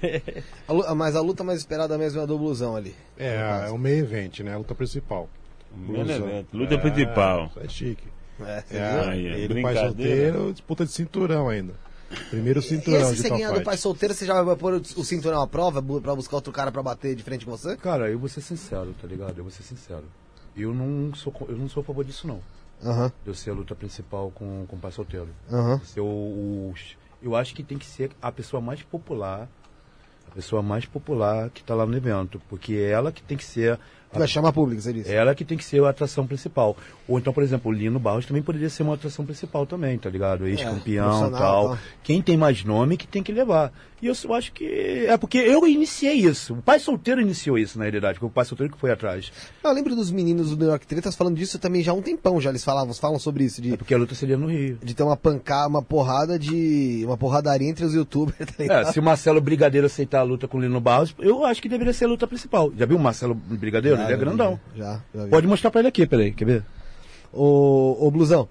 A lu- mas a luta mais esperada mesmo é a do Blusão ali. É, é o meio evento, né? A luta principal. Grande Blusão. evento, luta É, principal. isso é chique. É, você É, viu? Aí, é ele, pai brincadeira. solteiro, disputa de cinturão ainda. Primeiro E cinturão esse de você top ganhar do fight. pai solteiro, você já vai pôr o, o cinturão à prova bu- pra buscar outro cara pra bater de frente com você? Cara, eu vou ser sincero, tá ligado? Eu vou ser sincero. Eu não sou, co- eu não sou a favor disso, não. Aham, De eu ser a luta principal com, com o pai solteiro. aham. Ser o, o- eu acho que tem que ser a pessoa mais popular, a pessoa mais popular que tá lá no evento. Porque é ela que tem que ser... a- Vai chamar público, você disse? É ela que tem que ser a atração principal. Ou então, por exemplo, o Lino Barros também poderia ser uma atração principal também, tá ligado? Ex-campeão e profissional, tal. tá. Quem tem mais nome que tem que levar. E eu só acho que... É porque eu iniciei isso. O pai solteiro iniciou isso, na realidade. Foi o pai solteiro que foi atrás. Eu lembro dos meninos do New York Tretas falando disso também já há um tempão, já eles falavam, falam sobre isso, de, É porque a luta seria no Rio. de ter uma pancada, uma porrada de... uma porradaria entre os youtubers, tá ligado? É, se o Marcelo Brigadeiro aceitar a luta com o Lino Barros, eu acho que deveria ser a luta principal. Já viu o Marcelo Brigadeiro? Já, Ele é já grandão. vi, Já, já vi. Pode mostrar pra ele aqui, peraí, quer ver? Ô, ô Blusão,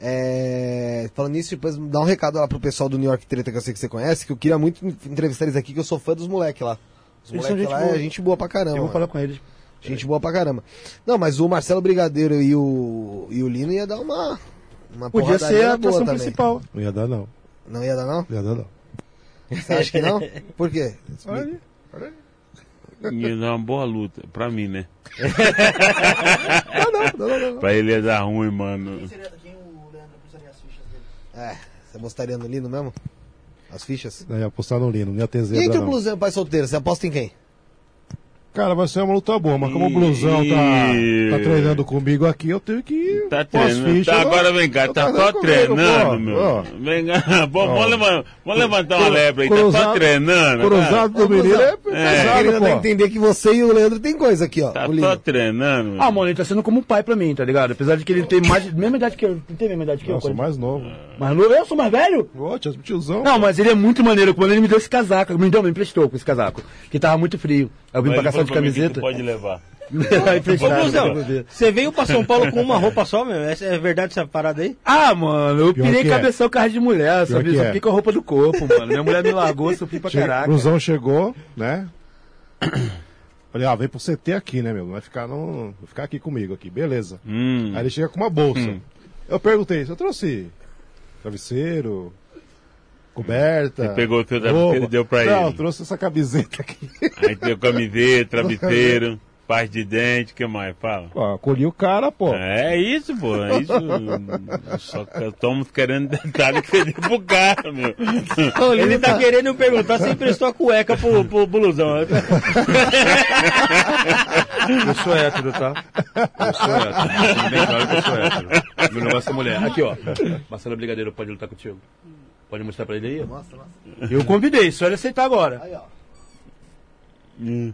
é, falando nisso, depois dá um recado lá pro pessoal do New York Treta, que eu sei que você conhece, que eu queria muito entrevistar eles aqui, que eu sou fã dos moleques lá. Os Eles são moleques gente lá boa. é gente boa pra caramba. Eu vou mano. falar com eles. Gente boa pra caramba. Não, mas o Marcelo Brigadeiro e o, e o Lino ia dar uma, uma Podia porradaria ser a boa atração também. principal. Não ia dar, não. Não ia dar, não? Não ia dar, não. Você acha que não? Por quê? Olha, olha. Ia dar uma boa luta, pra mim, né? Não, não, não, não, não. Pra ele ia dar ruim, mano. Quem o Leandro precisaria as fichas dele? É, você apostaria no Lino mesmo? As fichas? Não ia apostar no Lino, não ia ter E zebra, entre o não. Blusão e o pai solteiro, você aposta em quem? Cara, vai ser uma luta boa, mas como o Blusão tá, tá treinando comigo aqui, eu tenho que ir Tá com as treinando. fichas, Tá, eu- agora vem cá, eu tá tô só comigo, treinando, pô, meu. ó. Vem cá, vamos, Ó. vamos levantar, vamos levantar uma Cru- lebre aí, tá só cruzado- treinando. Cruzado cara. do menino é É. Ele pesado, ainda dá a pô. entender que você e o Leandro tem coisa aqui, ó. Tá o Lino. só treinando, meu. Ah, mano, ele tá sendo como um pai pra mim, tá ligado? Apesar de que ele tem mais, mesma idade que eu. Não tem a mesma idade que eu? Eu sou mais novo. Mais novo? Eu sou mais velho? Ô, tio, tiozão. Não, mas ele é muito maneiro. Quando ele me deu esse casaco, me deu, me emprestou com esse casaco. Que tava muito frio. Aí eu vim Mas pra ele cá só falou de pra mim que tu camiseta. pode levar. Aí Ô, fecharam, Blusão, pra ver. você veio pra São Paulo com uma roupa só, meu? Essa- É verdade essa parada aí? Ah, mano, eu Pior pirei que é. cabeção carro de mulher, Pior sabe? que Só é. fiquei com a roupa do corpo, mano. Minha mulher me largou, sofri pra Che- caraca. Blusão chegou, né? Falei, ah, vem pro C T aqui, né, meu? Não vai ficar, não, vai ficar aqui comigo, aqui, beleza. Hum. Aí ele chega com uma bolsa. Hum. Eu perguntei, você trouxe travesseiro, coberta? Ele pegou o teu travesseiro roupa? e deu pra Não, ele. trouxe essa camiseta aqui. Aí tem camiseta, travesseiro, paz de dente, o que mais? Fala. Pô, acolhi o cara, pô. É isso, pô. É isso. Só que estamos querendo detalhe que você deu pro cara, meu. Ele tá querendo perguntar se emprestou a cueca pro, pro blusão. Eu sou hétero, tá? Eu sou hétero. Bem claro que eu sou hétero. Meu negócio é mulher. Aqui, ó. Marcelo Brigadeiro pode lutar contigo? Pode mostrar pra ele aí? Mostra, mostra. Eu convidei, só ele aceitar agora. Aí, ó. Hum.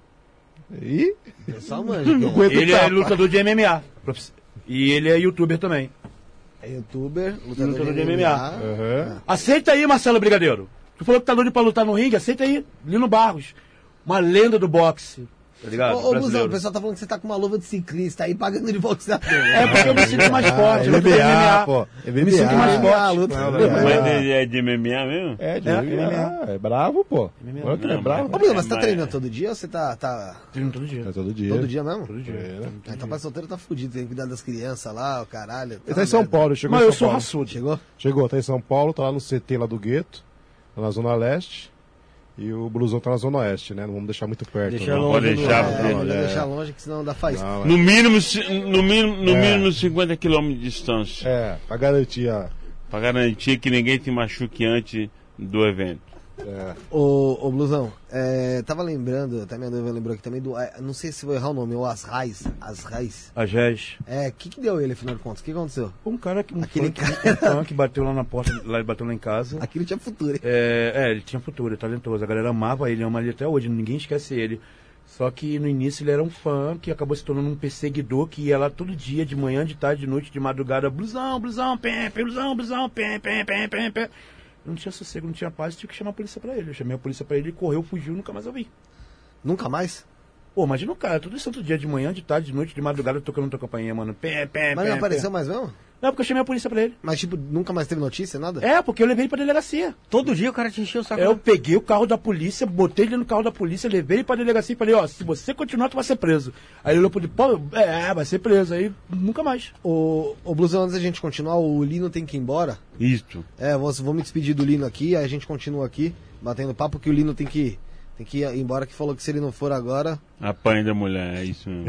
Ih, O pessoal manja. quem é. aguento Ele é tapa. lutador de M M A. Profiss- E ele é youtuber também. É youtuber, lutador, Lutador de de M M M M A. A. Aham. Aceita aí, Marcelo Brigadeiro. Tu falou que tá doido pra lutar no ringue? Aceita aí. Lino Barros. Uma lenda do boxe. Tá ligado? Ô, ô Busão, Brasileiro. o pessoal tá falando que você tá com uma luva de ciclista aí pagando de boxeador. É porque eu me sinto mais forte. eu luto M M M M A, A. pô. Eu me sinto mais M M A, forte. luta. Não, não, Não, não. mas- Mas ele é de M M A mesmo? É, de É, M M A. M M A. É bravo, pô. M M A. Olha que ele é Não, bravo. Ô, Bruno, mas você tá Mas- treinando todo dia ou você tá, tá Treino todo dia. É todo dia. todo dia mesmo? Todo dia. É. Ah, então pra solteiro tá fudido, tem que cuidar das crianças lá, o caralho. Ele tá em São Paulo, ele chegou Mas em eu São sou Paulo. raçudo. Chegou? Chegou, tá em São Paulo, tá lá no C T lá do Gueto, tá na Zona Leste. E o Blusão tá na Zona Oeste, né? Não vamos deixar muito perto. Deixa não. longe pode do- deixar, É, porque- melhor é. deixar longe que senão dá faísca. Não, é. No mínimo, ci- no mínimo, no É. mínimo cinquenta quilômetros de distância. É, pra garantir a... Pra garantir que ninguém te machuque antes do evento. É. Ô, ô Blusão, é, tava lembrando, até minha noiva lembrou aqui também do. é, não sei se vou errar o nome, o Asrais. Asrais. A Gés. É, o que, que deu ele, afinal de contas? O que aconteceu? Um cara que, um Aquele fã, que- um fã que bateu lá na porta, lá ele bateu lá em casa. Aquilo tinha futuro, hein? É, é, ele tinha futuro, é talentoso. A galera amava ele, ama ele até hoje, ninguém esquece ele. Só que no início ele era um fã que acabou se tornando um perseguidor que ia lá todo dia, de manhã, de tarde, de noite, de madrugada, blusão, blusão, pé, pé, blusão, blusão, pé, pé, pé, pé, pé. Não tinha sossego, não tinha paz, tive que chamar a polícia pra ele. Eu chamei a polícia pra ele, ele correu, fugiu, nunca mais eu vi. Nunca mais? Pô, imagina o cara, todo santo dia, de manhã, de tarde, de noite, de madrugada, tocando tua campainha, mano. Pé, pé, Mas pé, não apareceu pé. mais mesmo? Não, porque eu chamei a polícia pra ele. Mas, tipo, nunca mais teve notícia, nada? É, porque eu levei ele pra delegacia. Todo dia o cara te encheu o saco. Eu peguei o carro da polícia, botei ele no carro da polícia, levei ele pra delegacia e falei, ó, se você continuar, tu vai ser preso. Aí ele olhou pro pô, é, vai ser preso. Aí nunca mais. Ô, ô Blusão, antes da gente continuar, o Lino tem que ir embora. Isso. É, vou, vou me despedir do Lino aqui, aí a gente continua aqui, batendo papo, que o Lino tem que, tem que ir embora, que falou que se ele não for agora... Apanha da mulher, é isso mesmo.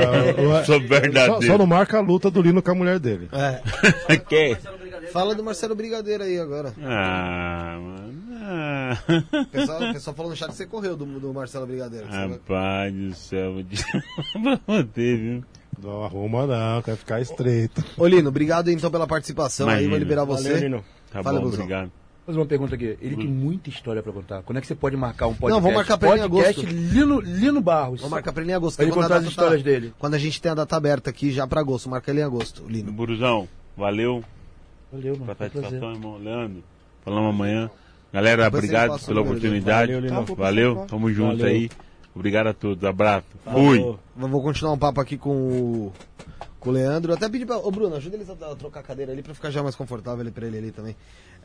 É, o- Sou só, verdadeiro. só não marca a luta do Lino com a mulher dele. É. Que? Fala do Marcelo Brigadeiro aí agora. Ah, mano. Ah. O pessoal, o pessoal falou no chat que você correu do, do Marcelo Brigadeiro. que você vai- Rapaz do céu, vou te pra manter, viu? Não arruma não, quer ficar estreito. Ô Lino, obrigado então pela participação aí, vou Imagina. liberar você. Valeu, Lino. Tá Fala, bom, Blusão. obrigado. Vou fazer uma pergunta aqui. Ele tem muita história pra contar. Quando é que você pode marcar um podcast? Não, vamos marcar pra ele em podcast agosto. Lino, Lino Barros. Vamos marcar pra ele em agosto. Pra ele quando a contar as data histórias tá- dele. Quando a gente tem a data aberta aqui já pra agosto, marca ele em agosto, Lino. Buruzão, valeu Valeu, pela mano. Foi um prazer. satisfação, irmão. Leandro, falamos amanhã. Galera, Depois você obrigado passa o pela número dele. oportunidade. Valeu, Lino. Tá, vou Valeu, passar. tamo junto Valeu. aí. Obrigado a todos, abraço. Fui. Falou. Eu vou continuar um papo aqui com o, com o Leandro. Até pedir pra. Ô Bruno, ajuda eles a, a trocar a cadeira ali pra ficar já mais confortável ali pra ele ali também.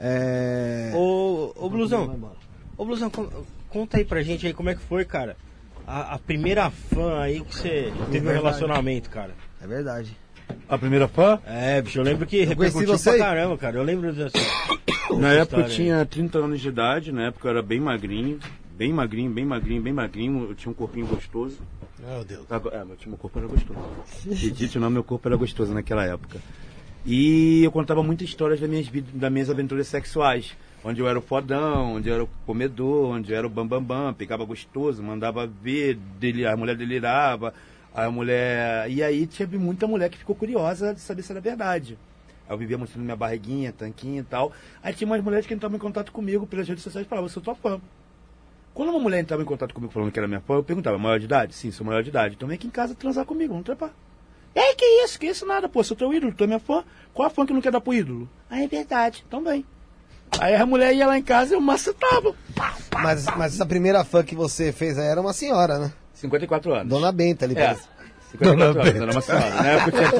É. Ô, ô Vai Blusão, embora. ô Blusão, con- conta aí pra gente aí como é que foi, cara. A, a primeira fã aí que você teve um verdade. relacionamento, cara. É verdade. A primeira fã? É, bicho, eu lembro que conheci repercutiu você. pra caramba, cara. Eu lembro dessa. Na época eu história aí. tinha trinta anos de idade, na época eu era bem magrinho. Bem magrinho, bem magrinho, bem magrinho. Eu tinha um corpinho gostoso. Meu Deus. Agora- É, meu, tinha- meu corpo era gostoso. Acredite ou não, meu corpo era gostoso naquela época. E eu contava muitas histórias das minhas, vid- das minhas aventuras sexuais. Onde eu era o fodão, onde eu era o comedor, onde eu era o bambambam, bam, bam, pegava gostoso, mandava ver, dele, a mulher delirava, a mulher... E aí teve muita mulher que ficou curiosa de saber se era verdade. Aí eu vivia mostrando minha barriguinha, tanquinha e tal. Aí tinha umas mulheres que entravam em contato comigo pelas redes sociais e falavam, eu sou tua fã. Quando uma mulher entrava em contato comigo falando que era minha fã, eu perguntava, maior de idade? Sim, sou maior de idade. Então vem aqui em casa transar comigo, vamos trepar. E aí, que isso? Que isso nada, pô, sou teu ídolo, tu é minha fã. Qual a fã que não quer dar pro ídolo? Ah, é verdade, então vem. Aí a mulher ia lá em casa e eu macetava. Mas, mas essa primeira fã que você fez aí era uma senhora, né? cinquenta e quatro anos. Dona Benta ali. É, parece. cinquenta e quatro anos, era uma senhora. Na época eu tinha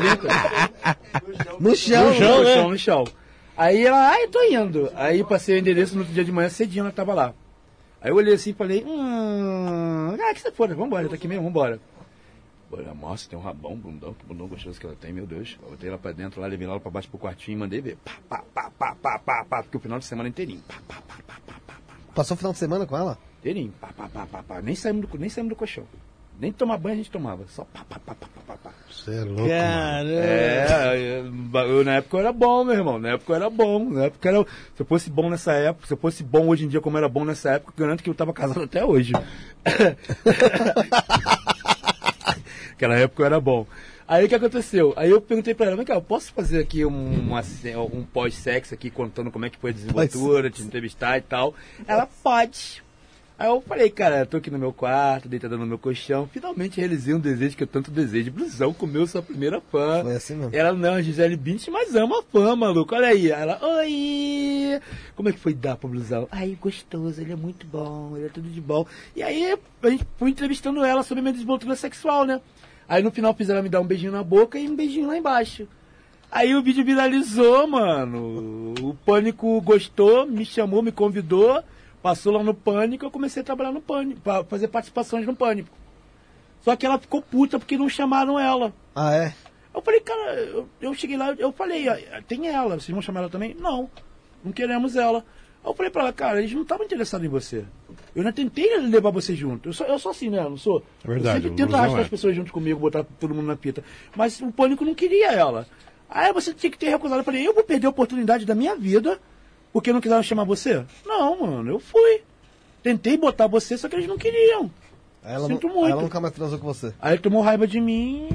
trinta. No chão, No chão, né? no chão, no chão. Aí ela, ah, eu tô indo. Aí passei o endereço no outro dia de manhã, cedinho ela tava lá. Aí eu olhei assim e falei, hum, ah, que você for, vambora, tá aqui mesmo, vambora. Olha, moça, tem um rabão, bundão, que bundão gostoso que ela tem, meu Deus. Eu botei ela pra dentro, lá, levei ela pra baixo pro quartinho e mandei ver. Pá, pá, pá, pá, pá, pá, pá, porque o final de semana inteirinho. Pá, pá, pá, pá, pá, pá, pá, Passou o final de semana com ela? inteirinho. Pá, pá, pá, pá, pá. Nem saímos do, nem saímos do colchão. Nem tomar banho a gente tomava. Só pá, pá, pá, pá, pá, pá, pá. Você é louco, mano. Caramba. É, eu, eu- na época eu era bom, meu irmão. Na época eu era bom. Na época eu era, se eu fosse bom nessa época, se eu fosse bom hoje em dia como era bom nessa época, eu garanto que eu tava casado até hoje. Naquela época eu era bom. Aí o que aconteceu? Aí eu perguntei pra ela, mas cara, eu posso fazer aqui um, uma, um pós-sexo aqui, contando como é que foi a desenvoltura, te entrevistar e tal? Ela, pode. Aí eu falei, cara, eu tô aqui no meu quarto, deitada no meu colchão, finalmente realizei um desejo que eu tanto desejo. Blusão comeu sua primeira fã. Foi assim mesmo. Ela, não, a Gisele Bündchen, mas ama a fã, maluco, olha aí. Ela, oi! Como é que foi dar pro Blusão? Ai, gostoso, ele é muito bom, ele é tudo de bom. E aí, a gente foi entrevistando ela sobre minha desenvoltura sexual, né? Aí no final fiz ela me dar um beijinho na boca e um beijinho lá embaixo. Aí o vídeo viralizou, mano. O Pânico gostou, me chamou, me convidou. Passou lá no Pânico, eu comecei a trabalhar no Pânico, pra fazer participações no Pânico. Só que ela ficou puta porque não chamaram ela. Ah, é? Eu falei, cara, eu, eu cheguei lá, eu falei, tem ela, vocês vão chamar ela também? Não, não queremos ela. Eu falei pra ela, cara, eles não estavam interessados em você. Eu já tentei levar você junto. Eu sou, eu sou assim, né? Eu não sou. É verdade, eu sempre o tento Blusão arrastar é. as pessoas junto comigo, botar todo mundo na fita. Mas o Pânico não queria ela. Aí você tinha que ter recusado. Eu falei, eu vou perder a oportunidade da minha vida porque não quiseram chamar você? Não, mano, eu fui. Tentei botar você, só que eles não queriam. Aí ela, Sinto não, muito. aí ela nunca mais transou com você. Aí ele tomou raiva de mim.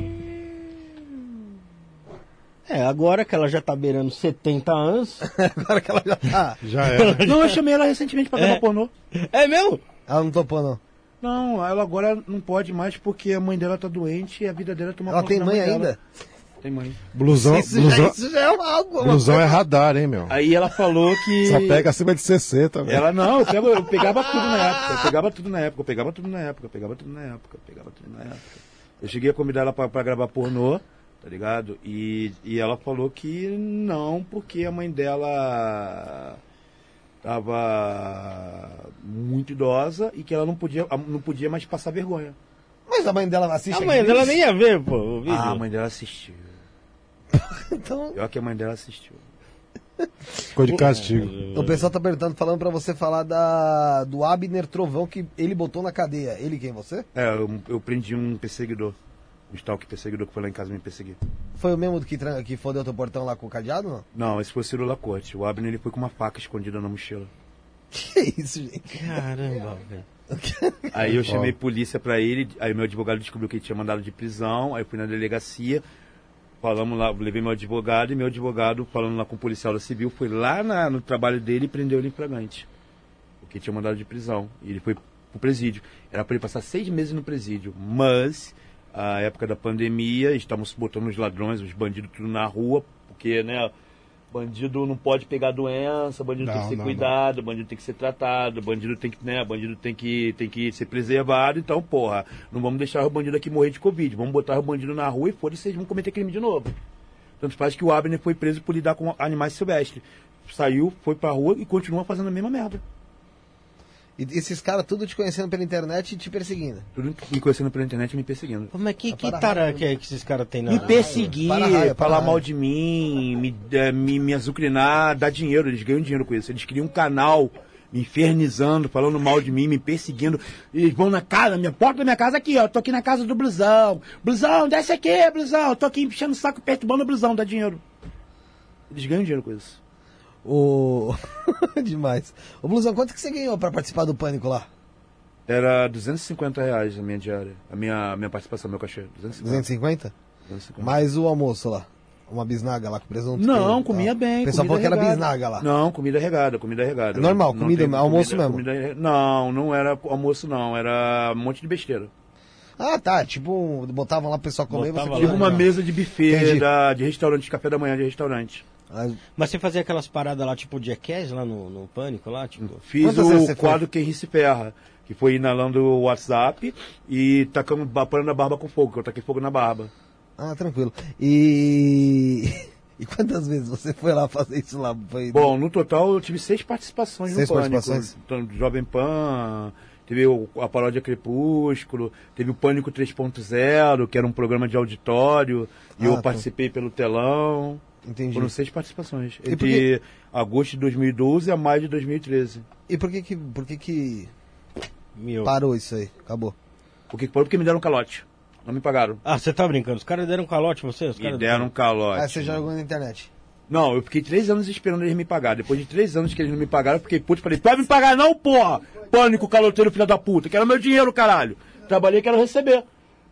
É, agora que ela já tá beirando setenta anos. Agora que ela já tá. Já era. Não, eu chamei ela recentemente pra gravar É. pornô. É mesmo? Ela não topou, não. Não, ela agora não pode mais porque a mãe dela tá doente e a vida dela toma Ela conta tem da mãe dela. ainda? Tem mãe. Blusão, Isso, já, blusão, isso já é algo. uma blusão é coisa- radar, hein, meu? Aí ela falou que... Só pega acima de sessenta, velho. Ela, não, eu, pego, eu pegava tudo na época, eu pegava tudo na época, eu pegava tudo na época, eu pegava tudo na época, eu pegava tudo na época. Eu cheguei a convidar ela pra, pra gravar pornô, tá ligado? E, e ela falou que não, porque a mãe dela tava muito idosa e que ela não podia, não podia mais passar vergonha. Mas a mãe dela assiste A mãe aqui? dela nem ia ver, pô, o vídeo. Ah, a mãe dela assistiu. Então, Pior que a mãe dela assistiu. Ficou de castigo. o pessoal tá perguntando, falando pra você falar da, do Abner Trovão que ele botou na cadeia. Ele quem, você? É, eu, eu prendi um perseguidor. Um stalker perseguidor que foi lá em casa me perseguir. Foi o mesmo que, tran- que fodeu teu portão lá com o cadeado, não? Não, esse foi o Ciro Lacorte. O Abner ele foi com uma faca escondida na mochila. Que isso, gente? Caramba, velho. Aí eu chamei polícia pra ele, aí meu advogado descobriu que ele tinha mandado de prisão, aí eu fui na delegacia, falamos lá, levei meu advogado e meu advogado, falando lá com o policial da civil, foi lá na- no trabalho dele e prendeu ele em flagrante. Porque tinha mandado de prisão. E ele foi pro presídio. Era pra ele passar seis meses no presídio. Mas, a época da pandemia, estávamos botando os ladrões, os bandidos tudo na rua, porque, né, bandido não pode pegar doença, bandido tem Não, que ser não, cuidado, bandido tem que ser tratado, bandido tem que, né, bandido tem que, tem que ser preservado, então, porra, não vamos deixar o bandido aqui morrer de Covid, vamos botar o bandido na rua e foda-se, vocês vão cometer crime de novo. Tanto faz que o Abner foi preso por lidar com animais silvestres. Saiu, foi pra rua e continua fazendo a mesma merda. E esses caras tudo te conhecendo pela internet e te perseguindo. Tudo me conhecendo pela internet e me perseguindo. Como é que, que para tara raio, que, é que esses caras têm na... Me perseguir, para raio, para falar raio. mal de mim, me, eh, me, me azucrinar, dar dinheiro. Eles ganham dinheiro com isso. Eles criam um canal me infernizando, falando mal de mim, me perseguindo. Eles vão na casa, minha porta da minha casa aqui, ó. Tô aqui na casa do Blusão. Blusão, desce aqui, Blusão. Tô aqui enchendo o saco, perturbando o Blusão, dá dinheiro. Eles ganham dinheiro com isso. O... Demais. Ô, Blusão, quanto que você ganhou pra participar do Pânico lá? Era duzentos e cinquenta reais a minha diária. A minha, a minha participação, meu cachê. duzentos e cinquenta. duzentos e cinquenta? duzentos e cinquenta. Mais o almoço lá. Uma bisnaga lá com presunto. Não, queijo, comia tal. bem. O pessoal falou que comida era regada. bisnaga lá. Não, comida regada, comida regada. Normal, Não comida- tem- almoço mesmo. comida- não, não era almoço não, era um monte de besteira. Ah, tá. Tipo, botavam lá pro pessoal comer e você Botava comia. Tipo uma Não. mesa de buffet Entendi. da, de restaurante, de café da manhã de restaurante. Ah, Mas você fazia aquelas paradas lá, tipo Jackass, lá no, no Pânico, lá, tipo... Fiz Quantas vezes você o foi? quadro Quem Ri Se Ferra, que foi inalando o WhatsApp e tacando, parando a barba com fogo, que eu taquei fogo na barba. Ah, tranquilo. E... E quantas vezes você foi lá fazer isso lá? Foi... Bom, no total eu tive seis participações Seis no Pânico. participações? Então, Jovem Pan, teve o- a paródia Crepúsculo, teve o Pânico três ponto zero, que era um programa de auditório, e Ah, eu tá. participei pelo telão. Entendi. Foram seis participações. E Entre por que- agosto de dois mil e doze a maio de dois mil e treze. E por que que, por que, que Meu. parou isso aí? Acabou. Por que que parou? Porque me deram um calote. Não me pagaram. Ah, você tá brincando? Os caras deram um calote em você? Os Me caras deram um calote. Ah, você já jogou na internet. Não, eu fiquei três anos esperando eles me pagar. Depois de três anos que eles não me pagaram, eu fiquei puto e falei, tu vai me pagar não, porra! Pânico, caloteiro, filho da puta. Quero meu dinheiro, caralho. Trabalhei, quero receber.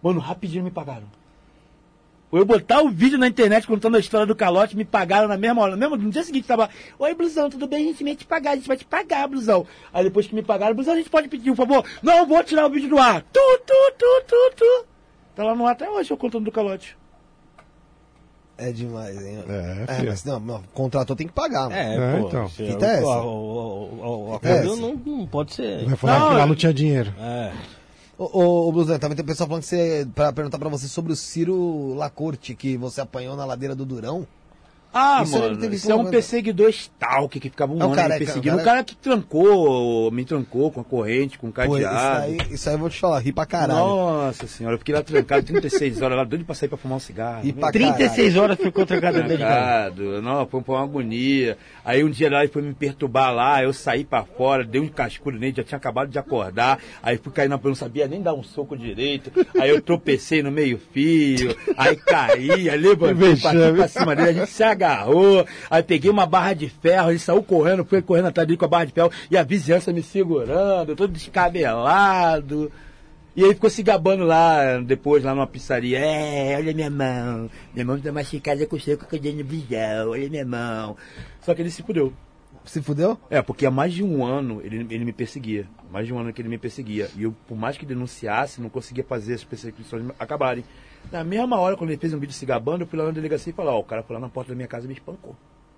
Mano, rapidinho me pagaram. Eu botar o vídeo na internet contando a história do calote, me pagaram na mesma hora. Mesmo, no dia seguinte tava, oi, Blusão, tudo bem? A gente vai te pagar, a gente vai te pagar, Blusão. Aí depois que me pagaram, Blusão, a gente pode pedir um favor? Não, vou tirar o vídeo do ar. Tu, tu, tu, tu, tu. Tá lá no ar até hoje, eu contando do calote. É demais, hein? É, É, filho. mas não, não, contratou tem que pagar, mano. É, É, pô. então. se- Fita é essa? O, o, o, o Fita é acordo essa? não, não pode ser. Vai falar Não, que lá eu- não tinha dinheiro. É. Ô, ô, ô Blusão, também tem pessoal falando que você. Pra perguntar pra você sobre o Ciro Lacorte, que você apanhou na ladeira do Durão. Ah, Isso ele mano, teve isso é um como- perseguidor stalker que ficava um É o ano cara- me perseguindo. é o O cara- cara que trancou, me trancou com a corrente, com o Pô, isso cadeado. aí, isso aí eu vou te falar, ri pra caralho. Nossa senhora, eu fiquei lá trancado trinta e seis horas, lá doido pra sair pra fumar um cigarro. E pra trinta e seis horas ficou trancado dentro de casa. Trancado, não, foi uma agonia. Aí um dia lá ele foi me perturbar lá, eu saí pra fora, dei um cascudo nele, já tinha acabado de acordar. Aí fui cair na eu não sabia nem dar um soco direito. Aí eu tropecei no meio fio, aí caí, aí levantei, passei pra cima dele, a gente se agarrou. Aí peguei uma barra de ferro, ele saiu correndo, fui correndo atrás dele com a barra de ferro e a vizinhança me segurando, todo descabelado. E ele ficou se gabando lá, depois, lá numa pizzaria. É, olha minha mão. Minha mão tá machucada com o seco que eu dei no bisão. Olha minha mão. Só que ele se fudeu. Se fudeu? É, porque há mais de um ano ele, ele me perseguia. Mais de um ano que ele me perseguia. E eu, por mais que denunciasse, não conseguia fazer as perseguições acabarem. Na mesma hora, quando ele fez um vídeo se gabando, eu fui lá na delegacia e falei, ó, o cara foi lá na porta da minha casa e me espancou.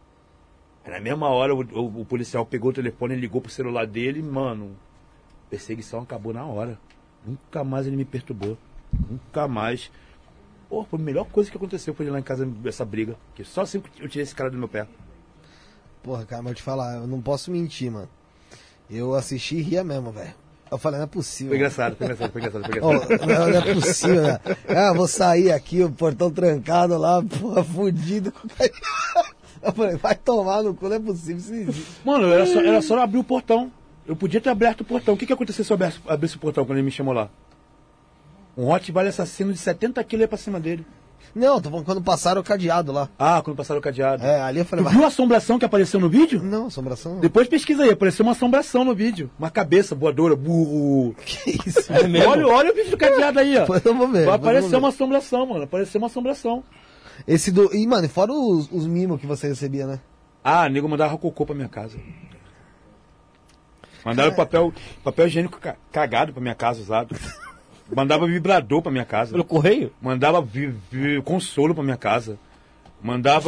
Aí, na mesma hora, o, o, o policial pegou o telefone, ligou pro celular dele e, mano, perseguição acabou na hora. Nunca mais ele me perturbou. Nunca mais. Pô, foi a melhor coisa que aconteceu foi ir lá em casa, essa briga. Que só assim eu tirei esse cara do meu pé. Porra, cara, mas eu te falar, eu não posso mentir, mano. Eu assisti e ria mesmo, velho. Eu falei, não é possível. Foi engraçado, foi engraçado, foi engraçado, foi Ó, engraçado. não, não é possível, né? Ah, vou sair aqui, o portão trancado lá, porra, fudido. Eu falei, vai tomar no cu, não é possível isso existe. Mano, era só, era só abrir o portão. Eu podia ter aberto o portão. O que que aconteceu se eu abrisse, abrisse o portão quando ele me chamou lá? Um Rottweiler assassino de setenta quilos ia pra cima dele. Não, tô falando quando passaram o cadeado lá. Ah, quando passaram o cadeado. É, ali eu falei, Tu vai. viu a assombração que apareceu no vídeo? Não, assombração não. Depois pesquisa aí, apareceu uma assombração no vídeo. Uma cabeça voadora, burro. Que isso? É mesmo? Olha, olha o vídeo do cadeado aí, ó. Depois eu vou ver. Vai depois eu vou aparecer ver. uma assombração, mano. Apareceu uma assombração. Esse do. E, mano, fora os, os mimos que você recebia, né? Ah, nego mandava cocô pra minha casa. Mandaram papel, papel higiênico ca- cagado pra minha casa usado. Mandava vibrador pra minha casa. Pelo correio? Mandava vi- vi- consolo pra minha casa. Mandava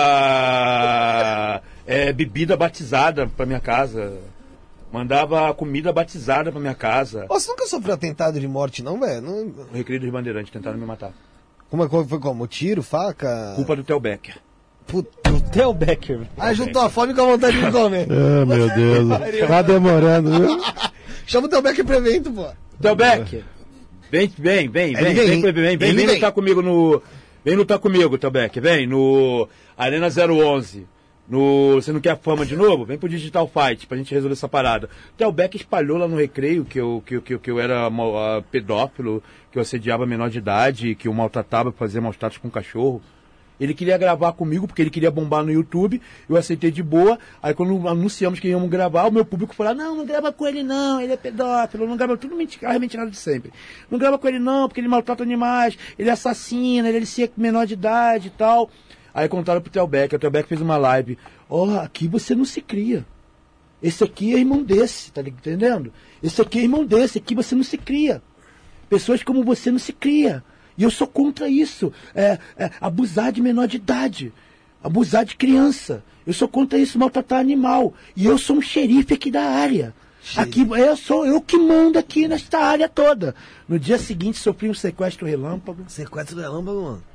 é, bebida batizada pra minha casa. Mandava comida batizada pra minha casa. Ô, você nunca sofreu atentado de morte, não, velho? Não... O Recreio dos Bandeirantes tentaram me matar. Como é que foi como? Tiro, faca? Culpa do Theo Becker. Puta. Theo Becker. Aí juntou a fome com a vontade de comer. Ah, meu Deus. Tá demorando, viu? Chama o teu Beck pro evento, pô. Theo Becker, vem, vem, vem, Ele vem, vem, vem, vem, vem, vem, ele vem vem. lutar comigo no... Vem lutar comigo, Theo Becker, vem, no Arena zero onze. No, você não quer fama de novo? Vem pro Digital Fight pra gente resolver essa parada. O Theo Becker espalhou lá no Recreio que eu, que, eu- que, eu- que eu era mal- ah, pedófilo, que eu assediava menor de idade, que eu maltratava, fazia maus tratos com cachorro. Ele queria gravar comigo porque ele queria bombar no YouTube, eu aceitei de boa. Aí quando anunciamos que íamos gravar, o meu público falou: não, não grava com ele não, ele é pedófilo, não grava, tudo mentira, mentirada de sempre. Não grava com ele não, porque ele maltrata animais, ele assassina, ele é menor de idade e tal. Aí contaram pro Theo Becker, o Theo Becker fez uma live. Ó, oh, aqui você não se cria. Esse aqui é irmão desse, tá entendendo? Esse aqui é irmão desse, aqui você não se cria. Pessoas como você não se cria. E eu sou contra isso. É, é, abusar de menor de idade. Abusar de criança. Eu sou contra isso, maltratar animal. E eu sou um xerife aqui da área. Aqui, eu sou eu que mando aqui nesta área toda. No dia seguinte sofri um sequestro relâmpago. Sequestro relâmpago, mano.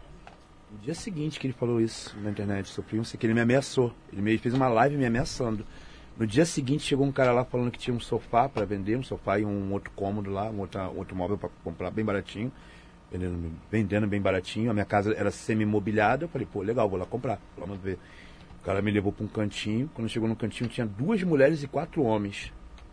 No dia seguinte que ele falou isso na internet, sofri um que ele me ameaçou. Ele me fez uma live me ameaçando. No dia seguinte chegou um cara lá falando que tinha um sofá para vender, um sofá e um outro cômodo lá, um outro, outro móvel para comprar bem baratinho. Vendendo, vendendo bem baratinho. A minha casa era semi-mobiliada. Eu falei, pô, legal, vou lá comprar. Vamos ver. O cara me levou para um cantinho. Quando chegou no cantinho tinha duas mulheres e quatro homens.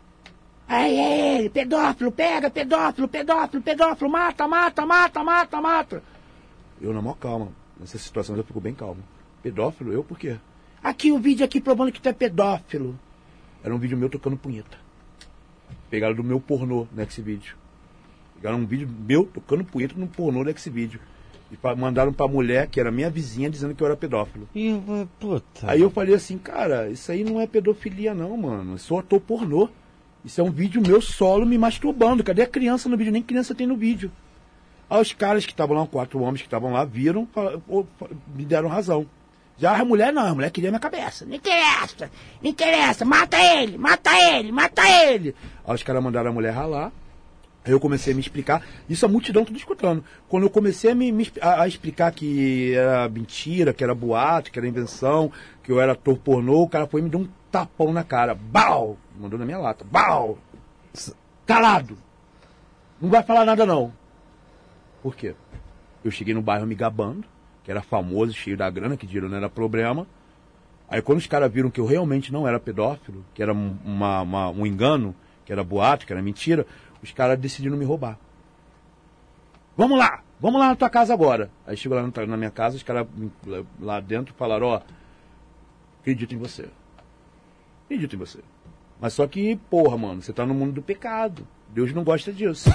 Aí, aí, pedófilo, pega, pedófilo, pedófilo, pedófilo, mata, mata, mata, mata, mata. Eu na maior calma. Nessa situação eu fico bem calmo. Pedófilo? Eu por quê? Aqui o vídeo aqui provando que tu é pedófilo. Era um vídeo meu tocando punheta. Pegaram do meu pornô nesse vídeo. Pegaram um vídeo meu tocando punheta no pornô do Xvideo. E pra, mandaram pra mulher, que era minha vizinha, dizendo que eu era pedófilo. Ih, puta. Aí eu falei assim, cara, isso aí não é pedofilia não, mano. Eu sou ator pornô. Isso é um vídeo meu solo me masturbando. Cadê a criança no vídeo? Nem criança tem no vídeo. Aí os caras que estavam lá, quatro homens que estavam lá, viram, falaram, me deram razão. Já a mulher não, a mulher queria minha cabeça. Não interessa, não interessa, mata ele, mata ele, mata ele. Aí os caras mandaram a mulher ralar. Aí eu comecei a me explicar, isso a multidão tudo escutando. Quando eu comecei a, me, me, a, a explicar que era mentira, que era boato, que era invenção, que eu era ator pornô, o cara foi e me deu um tapão na cara. Bau! Mandou na minha lata. Bau! Calado! Não vai falar nada não. Por quê? Eu cheguei no bairro me gabando, que era famoso, cheio da grana, que dinheiro não era problema. Aí quando os caras viram que eu realmente não era pedófilo, que era uma, uma, um engano, que era boato, que era mentira, os caras decidiram me roubar. Vamos lá, vamos lá na tua casa agora. Aí chegou lá na minha casa, os caras lá dentro falaram, ó, acredito em você. Acredito em você. Mas só que, porra, mano, você tá no mundo do pecado. Deus não gosta disso.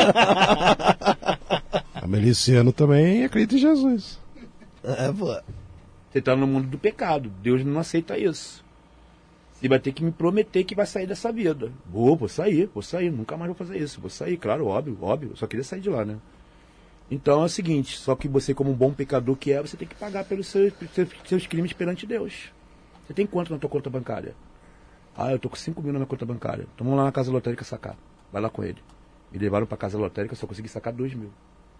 A Meliciano também acredita em Jesus. É, pô. Você tá no mundo do pecado. Deus não aceita isso. Você vai ter que me prometer que vai sair dessa vida. Vou, vou sair, vou sair. Nunca mais vou fazer isso. Vou sair, claro, óbvio, óbvio. Eu só queria sair de lá, né? Então é o seguinte, só que você, como um bom pecador que é, você tem que pagar pelos seus, pelos seus crimes perante Deus. Você tem quanto na tua conta bancária? Ah, eu tô com cinco mil na minha conta bancária. Então vamos lá na casa lotérica sacar. Vai lá com ele. Me levaram pra casa lotérica, só consegui sacar dois mil.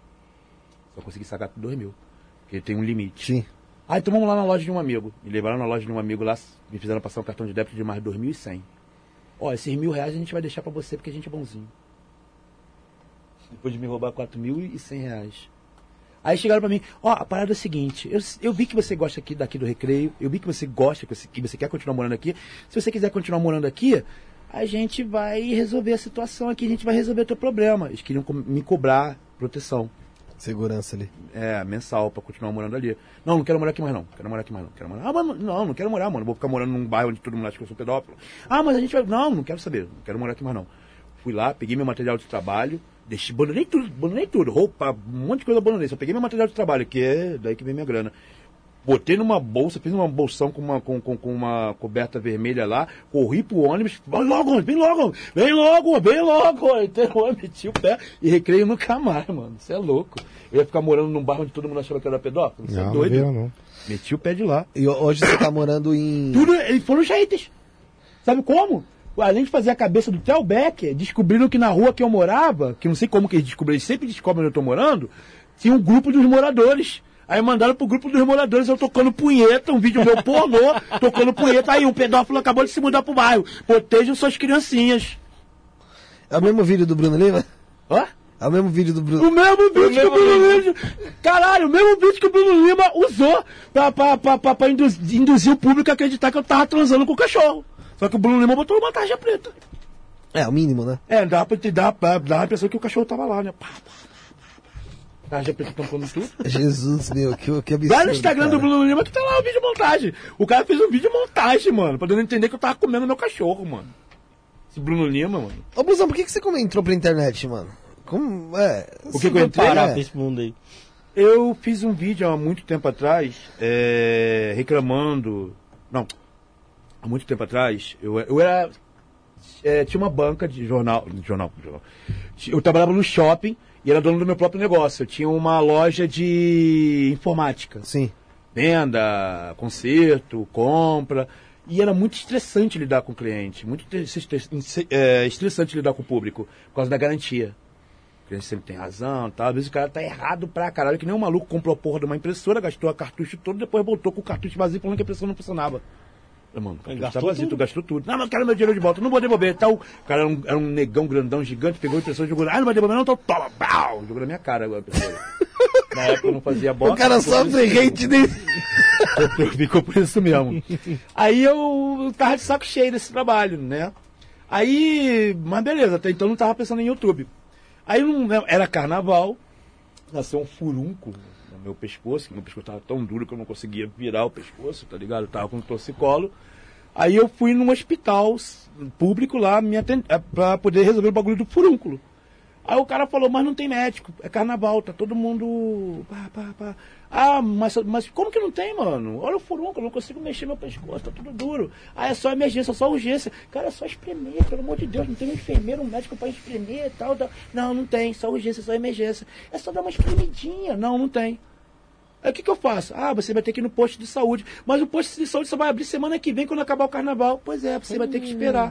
Só consegui sacar dois mil. Porque tem um limite. Sim. Ah, então vamos lá na loja de um amigo. Me levaram na loja de um amigo lá, me fizeram passar um cartão de débito de mais dois mil e cem. Ó, esses mil reais a gente vai deixar pra você porque a gente é bonzinho. Depois de me roubar quatro mil e cem reais. Aí chegaram pra mim, ó, a parada é a seguinte, eu, eu vi que você gosta aqui daqui do Recreio, eu vi que você gosta, que você, que você quer continuar morando aqui. Se você quiser continuar morando aqui, a gente vai resolver a situação aqui, a gente vai resolver o teu problema. Eles queriam co- me cobrar proteção. Segurança ali. É, mensal, pra continuar morando ali. Não, não quero morar aqui mais não. Quero morar aqui mais não. Quero morar. Ah, mas não, não quero morar, mano. Vou ficar morando num bairro onde todo mundo acha que eu sou pedófilo. Ah, mas a gente vai. Não, não quero saber. Não quero morar aqui mais não. Fui lá, peguei meu material de trabalho, deixei, abandonei tudo, abandonei tudo. Roupa, um monte de coisa abandonei. Só peguei meu material de trabalho, que é daí que vem minha grana. Botei numa bolsa, fiz uma bolsão com uma, com, com, com uma coberta vermelha lá, corri pro ônibus, vai logo, vem logo, vem logo, vem logo. Então, meti o pé e Recreio nunca mais, mano. Você é louco. Eu ia ficar morando num bairro onde todo mundo achava que eu era pedófilo? Você Não, é doido? não veio, não. Meti o pé de lá. E hoje você tá morando em... Tudo, eles foram jeitos. Sabe como? Além de fazer a cabeça do Theo Becker, descobriram que na rua que eu morava, que não sei como que eles descobriram, eles sempre descobrem onde eu tô morando, tinha um grupo dos moradores. Aí mandaram pro grupo dos moradores, eu tocando punheta, um vídeo meu pornô, tocando punheta. Aí um pedófilo acabou de se mudar pro bairro. Protejam suas criancinhas. É o mesmo vídeo do Bruno Lima? Hã? É o mesmo vídeo do Bruno... O mesmo vídeo que o Bruno Lima... Caralho, o mesmo vídeo que o Bruno Lima usou pra, pra, pra, pra, pra induzir, induzir o público a acreditar que eu tava transando com o cachorro. Só que o Bruno Lima botou uma tarja preta. É, o mínimo, né? É, dava pra te dar, dava a impressão que o cachorro tava lá, né? Pá, pá, pá, pá. Tarja preta tampando tudo. Jesus, meu, que, que absurdo, Vai no Instagram cara. do Bruno Lima que tá lá o vídeo montagem. O cara fez um vídeo montagem, mano, pra dando a entender que eu tava comendo meu cachorro, mano. Esse Bruno Lima, mano. Ô, Blusão, por que, que você como entrou pra internet, mano? Como, é... O que que eu entrei? Parar É. pra esse mundo aí. Eu fiz um vídeo há muito tempo atrás, é, reclamando. Não, há muito tempo atrás, eu, eu era. É, tinha uma banca de jornal, jornal. Jornal. Eu trabalhava no shopping e era dono do meu próprio negócio. Eu tinha uma loja de informática. Sim. Venda, conserto, compra. E era muito estressante lidar com o cliente. Muito é, estressante lidar com o público, por causa da garantia. O cliente sempre tem razão, tá? Às vezes o cara tá errado pra caralho, que nem um maluco comprou a porra de uma impressora, gastou a cartucho todo, depois voltou com o cartucho vazio falando que a impressora não funcionava. Eu, mano, o cartucho tá Gastou vazio, tudo. tu gastou tudo. Não, mas eu quero meu dinheiro de volta, não vou devolver. Tal. O cara era um, era um negão grandão, gigante, pegou a impressora e jogou. Ah, não vai devolver não, então toma, pau! Jogou na minha cara agora a impressora. Na época eu não fazia bosta. O cara sofre hate dele. Ficou por isso mesmo. Aí eu tava de saco cheio desse trabalho, né? Aí, mas beleza, até então não tava pensando em YouTube. Aí não, era carnaval, nasceu um furúnculo no meu pescoço, que meu pescoço tava tão duro que eu não conseguia virar o pescoço, tá ligado? Eu tava com torcicolo. Aí eu fui num hospital público lá me atend... pra poder resolver o bagulho do furúnculo. Aí o cara falou, mas não tem médico, é carnaval, tá todo mundo... Pá, pá, pá. Ah, mas, mas como que não tem, mano? Olha o furúnculo, eu não consigo mexer meu pescoço, tá tudo duro. Ah, é só emergência, só urgência. Cara, é só espremer, pelo amor de Deus, não tem um enfermeiro, um médico pra espremer e tal, tal. Não, não tem, só urgência, só emergência. É só dar uma espremidinha. Não, não tem. Aí o que que eu faço? Ah, você vai ter que ir no posto de saúde. Mas o posto de saúde só vai abrir semana que vem quando acabar o carnaval. Pois é, você vai ter que esperar.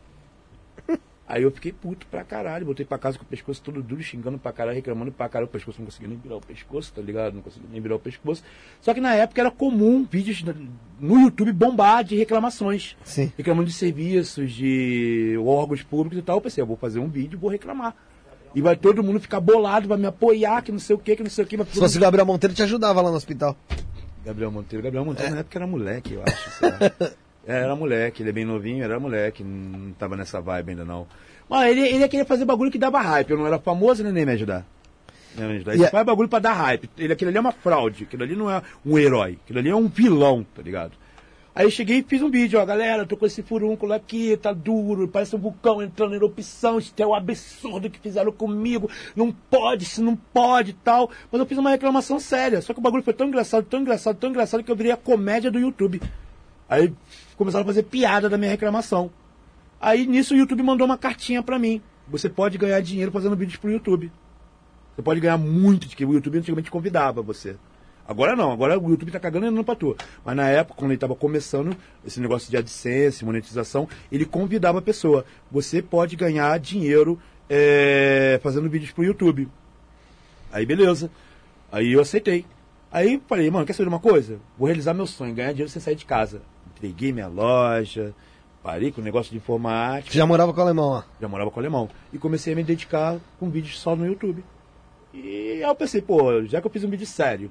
Aí eu fiquei puto pra caralho, voltei pra casa com o pescoço todo duro, xingando pra caralho, reclamando pra caralho, o pescoço não conseguia nem virar o pescoço, tá ligado? Não conseguia nem virar o pescoço. Só que na época era comum vídeos no YouTube bombar de reclamações. Sim. Reclamando de serviços, de órgãos públicos e tal. Eu pensei, eu vou fazer um vídeo e vou reclamar. E vai todo mundo ficar bolado, vai me apoiar, que não sei o que, que não sei o que. Se fosse o Gabriel Monteiro, te ajudava lá no hospital. Gabriel Monteiro, Gabriel Monteiro é. Na época era moleque, eu acho. Sei lá. É, era moleque, ele é bem novinho, era moleque, não tava nessa vibe ainda não. Mas ele, ele queria fazer bagulho que dava hype, eu não era famoso, ele nem me ajudar. Nem me ajudar. Ele yeah. faz bagulho pra dar hype, ele, aquilo ali é uma fraude, aquilo ali não é um herói, aquilo ali é um vilão, tá ligado? Aí eu cheguei e fiz um vídeo, ó, galera, tô com esse furúnculo aqui, tá duro, parece um vulcão entrando em erupção, isso é um absurdo que fizeram comigo, não pode, isso não pode e tal. Mas eu fiz uma reclamação séria, só que o bagulho foi tão engraçado, tão engraçado, tão engraçado que eu virei a comédia do YouTube. Aí começaram a fazer piada da minha reclamação. Aí nisso o YouTube mandou uma cartinha pra mim. Você pode ganhar dinheiro fazendo vídeos pro YouTube. Você pode ganhar muito, porque o YouTube antigamente convidava você. Agora não, agora o YouTube tá cagando e andando pra tu. Mas na época, quando ele tava começando, esse negócio de AdSense, monetização, ele convidava a pessoa. Você pode ganhar dinheiro é, fazendo vídeos pro YouTube. Aí beleza. Aí eu aceitei. Aí falei, mano, quer saber de uma coisa? Vou realizar meu sonho, ganhar dinheiro sem sair de casa. Entreguei minha loja, parei com o negócio de informática. Você já morava com o alemão lá? Já morava com o alemão. E comecei a me dedicar com vídeos só no YouTube. E aí eu pensei, pô, já que eu fiz um vídeo sério,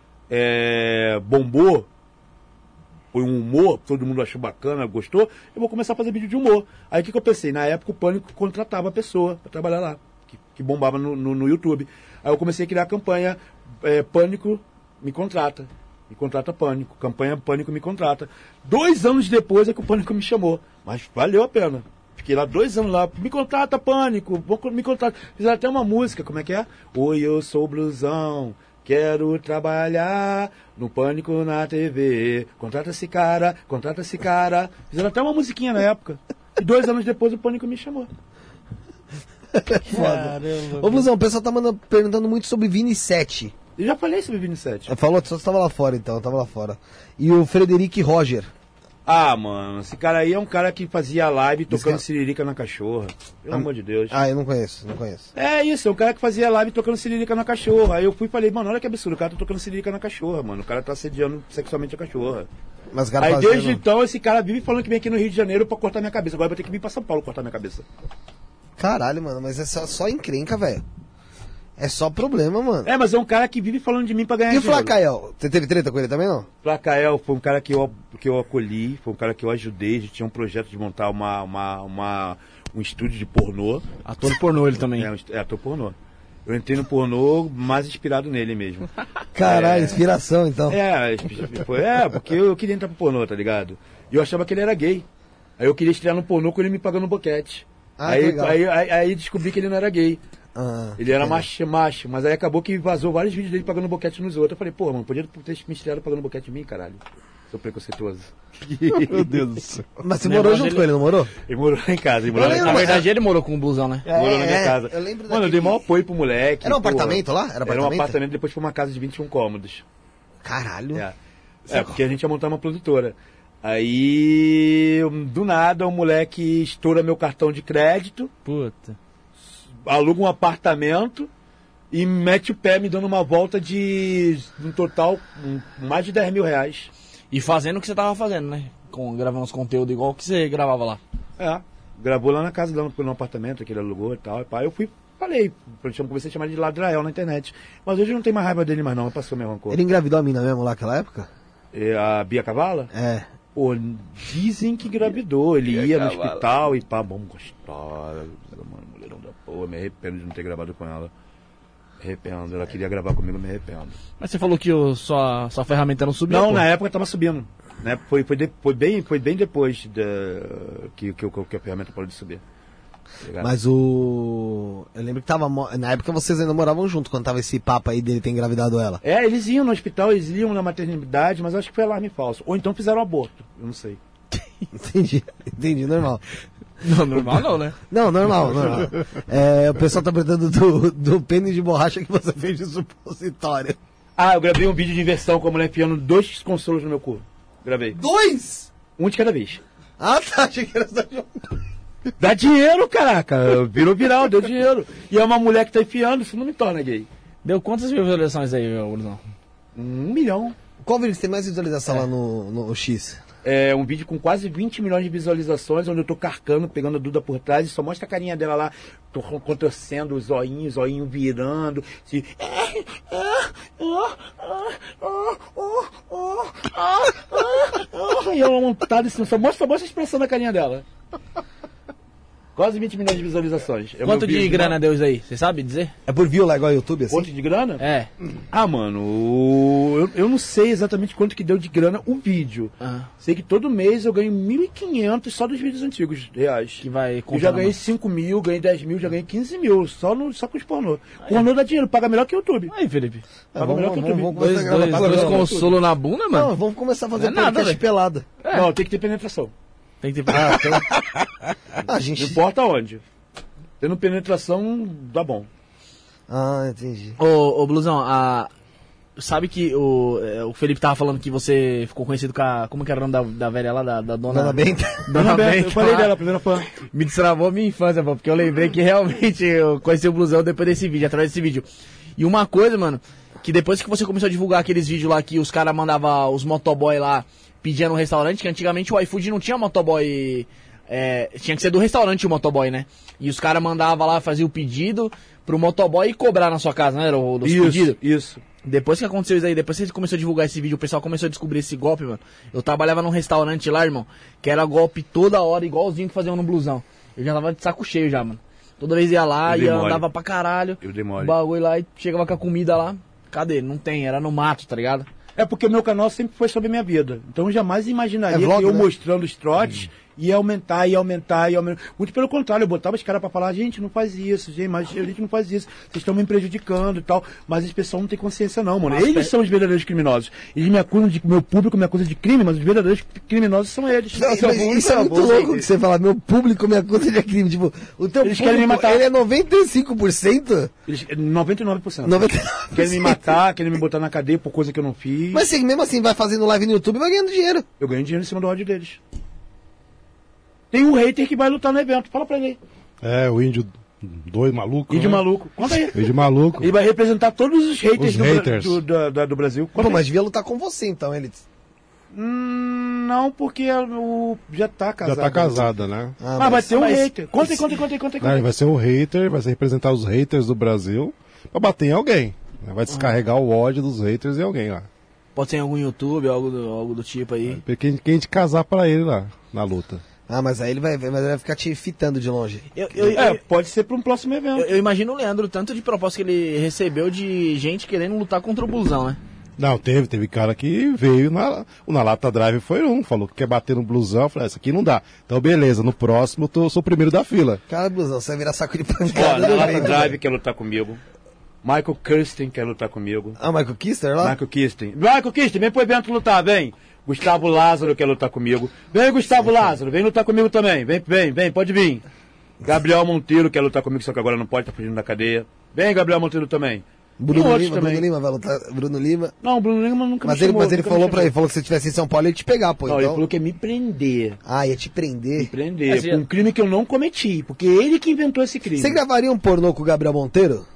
é, bombou, foi um humor, todo mundo achou bacana, gostou, eu vou começar a fazer vídeo de humor. Aí o que, que eu pensei? Na época o Pânico contratava a pessoa para trabalhar lá, que, que bombava no, no, no YouTube. Aí eu comecei a criar a campanha é, Pânico me contrata. Me contrata Pânico. Campanha Pânico me contrata. Dois anos depois é que o Pânico me chamou. Mas valeu a pena. Fiquei lá dois anos lá. Me contrata Pânico. Me contrata. Fizeram até uma música. Como é que é? Oi, eu sou o Blusão. Quero trabalhar no Pânico na T V. Contrata esse cara. Contrata esse cara. Fizeram até uma musiquinha na época. E dois anos depois o Pânico me chamou. Foda. Ô, Blusão, o pessoal tá mandando, perguntando muito sobre Vini sete. Eu já falei sobre Vini sete. Falou, só estava lá fora então, tava lá fora. E o Frederic Roger. Ah, mano, esse cara aí é um cara que fazia live tocando cara... Siririca na Cachorra. Pelo ah, amor de Deus. Ah, eu não conheço, não conheço. É isso, é um cara que fazia live tocando Siririca na Cachorra. Aí eu fui e falei, mano, olha que absurdo, o cara tá tocando Siririca na Cachorra, mano. O cara tá assediando sexualmente a cachorra. Mas cara aí fazendo... desde então esse cara vive falando que vem aqui no Rio de Janeiro pra cortar minha cabeça. Agora vai ter que vir pra São Paulo cortar minha cabeça. Caralho, mano, mas é só, só encrenca, velho. É só problema, mano. É, mas é um cara que vive falando de mim pra ganhar dinheiro. E o dinheiro. Flacael? Você teve treta com ele também, não? Flacael foi um cara que eu, que eu acolhi, foi um cara que eu ajudei. A gente tinha um projeto de montar uma, uma, uma, um estúdio de pornô. Ator pornô ele também. É, é ator pornô. Eu entrei no pornô mais inspirado nele mesmo. Caralho, é, inspiração então. É, foi, é, porque eu queria entrar pro pornô, tá ligado? E eu achava que ele era gay. Aí eu queria estrear no pornô com ele me pagando boquete. Ah, aí, aí, aí, aí descobri que ele não era gay. Ah, ele era macho, macho, mas aí acabou que vazou vários vídeos dele pagando boquete nos outros. Eu falei, pô, mano, podia ter me estreado pagando boquete em mim, caralho. Sou preconceituoso. Meu Deus do céu. Mas você morou junto ele... com ele, não morou? Ele morou em casa. Ele morou lembro, na verdade, ele morou com o Blusão, né? É, morou na minha é, casa. Eu lembro Mano, eu dei maior apoio pro moleque. Era um pô, apartamento lá? Era, era um apartamento, depois foi uma casa de vinte e um cômodos. Caralho. É, é porque a gente ia montar uma produtora. Aí, do nada, o moleque estoura meu cartão de crédito. Puta. Aluga um apartamento e mete o pé me dando uma volta de, um total, um, mais de dez mil reais. E fazendo o que você tava fazendo, né? Com, gravando os conteúdos igual que você gravava lá. É, gravou lá na casa dela, no apartamento que ele alugou e tal. E pá, eu fui, falei, eu comecei a chamar de Ladrael na internet. Mas hoje eu não tenho mais raiva dele mais não, passou meu rancor. Ele engravidou a mina mesmo lá naquela época? E a Bia Cavala? É. Pô, dizem que engravidou, ele ia no hospital e pá, bom, gostosa, mano, mulherão da porra, me arrependo de não ter gravado com ela. Me arrependo, ela queria gravar comigo, me arrependo. Mas você falou que o, sua, sua ferramenta não subia? Não, pô. na época tava subindo. Né? Foi, foi, de, foi, bem, foi bem depois da, que, que, que a ferramenta parou de subir. Ligado? Mas o... Eu lembro que tava... mo- Na época vocês ainda moravam junto, quando tava esse papo aí dele ter engravidado ela. É, eles iam no hospital, eles iam na maternidade, mas eu acho que foi alarme falso. Ou então fizeram aborto, eu não sei. Entendi, entendi, normal. Não, normal não, né? Não, normal, normal. É, o pessoal tá perguntando do, do pênis de borracha que você fez de supositório. Ah, eu gravei um vídeo de inversão com a mulher enfiando dois consolos no meu cu. Gravei. Dois? Um de cada vez. Ah, tá, achei que era só de um. Dá dinheiro, caraca. Virou viral, deu dinheiro. E é uma mulher que tá enfiando, isso não me torna gay. Deu quantas visualizações aí, meu Brunão? Um milhão. Qual vídeo que tem mais visualização lá no, no X? É um vídeo com quase vinte milhões de visualizações, onde eu tô carcando, pegando a Duda por trás e só mostra a carinha dela lá, tô contorcendo os zoinhos, zoinho virando. Assim, e ela montada assim, só mostra, só mostra a expressão da carinha dela. Quase vinte milhões de visualizações. É o Quanto meu de vídeo, grana né? deu isso aí? Você sabe dizer? É por view lá igual ao YouTube, assim? Quanto de grana? É. Ah, mano, o- eu, eu não sei exatamente quanto que deu de grana o vídeo. Ah, Sei que todo mês eu ganho mil e quinhentos só dos vídeos antigos, reais. que vai Eu contar já na ganhei mão. cinco mil, ganhei dez mil, já ganhei quinze mil, só, no, só com os pornô. Pornô dá dinheiro, paga melhor que o YouTube. Aí, Felipe. Ah, Paga vamos, melhor que o vamos, YouTube. vamos Dois, começar a dois, gravar dois agora. consolos na bunda, mano? Não, vamos começar a fazer Não é um nada, podcast velho. pelado. Não, tem que ter penetração. Tem que ter... Ah, tem... ah, Não gente... importa onde. Tendo penetração, dá bom. Ah, entendi. Ô, ô Blusão, a... sabe que o, é, o Felipe tava falando que você ficou conhecido com a... Como que era o nome da, da velha lá, da, da dona... Dona Benta. Dona Benta, eu falei lá. dela, a primeira fã. Me destravou a minha infância, pô, porque eu lembrei que realmente eu conheci o Blusão depois desse vídeo, através desse vídeo. E uma coisa, mano, que depois que você começou a divulgar aqueles vídeos lá que os caras mandavam os motoboy lá pedir no restaurante, que antigamente o iFood não tinha motoboy... É, tinha que ser do restaurante o motoboy, né? E os caras mandavam lá, faziam o pedido pro motoboy e cobrar na sua casa, né? Era o dos Isso, pedidos. isso. Depois que aconteceu isso aí, depois que você começou a divulgar esse vídeo, o pessoal começou a descobrir esse golpe, mano. Eu trabalhava num restaurante lá, irmão, que era golpe toda hora, igualzinho que faziam no Blusão. Eu já tava de saco cheio já, mano. Toda vez ia lá, Eu ia, demore. andava pra caralho. Eu O demore. bagulho lá e chegava com a comida lá. Cadê? Não tem, era no mato, tá ligado? É porque o meu canal sempre foi sobre a minha vida. Então eu jamais imaginaria É vlog, que eu né? mostrando os trotes ia aumentar, ia aumentar, ia aumentar. Muito pelo contrário, eu botava os caras pra falar, gente, não faz isso, gente, mas a gente não faz isso, vocês estão me prejudicando e tal. Mas esse pessoal não tem consciência não, mano. Nossa, Eles é- são os verdadeiros criminosos. Eles me acusam de, meu público me acusa de crime, mas os verdadeiros criminosos são eles. Não, Esse é o mas único isso é muito famoso. louco que você fala, meu público me acusa de crime. Tipo, o teu Eles público, querem me matar. ele é noventa e cinco por cento? Eles, noventa e nove por cento. noventa e nove por cento. Querem me matar, querem me botar na cadeia por coisa que eu não fiz. Mas você mesmo assim vai fazendo live no YouTube e vai ganhando dinheiro. Eu ganho dinheiro em cima do ódio deles. Tem um hater que vai lutar no evento. Fala pra ele aí. É, o índio doido maluco. Índio né? maluco. Conta aí. Índio maluco. Ele vai representar todos os haters, Os do, Bra- haters. do, da- da- do Brasil. Conta Pô, aí. mas devia lutar com você então, ele. Hum, não, porque o já tá casado. Já tá casada, né? Ah, Ah, vai ter um mas- hater. Conta aí, conta aí, conta aí, conta aí. Não, Conta ele aí. vai ser um hater, vai ser representar os haters do Brasil pra bater em alguém. né? Vai descarregar o ódio dos haters em alguém lá. Pode ser em algum YouTube, algo do, algo do tipo aí. Quem, quem te casar pra ele lá, na luta. Ah, mas aí ele vai, mas ele vai ficar te fitando de longe. Eu, eu, É, eu, pode ser pra um próximo evento. eu- eu imagino o Leandro, tanto de proposta que ele recebeu de gente querendo lutar contra o Blusão, né? Não, teve, teve cara que veio na, o na Lata Drive foi um, falou que quer bater no blusão, eu falei, "Ah, isso aqui não dá. Então beleza, no próximo eu tô, sou o primeiro da fila. Cara, blusão, você vai virar saco de Ó, pancada. na né, Lata velho? Drive quer lutar comigo. Michael Kirsten quer lutar comigo. Ah, Michael Kister lá? Michael Kirsten. Michael Kirsten, vem pro evento lutar, vem. Gustavo Lázaro quer lutar comigo. Vem, Gustavo Lázaro, vem lutar comigo também. Vem, vem, vem, pode vir. Gabriel Monteiro quer lutar comigo, só que agora não pode, tá fugindo da cadeia. Vem, Gabriel Monteiro também. E Bruno outros Lima, também. Bruno Lima vai lutar. Bruno Lima. Não, o Bruno Lima nunca Mas me ele, chamou. mas ele nunca falou me pra ele, chamou. falou que se você estivesse em São Paulo, ele ia te pegar, pô. Não, ele então... falou que ia me prender. Ah, ia te prender. Me prender. Assim, por um crime que eu não cometi. Porque ele que inventou esse crime. Você gravaria um pornô com o Gabriel Monteiro?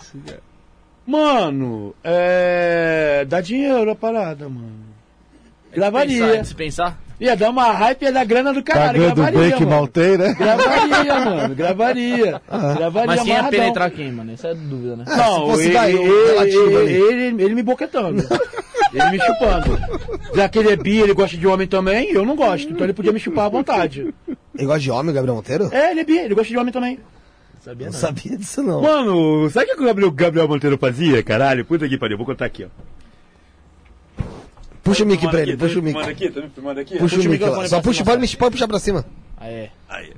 Mano, é. Dá dinheiro a parada, mano. Gravaria. Se pensar. Ia dar uma hype, ia dar grana do caralho. Pagando o gravaria, break mano. maltei, né? Gravaria, mano. Gravaria. Gravaria Mas quem ia amarradão. penetrar quem, mano? Essa é a dúvida, né? Ah, Não, se fosse, ele, vai, o ele, relativo ali. ele, ele me boquetando. Ele me chupando. Já que ele é bi, ele gosta de homem também, eu não gosto. Então ele podia me chupar à vontade. Ele gosta de homem, o Gabriel Monteiro? É, ele é bi, ele gosta de homem também. Sabia Não não. sabia disso, não. Mano, sabe o que o Gabriel, Gabriel Monteiro fazia, caralho? Puta que pariu, vou contar aqui, ó. Puxa o mic Filmando pra ele, aqui, puxa tá o me mic. filmando aqui, tá me filmando aqui? Puxa o Puxa o mic lá. microfone Só pra puxa, cima, pode, Sérgio. me- pode puxar pra cima. Ah, é. Aí.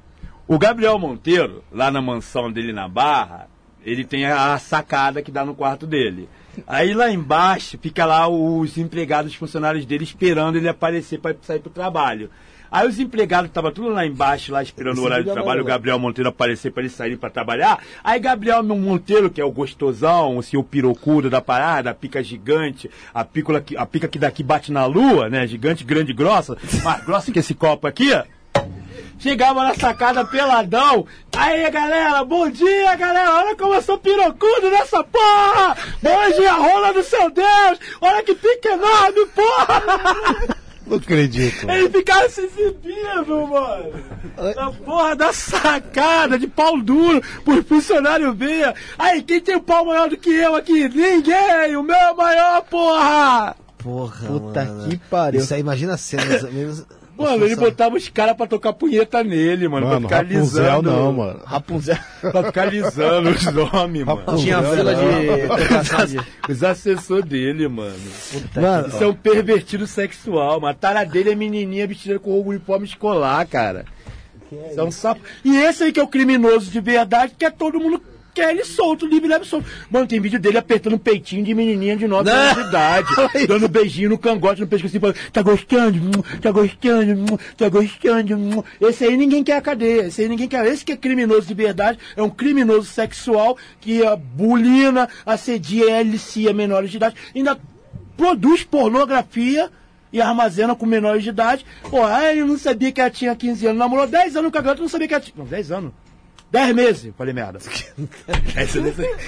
O Gabriel Monteiro, lá na mansão dele na Barra, ele tem a sacada que dá no quarto dele. Aí lá embaixo fica lá os empregados, os funcionários dele esperando ele aparecer para sair pro trabalho. Aí os empregados estavam tudo lá embaixo, lá esperando o horário de trabalho, o Gabriel Monteiro aparecer para eles saírem para trabalhar. Aí Gabriel Monteiro, que é o gostosão, assim, o pirocudo da parada, a pica gigante, a, pícola, a pica que daqui bate na lua, né? Gigante, grande e grossa, mais grossa que esse copo aqui, ó. Chegava na sacada peladão. Aí, galera, bom dia, galera. Olha como eu sou pirocudo nessa porra. Hoje a rola do seu Deus. Olha que pica enorme, porra. Não acredito. Ele ficava se exibindo, mano. Na porra da sacada de pau duro por funcionário ver. Aí, quem tem um pau maior do que eu aqui? Ninguém. O meu é maior, porra. Porra, Puta mano. que pariu. Isso aí, imagina a cena. Menos... Mano, ele botava os caras pra tocar punheta nele, mano, Mano, pra ficar Rapunzel lisando. não, mano. Rapunzel. Pra ficar lisando os nomes, mano. Rapunzel. Tinha fila de trocação de... Os assessores dele, mano. Mano, Isso é um pervertido sexual, mano. A tara dele é menininha vestida com o uniforme escolar, cara. Isso é um sapo. E esse aí que é o criminoso de verdade, que é todo mundo quer ele solto, livre, leve, solto. Mano, tem vídeo dele apertando um peitinho de menininha de nove anos de idade, dando beijinho no cangote, no pescoço, assim, falando, tá gostando, tá gostando, tá gostando. Esse aí ninguém quer a cadeia, esse aí ninguém quer. Esse que é criminoso de verdade, é um criminoso sexual que bulina, assedia, alicia menores de idade, ainda produz pornografia e armazena com menores de idade. Pô, aí eu não sabia que ela tinha quinze anos, namorou dez anos com a garota, não sabia que ela tinha... Não, dez anos. dez meses. Falei, merda. Essa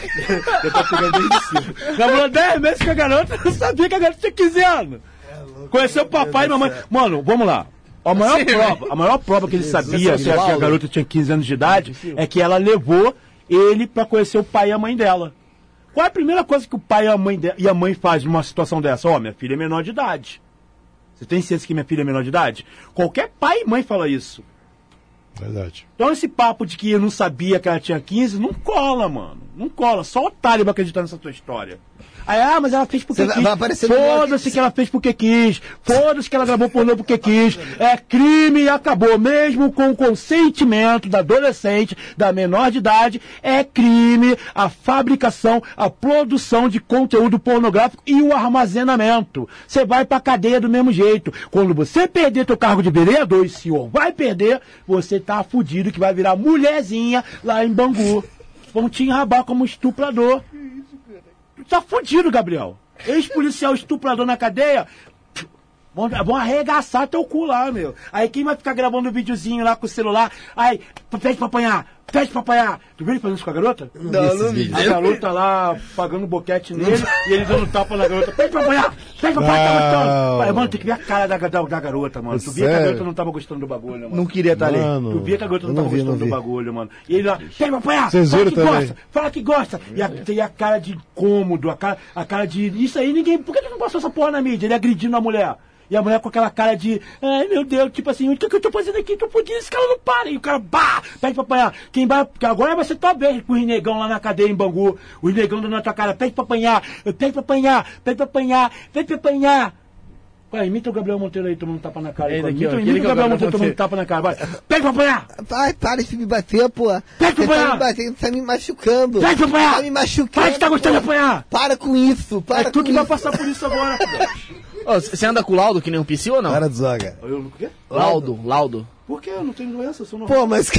eu tô pegando desde cima. Namorou dez meses com a garota, não sabia que a garota tinha quinze anos. Conheceu o papai e mamãe. Mano, vamos lá. A maior Sim, prova, a maior prova que ele sabia Sim, que a, que a garota tinha quinze anos de idade é que ela levou ele pra conhecer o pai e a mãe dela. Qual é a primeira coisa que o pai e a mãe, de, e a mãe faz numa situação dessa? Ó, oh, minha filha é menor de idade. Você tem certeza que minha filha é menor de idade? Qualquer pai e mãe fala isso. Verdade. Então esse papo de que eu não sabia que ela tinha quinze, não cola, mano. Não cola. Só otário vai acreditar nessa tua história. Aí, ah, mas ela fez porque Você quis. vai aparecer no Foda-se que ela fez porque quis. Foda-se que ela gravou pornô porque quis. É crime e acabou. Mesmo com o consentimento da adolescente, da menor de idade, é crime a fabricação, a produção de conteúdo pornográfico e o armazenamento. Você vai pra cadeia do mesmo jeito. Quando você perder teu cargo de vereador, e o senhor vai perder, você tá fudido que vai virar mulherzinha lá em Bangu. Vão te enrabar como estuprador. Tu tá fudido, Gabriel. Ex-policial estuprador na cadeia, vão, vão arregaçar teu cu lá, meu. Aí quem vai ficar gravando um videozinho lá com o celular? Aí, pede pra apanhar, pede pra apanhar. Tu viu ele fazendo isso com a garota? Não, não vi. A garota lá pagando boquete nele e ele dando tapa na garota. Pede pra apanhar, pede pra apanhar, tá gostando. Olha, mano, tem que ver a cara da, da, da garota, mano. Tu via que a Sério? garota não tava gostando do bagulho, mano. Não queria estar ali. Mano. Tu via que a garota não, Eu não tava vi, gostando não do vi. bagulho, mano. E ele lá, pede pra apanhar, Vocês fala viram que também? gosta, fala que gosta. E a, tem a cara de incômodo, a cara, a cara de... Isso aí ninguém... Por que tu não passou essa porra na mídia? Ele agredindo a mulher. E a mulher com aquela cara de... Ai, meu Deus, tipo assim, o que, que eu tô fazendo aqui? Tô fudido, esse cara não para. E o cara, bah, pede pra apanhar. Quem vai... Porque agora vai ser tua vez com o renegão lá na cadeia em Bangu. O renegão dando na tua cara, pede pra apanhar, pede pra apanhar, pede pra apanhar, pede pra apanhar. Vai, imita o Gabriel Monteiro aí tomando tapa na cara. É ele aqui, imita ó, imita aquele o que é o Gabriel Gabriel Monteiro tomando Monteiro. tapa na cara, vai. Pede pra apanhar, Vai, para de me bater, pô. Pede pra Você tá apanhar. me batendo, tá me machucando. pede pra apanhar. Tá me machucando. Para de tá gostando de pô. apanhar. Para com isso, para É tu com que vai isso. passar por isso agora. Ô, Você anda com laudo que nem um psi ou não? Para de zoga. Eu, o quê? Laudo, laudo. Por quê? Eu não tenho doença, eu sou normal. Pô, mas...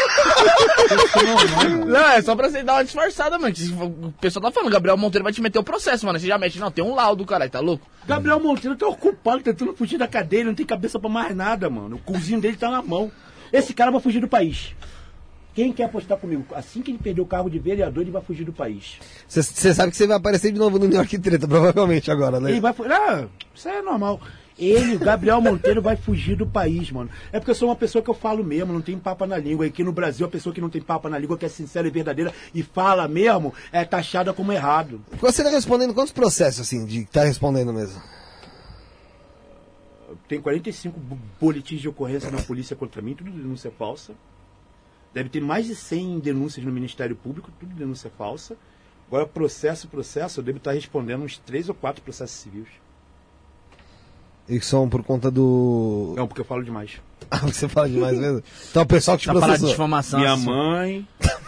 Não, é só pra você dar uma disfarçada, mano. O pessoal tá falando, Gabriel Monteiro vai te meter o processo, mano. Você já mete, não, tem um laudo, caralho, tá louco? Gabriel Monteiro tá ocupado tentando fugir da cadeia, ele não tem cabeça pra mais nada, mano. O cozinho dele tá na mão. Esse cara vai fugir do país. Quem quer apostar comigo? Assim que ele perder o cargo de vereador, ele vai fugir do país. Você sabe que você vai aparecer de novo no New York Treta, provavelmente agora, né? Ele vai fugir. Ah, isso é normal. Ele, o Gabriel Monteiro, vai fugir do país, mano. É porque eu sou uma pessoa que eu falo mesmo, não tem papa na língua. Aqui no Brasil, a pessoa que não tem papa na língua, que é sincera e verdadeira e fala mesmo, é taxada como errado. Você tá respondendo quantos processos, assim, de tá respondendo mesmo? Tem quarenta e cinco bo- boletins de ocorrência na polícia contra mim, tudo denúncia falsa. Deve ter mais de cem denúncias no Ministério Público, tudo denúncia falsa. Agora, processo, processo, eu devo estar respondendo uns três ou quatro processos civis. E que são por conta do... Não, porque eu falo demais. Ah, você fala demais mesmo? Então o pessoal que te Tá parado de processou. difamação. Minha assim. mãe,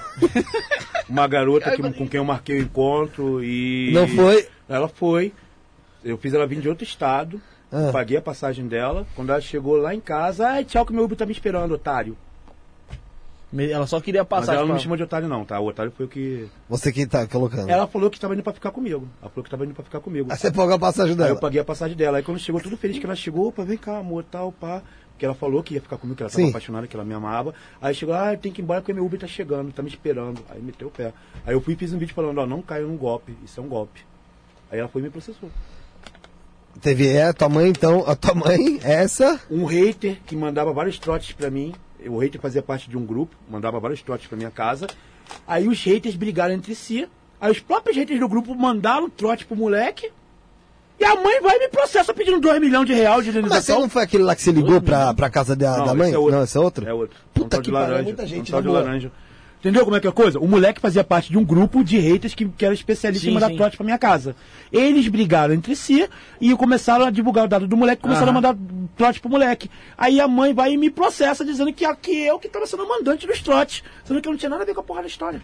uma garota que, com quem eu marquei o encontro e... Não foi? Ela foi. Eu fiz ela vir de outro estado, Ah. paguei a passagem dela. Quando ela chegou lá em casa, ai, tchau que meu Uber tá me esperando, otário. Me- Ela só queria Mas passar. ela não pra- me chamou de otário não, tá? O otário foi o que... Você que tá colocando. Ela falou que tava indo pra ficar comigo. Ela falou que tava indo pra ficar comigo. Aí você pagou a passagem Aí dela. eu paguei a passagem dela. Aí quando chegou, tudo feliz que ela chegou, opa, vem cá, amor, tal, pá. Porque ela falou que ia ficar comigo, que ela tava Sim. apaixonada, que ela me amava. Aí chegou, ah, eu tenho que ir embora porque meu Uber tá chegando, tá me esperando. Aí meteu o pé. Aí eu fui e fiz um vídeo falando, ó, não caia num golpe, isso é um golpe. Aí ela foi e me processou. Teve é, a tua mãe então, a tua mãe, essa... Um hater que mandava vários trotes pra mim. O hater fazia parte de um grupo, mandava vários trotes pra minha casa. Aí os haters brigaram entre si. Aí os próprios haters do grupo mandaram trote pro moleque. E a mãe vai e me processa pedindo dois milhões de reais de Mas você indenização. não foi aquele lá que você ligou pra, pra casa da, Não, da mãe? esse é outro. Não, esse é outro? É outro. Puta Um tal que de pariu, laranja, muita gente um tal na de boa. laranja. Entendeu como é que é a coisa? O moleque fazia parte de um grupo de haters que, que era especialista Sim, em mandar sim. trote pra minha casa. Eles brigaram entre si e começaram a divulgar o dado do moleque, começaram Aham. a mandar trote pro moleque. Aí a mãe vai e me processa dizendo que, que eu que tava sendo mandante dos trotes, sendo que eu não tinha nada a ver com a porra da história.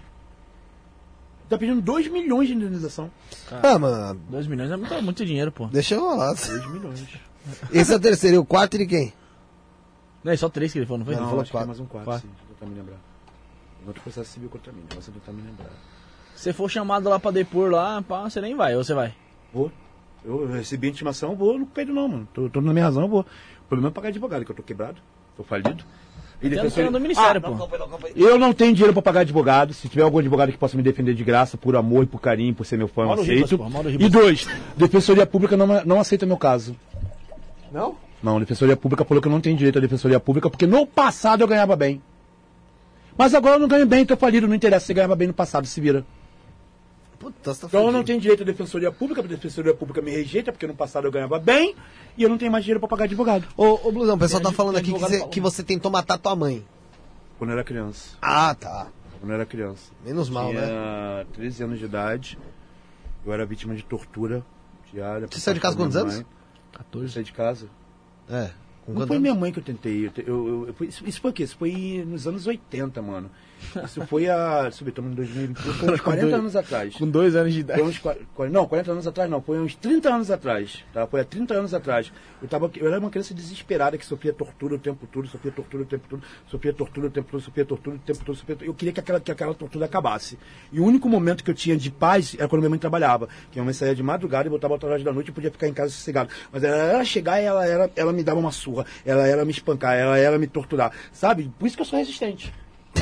Tá pedindo dois milhões de indenização. Ah, mano, dois milhões é muito, muito dinheiro, pô. deixa eu rolar. dois milhões. Esse é o terceiro, e o quarto de quem? Não, é só três que ele falou, não foi? Não, falou acho que tem quatro. mais um quarto, Quatro. sim, vou tentar me lembrar. Outro processo civil contra mim, você tentar me lembrar. Se for chamado lá pra depor lá, pá, você nem vai, ou você vai? Vou. Eu recebi a intimação, vou, não pego não, mano. Tô, tô na minha razão, vou. O problema é pagar advogado, que eu tô quebrado, tô falido. E Tem a defensor- do Ministério, Ah, pô. Eu não tenho dinheiro pra pagar advogado. Se tiver algum advogado que possa me defender de graça, por amor e por carinho, por ser meu fã, eu Mauro aceito. Ribas, pô, Mauro Ribas. E dois, Defensoria Pública não, não aceita meu caso. Não? Não, a Defensoria Pública falou que eu não tenho direito à Defensoria Pública, porque no passado eu ganhava bem. Mas agora eu não ganho bem, tô falido, não interessa, você ganhava bem no passado, se vira. Puta, você tá Então eu não fudido. tenho direito à Defensoria Pública, porque a Defensoria Pública me rejeita, porque no passado eu ganhava bem, e eu não tenho mais dinheiro pra pagar advogado. Ô, ô Blusão, o pessoal tá Tem falando aqui que advogado você, falando. que você tentou matar tua mãe. Quando eu era criança. Ah, tá. Quando eu era criança. Menos mal, Tinha né? treze anos de idade. Eu era vítima de tortura diária. Você saiu de casa com quantos anos? Eu quatorze. saí de casa. É. Com Não quantos foi anos? minha mãe que eu tentei. Eu, te- eu- eu- eu- foi- isso, isso foi o quê? Isso foi nos anos oitenta, mano. Isso foi a. Deixa eu ver, estamos em dois mil e vinte, foi uns quarenta anos atrás. Com dois anos de idade. Foi uns, qua- qua- não, quarenta anos atrás não, foi uns trinta anos atrás, tá? Foi há trinta anos atrás. Eu, tava, eu era uma criança desesperada que sofria tortura o tempo todo, sofria tortura o tempo todo, sofria tortura o tempo todo, sofria tortura o tempo todo, sofria tortura. Eu queria que aquela, que aquela tortura acabasse. E o único momento que eu tinha de paz era quando minha mãe trabalhava. Que minha mãe saía de madrugada e voltava outra hora da noite e podia ficar em casa sossegado. Mas ela, ela chegar e ela, ela, ela me dava uma surra, ela era me espancar, ela era me torturar. Sabe? Por isso que eu sou resistente.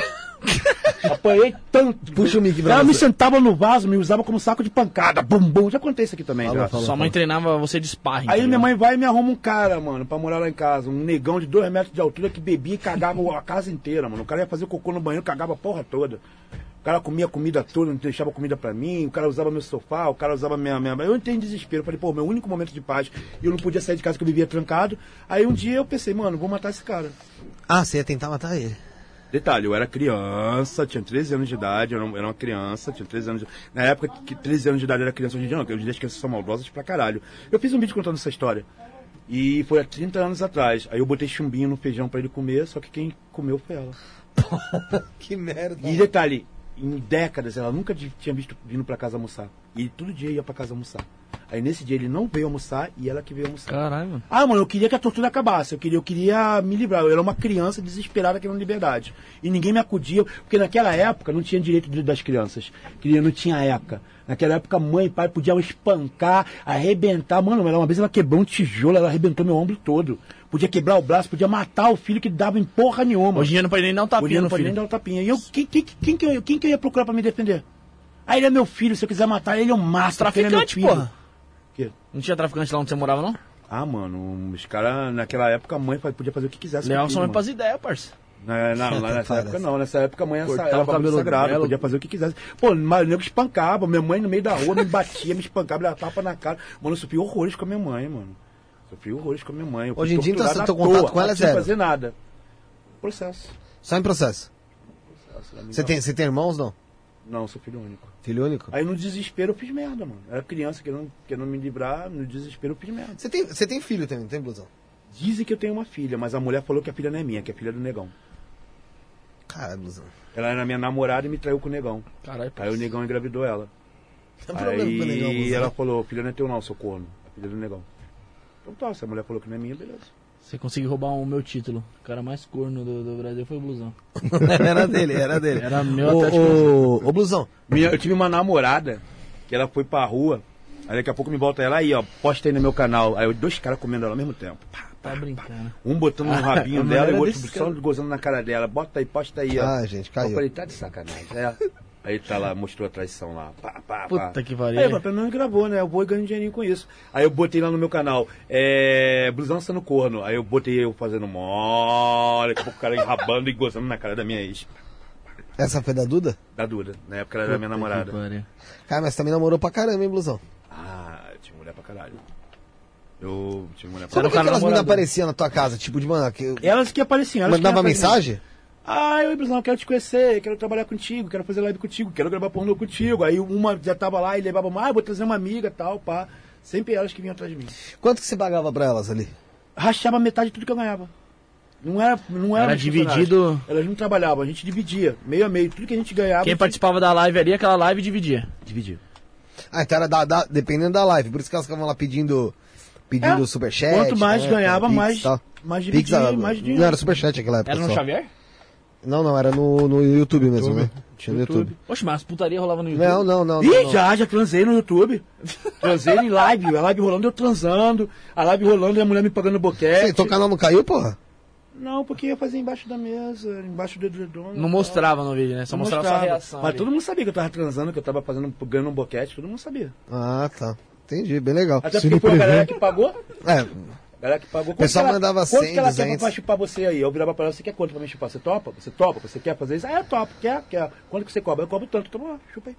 Apanhei tanto. Puxa o mic pra Ela me você. sentava no vaso, me usava como saco de pancada. Bum, bum. Já contei isso aqui também. Fala, já. fala. Sua mãe treinava você de sparring. Aí tá minha ligado? mãe vai e me arruma um cara, mano, pra morar lá em casa. Um negão de dois metros de altura que bebia e cagava a casa inteira, mano. O cara ia fazer cocô no banheiro, cagava a porra toda. O cara comia a comida toda, não deixava comida pra mim. O cara usava meu sofá, o cara usava minha... minha... Eu entrei em desespero. Falei, pô, meu único momento de paz. E eu não podia sair de casa que eu vivia trancado. Aí um dia eu pensei, mano, vou matar esse cara. Ah, você ia tentar matar ele. Detalhe, eu era criança, tinha treze anos de idade, eu era era uma criança, tinha treze anos de... Na época que treze anos de idade eu era criança, hoje em dia não, porque hoje em dia as crianças são maldosas pra caralho. Eu fiz um vídeo contando essa história. E foi há trinta anos atrás. Aí eu botei chumbinho no feijão pra ele comer, só que quem comeu foi ela. Que merda. E detalhe, em décadas ela nunca de- tinha visto vindo pra casa almoçar. E todo dia ia pra casa almoçar. Aí nesse dia ele não veio almoçar e ela que veio almoçar. Caralho, mano. Ah, mano, eu queria que a tortura acabasse. Eu queria, eu queria me livrar. Eu era uma criança desesperada querendo liberdade. E ninguém me acudia, porque naquela época não tinha direito de- das crianças. Queria, não tinha ECA. Naquela época, mãe e pai podiam espancar, arrebentar. Mano, ela, uma vez ela quebrou um tijolo, ela arrebentou meu ombro todo. Podia quebrar o braço, podia matar o filho que dava em porra nenhuma. Hoje em dia não pode nem dar um Hoje em dia tapinha não no pode nem filho. dar um tapinha. E eu, quem, quem, quem, que eu, quem que eu ia procurar pra me defender? Aí ele é meu filho, se eu quiser matar ele, eu mato. porque ele é meu Traficante, filho. porra. Quê? Não tinha traficante lá onde você morava, não? Ah, mano, os caras, naquela época, a mãe fa- podia fazer o que quisesse. com o Levava filho, sua mãe mano. pras ideias, parça. Na, na, lá nessa Parece. época não, nessa época a mãe Cortava era o bagulho cabelo sagrado, dela. podia fazer o que quisesse. Pô, mas o nego espancava, minha mãe no meio da rua me batia, me espancava, me dava tapa na cara. Mano, eu sofri horrores com a minha mãe, mano. Sofri horrores com a minha mãe. Eu fui Hoje em dia, então, torturado seu à contato toa, com ela é sem zero? fazer nada. Processo. Só em processo. Processo, ela me Você dá- tem, você tem irmãos, não? Não, eu sou filho único. Filho único? Aí no desespero eu fiz merda, mano. Era criança querendo, querendo me livrar, no desespero eu fiz merda. Você tem, você tem filho também, não tem, Blusão? Dizem que eu tenho uma filha, mas a mulher falou que a filha não é minha, que é filha do negão. Caralho, Blusão. Ela era minha namorada e me traiu com o negão. Caralho, Aí o negão engravidou ela. Tem um problema com o negão, Aí Blusão. ela falou, filha não é teu não, seu corno. A filha do negão. Então tá, se a mulher falou que não é minha, beleza. Você conseguiu roubar o meu título. O cara mais corno do, do Brasil foi o Blusão. Era dele, era dele. Era meu Ô, Atlético. ô, ô, Blusão, Minha- Eu tive uma namorada que ela foi pra rua, aí daqui a pouco me volta ela aí, ó, posta aí no meu canal. Aí eu, dois caras comendo ela ao mesmo tempo. Pá, Tá brincando. um botando no rabinho A dela mulher e o outro desse só cara. gozando na cara dela. Bota aí, posta aí, ó. Ah, gente, caiu. Eu falei, tá de sacanagem. É. Aí tá lá, mostrou a traição lá. Pá, pá, pá. Puta que pariu. Aí, pelo menos gravou, né? Eu vou ganhando dinheirinho com isso. Aí eu botei lá no meu canal, é. Blusão sendo corno. Aí eu botei eu fazendo mole, daqui a pouco o cara enrabando e gozando na cara da minha ex. essa foi da Duda? Da Duda. Na época ela era minha namorada. Cara, mas também namorou pra caramba, hein, Blusão? Ah, eu tinha mulher pra caralho. Eu tinha mulher pra Como era que um cara aquelas meninas namorador. apareciam na tua casa? Tipo, de mano, que... Elas que apareciam. Elas mandava que apareciam. mensagem? Ah, eu, Blusão, quero te conhecer, quero trabalhar contigo, quero fazer live contigo, quero gravar pornô contigo. Aí uma já tava lá e levava, ah, vou trazer uma amiga tal, pá. Sempre elas que vinham atrás de mim. Quanto que você pagava pra elas ali? Rachava metade de tudo que eu ganhava. Não era, não era, Era meus dividido- funcionários. Elas não trabalhavam, a gente dividia, meio a meio. Tudo que a gente ganhava. Quem a gente participava da live ali, aquela live dividia. dividia. Ah, então era da, da- dependendo da live. Por isso que elas ficavam lá pedindo, pedindo É. superchat. Quanto mais né, ganhava, Pix, mais, tal. mais Pix, dividia, ah, mais dinheiro. não era superchat naquela época Era no só. Xavier? Não, não, era no, no YouTube mesmo, né? Tinha no YouTube. Oxe, mas putaria rolava no YouTube. Não, não, não. Ih, não, não. já, já transei no YouTube. Transei em live, a live rolando eu transando, a live rolando e a mulher me pagando boquete. Sim, teu canal não caiu, porra? Não, porque ia fazer embaixo da mesa, embaixo do edredom. Não mostrava no vídeo, né? Só Não mostrava sua mostrava. reação. Mas ali. todo mundo sabia que eu tava transando, que eu tava fazendo, ganhando um boquete, todo mundo sabia. Ah, tá. Entendi, bem legal. Até Se porque não foi a galera prevê. que pagou. É, A galera que pagou. Quanto pessoal que ela- mandava quanto cem, que ela quer duzentos. pra chupar você aí? Eu virava pra ela, você quer quanto pra me chupar? Você topa? Você topa? Você quer fazer isso? Ah, eu topo. Quer? Quer? Quanto que você cobra? Eu cobro tanto. Então, ó, chupa aí.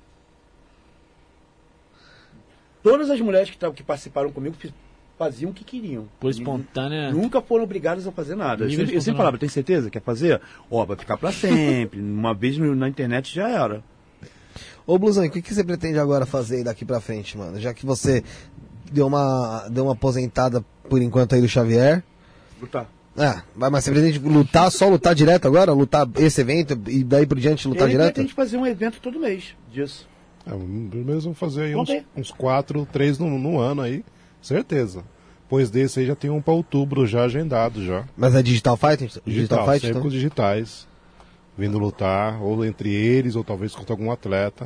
Todas as mulheres que, tavam- que participaram comigo fiz- faziam o que queriam. Por espontânea. Nunca foram obrigadas a fazer nada. Eu Livre sempre, eu sempre espontânea. falava, tem certeza? Quer fazer? Ó, vai ficar pra sempre. Uma vez no- na internet já era. Ô, Blusão, e o que, que você pretende agora fazer daqui pra frente, mano? Já que você deu uma, deu uma aposentada por enquanto aí do Xavier. Lutar. É, vai, mas você pretende lutar, só lutar direto agora? Lutar esse evento e daí por diante lutar Ele direto? pretende fazer um evento todo mês disso. É, pelo menos vamos fazer aí uns, Vamos ver. uns quatro, três no, no ano aí, certeza. Depois desse aí já tem um pra outubro já agendado já. Mas é Digital Fight? Digital, Digital Fight, sempre então? com os digitais. Vindo lutar, ou entre eles, ou talvez contra algum atleta.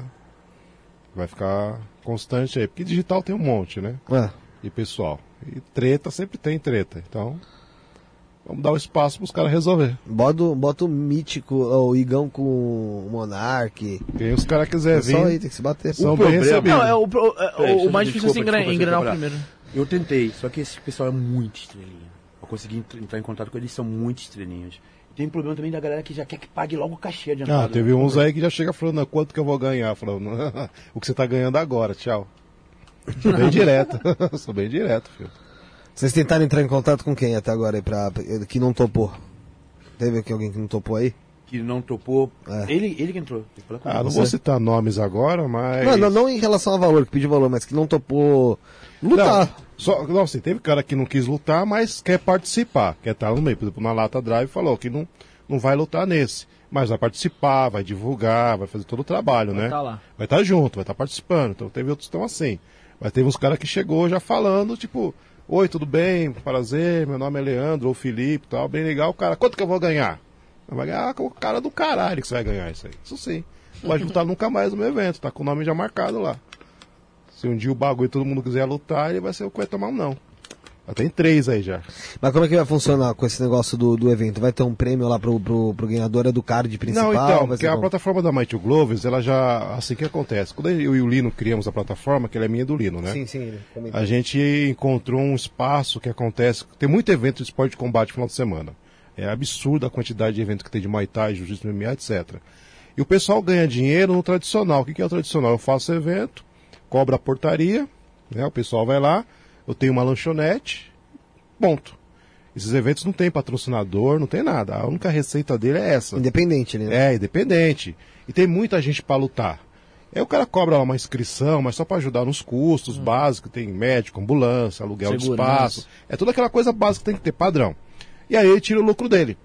Vai ficar constante aí. Porque digital tem um monte, né? É. E pessoal. E treta sempre tem treta. Então, vamos dar o espaço pros caras resolver. Bota, o- bota o mítico, o Igão com o Monark. Quem os caras quiserem vir, Só aí, tem que se bater. são O bem problema- recebidos. Não, é o, pro- é, Peraí, o, deixa o mais eu- difícil é desculpa, engrenar, desculpa, engrenar o desculpa. primeiro. Eu tentei, só que esse pessoal é muito estrelinha. Eu consegui entr- entrar em contato com eles, são muito estrelinhas. Tem problema também da galera que já quer que pague logo o cachê adiantado. Ah, teve uns aí que já chega falando, "Ah, quanto que eu vou ganhar?" Falando, o que você tá ganhando agora, tchau. Sou bem direto. Sou bem direto, filho. Vocês tentaram entrar em contato com quem até agora aí pra, que não topou? Teve aqui alguém que não topou aí? Que não topou. É. Ele, ele que entrou. Ele falou Ah, comigo. não vou citar nomes agora, mas... Não, não, não em relação ao valor, que pediu valor, mas que não topou lutar. Não, só, não, assim, teve cara que não quis lutar, mas quer participar, quer estar no meio. Por exemplo, na Lata Drive falou que não, não vai lutar nesse, mas vai participar, vai divulgar, vai fazer todo o trabalho, Vai né? tá lá. Vai estar junto, vai estar participando. Então teve outros que estão assim. Mas teve uns caras que chegou já falando, tipo, oi, tudo bem, prazer, meu nome é Leandro, ou Felipe e tal, bem legal. O cara, quanto que eu vou ganhar? Vai ganhar com o cara do caralho que você vai ganhar isso aí. Isso sim. Não vai lutar nunca mais no meu evento, tá com o nome já marcado lá. Se um dia o bagulho todo mundo quiser lutar, ele vai ser o que vai tomar um não. Já tem três aí já. Mas como é que vai funcionar com esse negócio do, do evento? Vai ter um prêmio lá pro, pro, pro ganhador é do card principal? Não, então, vai porque ser a como? plataforma da Mighty Gloves, ela já, assim que acontece. Quando eu e o Lino criamos a plataforma, que ela é minha e do Lino, né? Sim, sim, ele comentou. A gente encontrou um espaço que acontece, tem muito evento de esporte de combate no final de semana. É absurda a quantidade de eventos que tem de Muay Thai, Jiu-Jitsu, M M A, etcétera. E o pessoal ganha dinheiro no tradicional. O que que é o tradicional? Eu faço evento, cobro a portaria, né? O pessoal vai lá, eu tenho uma lanchonete, ponto. Esses eventos não tem patrocinador, não tem nada. A única receita dele é essa. Independente, né? É, independente. E tem muita gente para lutar. Aí o cara cobra uma inscrição, mas só para ajudar nos custos hum. básicos. Tem médico, ambulância, aluguel Segurança. de espaço. É toda aquela coisa básica que tem que ter, padrão. E aí ele tira o lucro dele.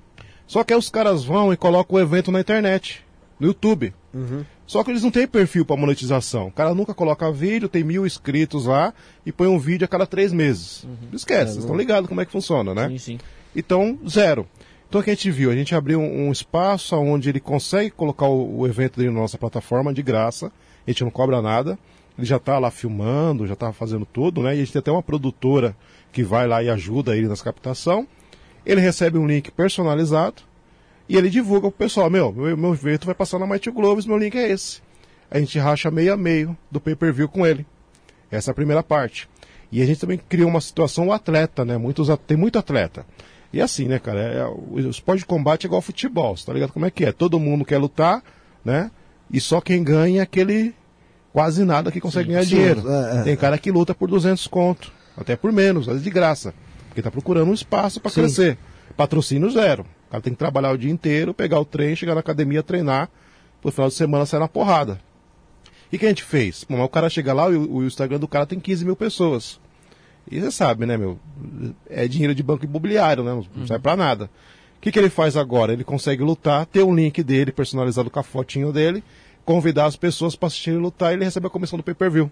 Só que aí os caras vão e colocam o evento na internet, no YouTube. Uhum. Só que eles não têm perfil para monetização. O cara nunca coloca vídeo, tem mil inscritos lá e põe um vídeo a cada três meses. Uhum. Esquece, é, vocês estão ligados como é que funciona, né? Sim, sim. Então, zero. Então o que a gente viu? A gente abriu um, um espaço onde ele consegue colocar o, o evento dele na nossa plataforma de graça. A gente não cobra nada. Ele já está lá filmando, já está fazendo tudo, né? E a gente tem até uma produtora que vai lá e ajuda ele nessa captação. Ele recebe um link personalizado. E ele divulga pro pessoal, meu, meu, meu evento vai passar na Mighty Gloves, meu link é esse. A gente racha meio a meio do pay-per-view com ele. Essa é a primeira parte. E a gente também criou uma situação, o atleta, né? Muitos, tem muito atleta. E assim, né, cara, é, o esporte de combate é igual ao futebol, você tá ligado como é que é? Todo mundo quer lutar, né? E só quem ganha é aquele quase nada que consegue sim, ganhar sim, dinheiro. É, é. Tem cara que luta por duzentos conto, até por menos, às vezes de graça. Porque tá procurando um espaço para crescer. Patrocínio zero. O cara tem que trabalhar o dia inteiro, pegar o trem, chegar na academia, treinar, no final de semana sair na porrada. E o que a gente fez? Bom, o cara chega lá, o, o Instagram do cara tem quinze mil pessoas. E você sabe, né, meu? É dinheiro de banco imobiliário, né? Não uhum. serve pra nada. O que, que ele faz agora? Ele consegue lutar, ter um link dele personalizado com a fotinho dele, convidar as pessoas para assistirem lutar e ele recebe a comissão do pay-per-view.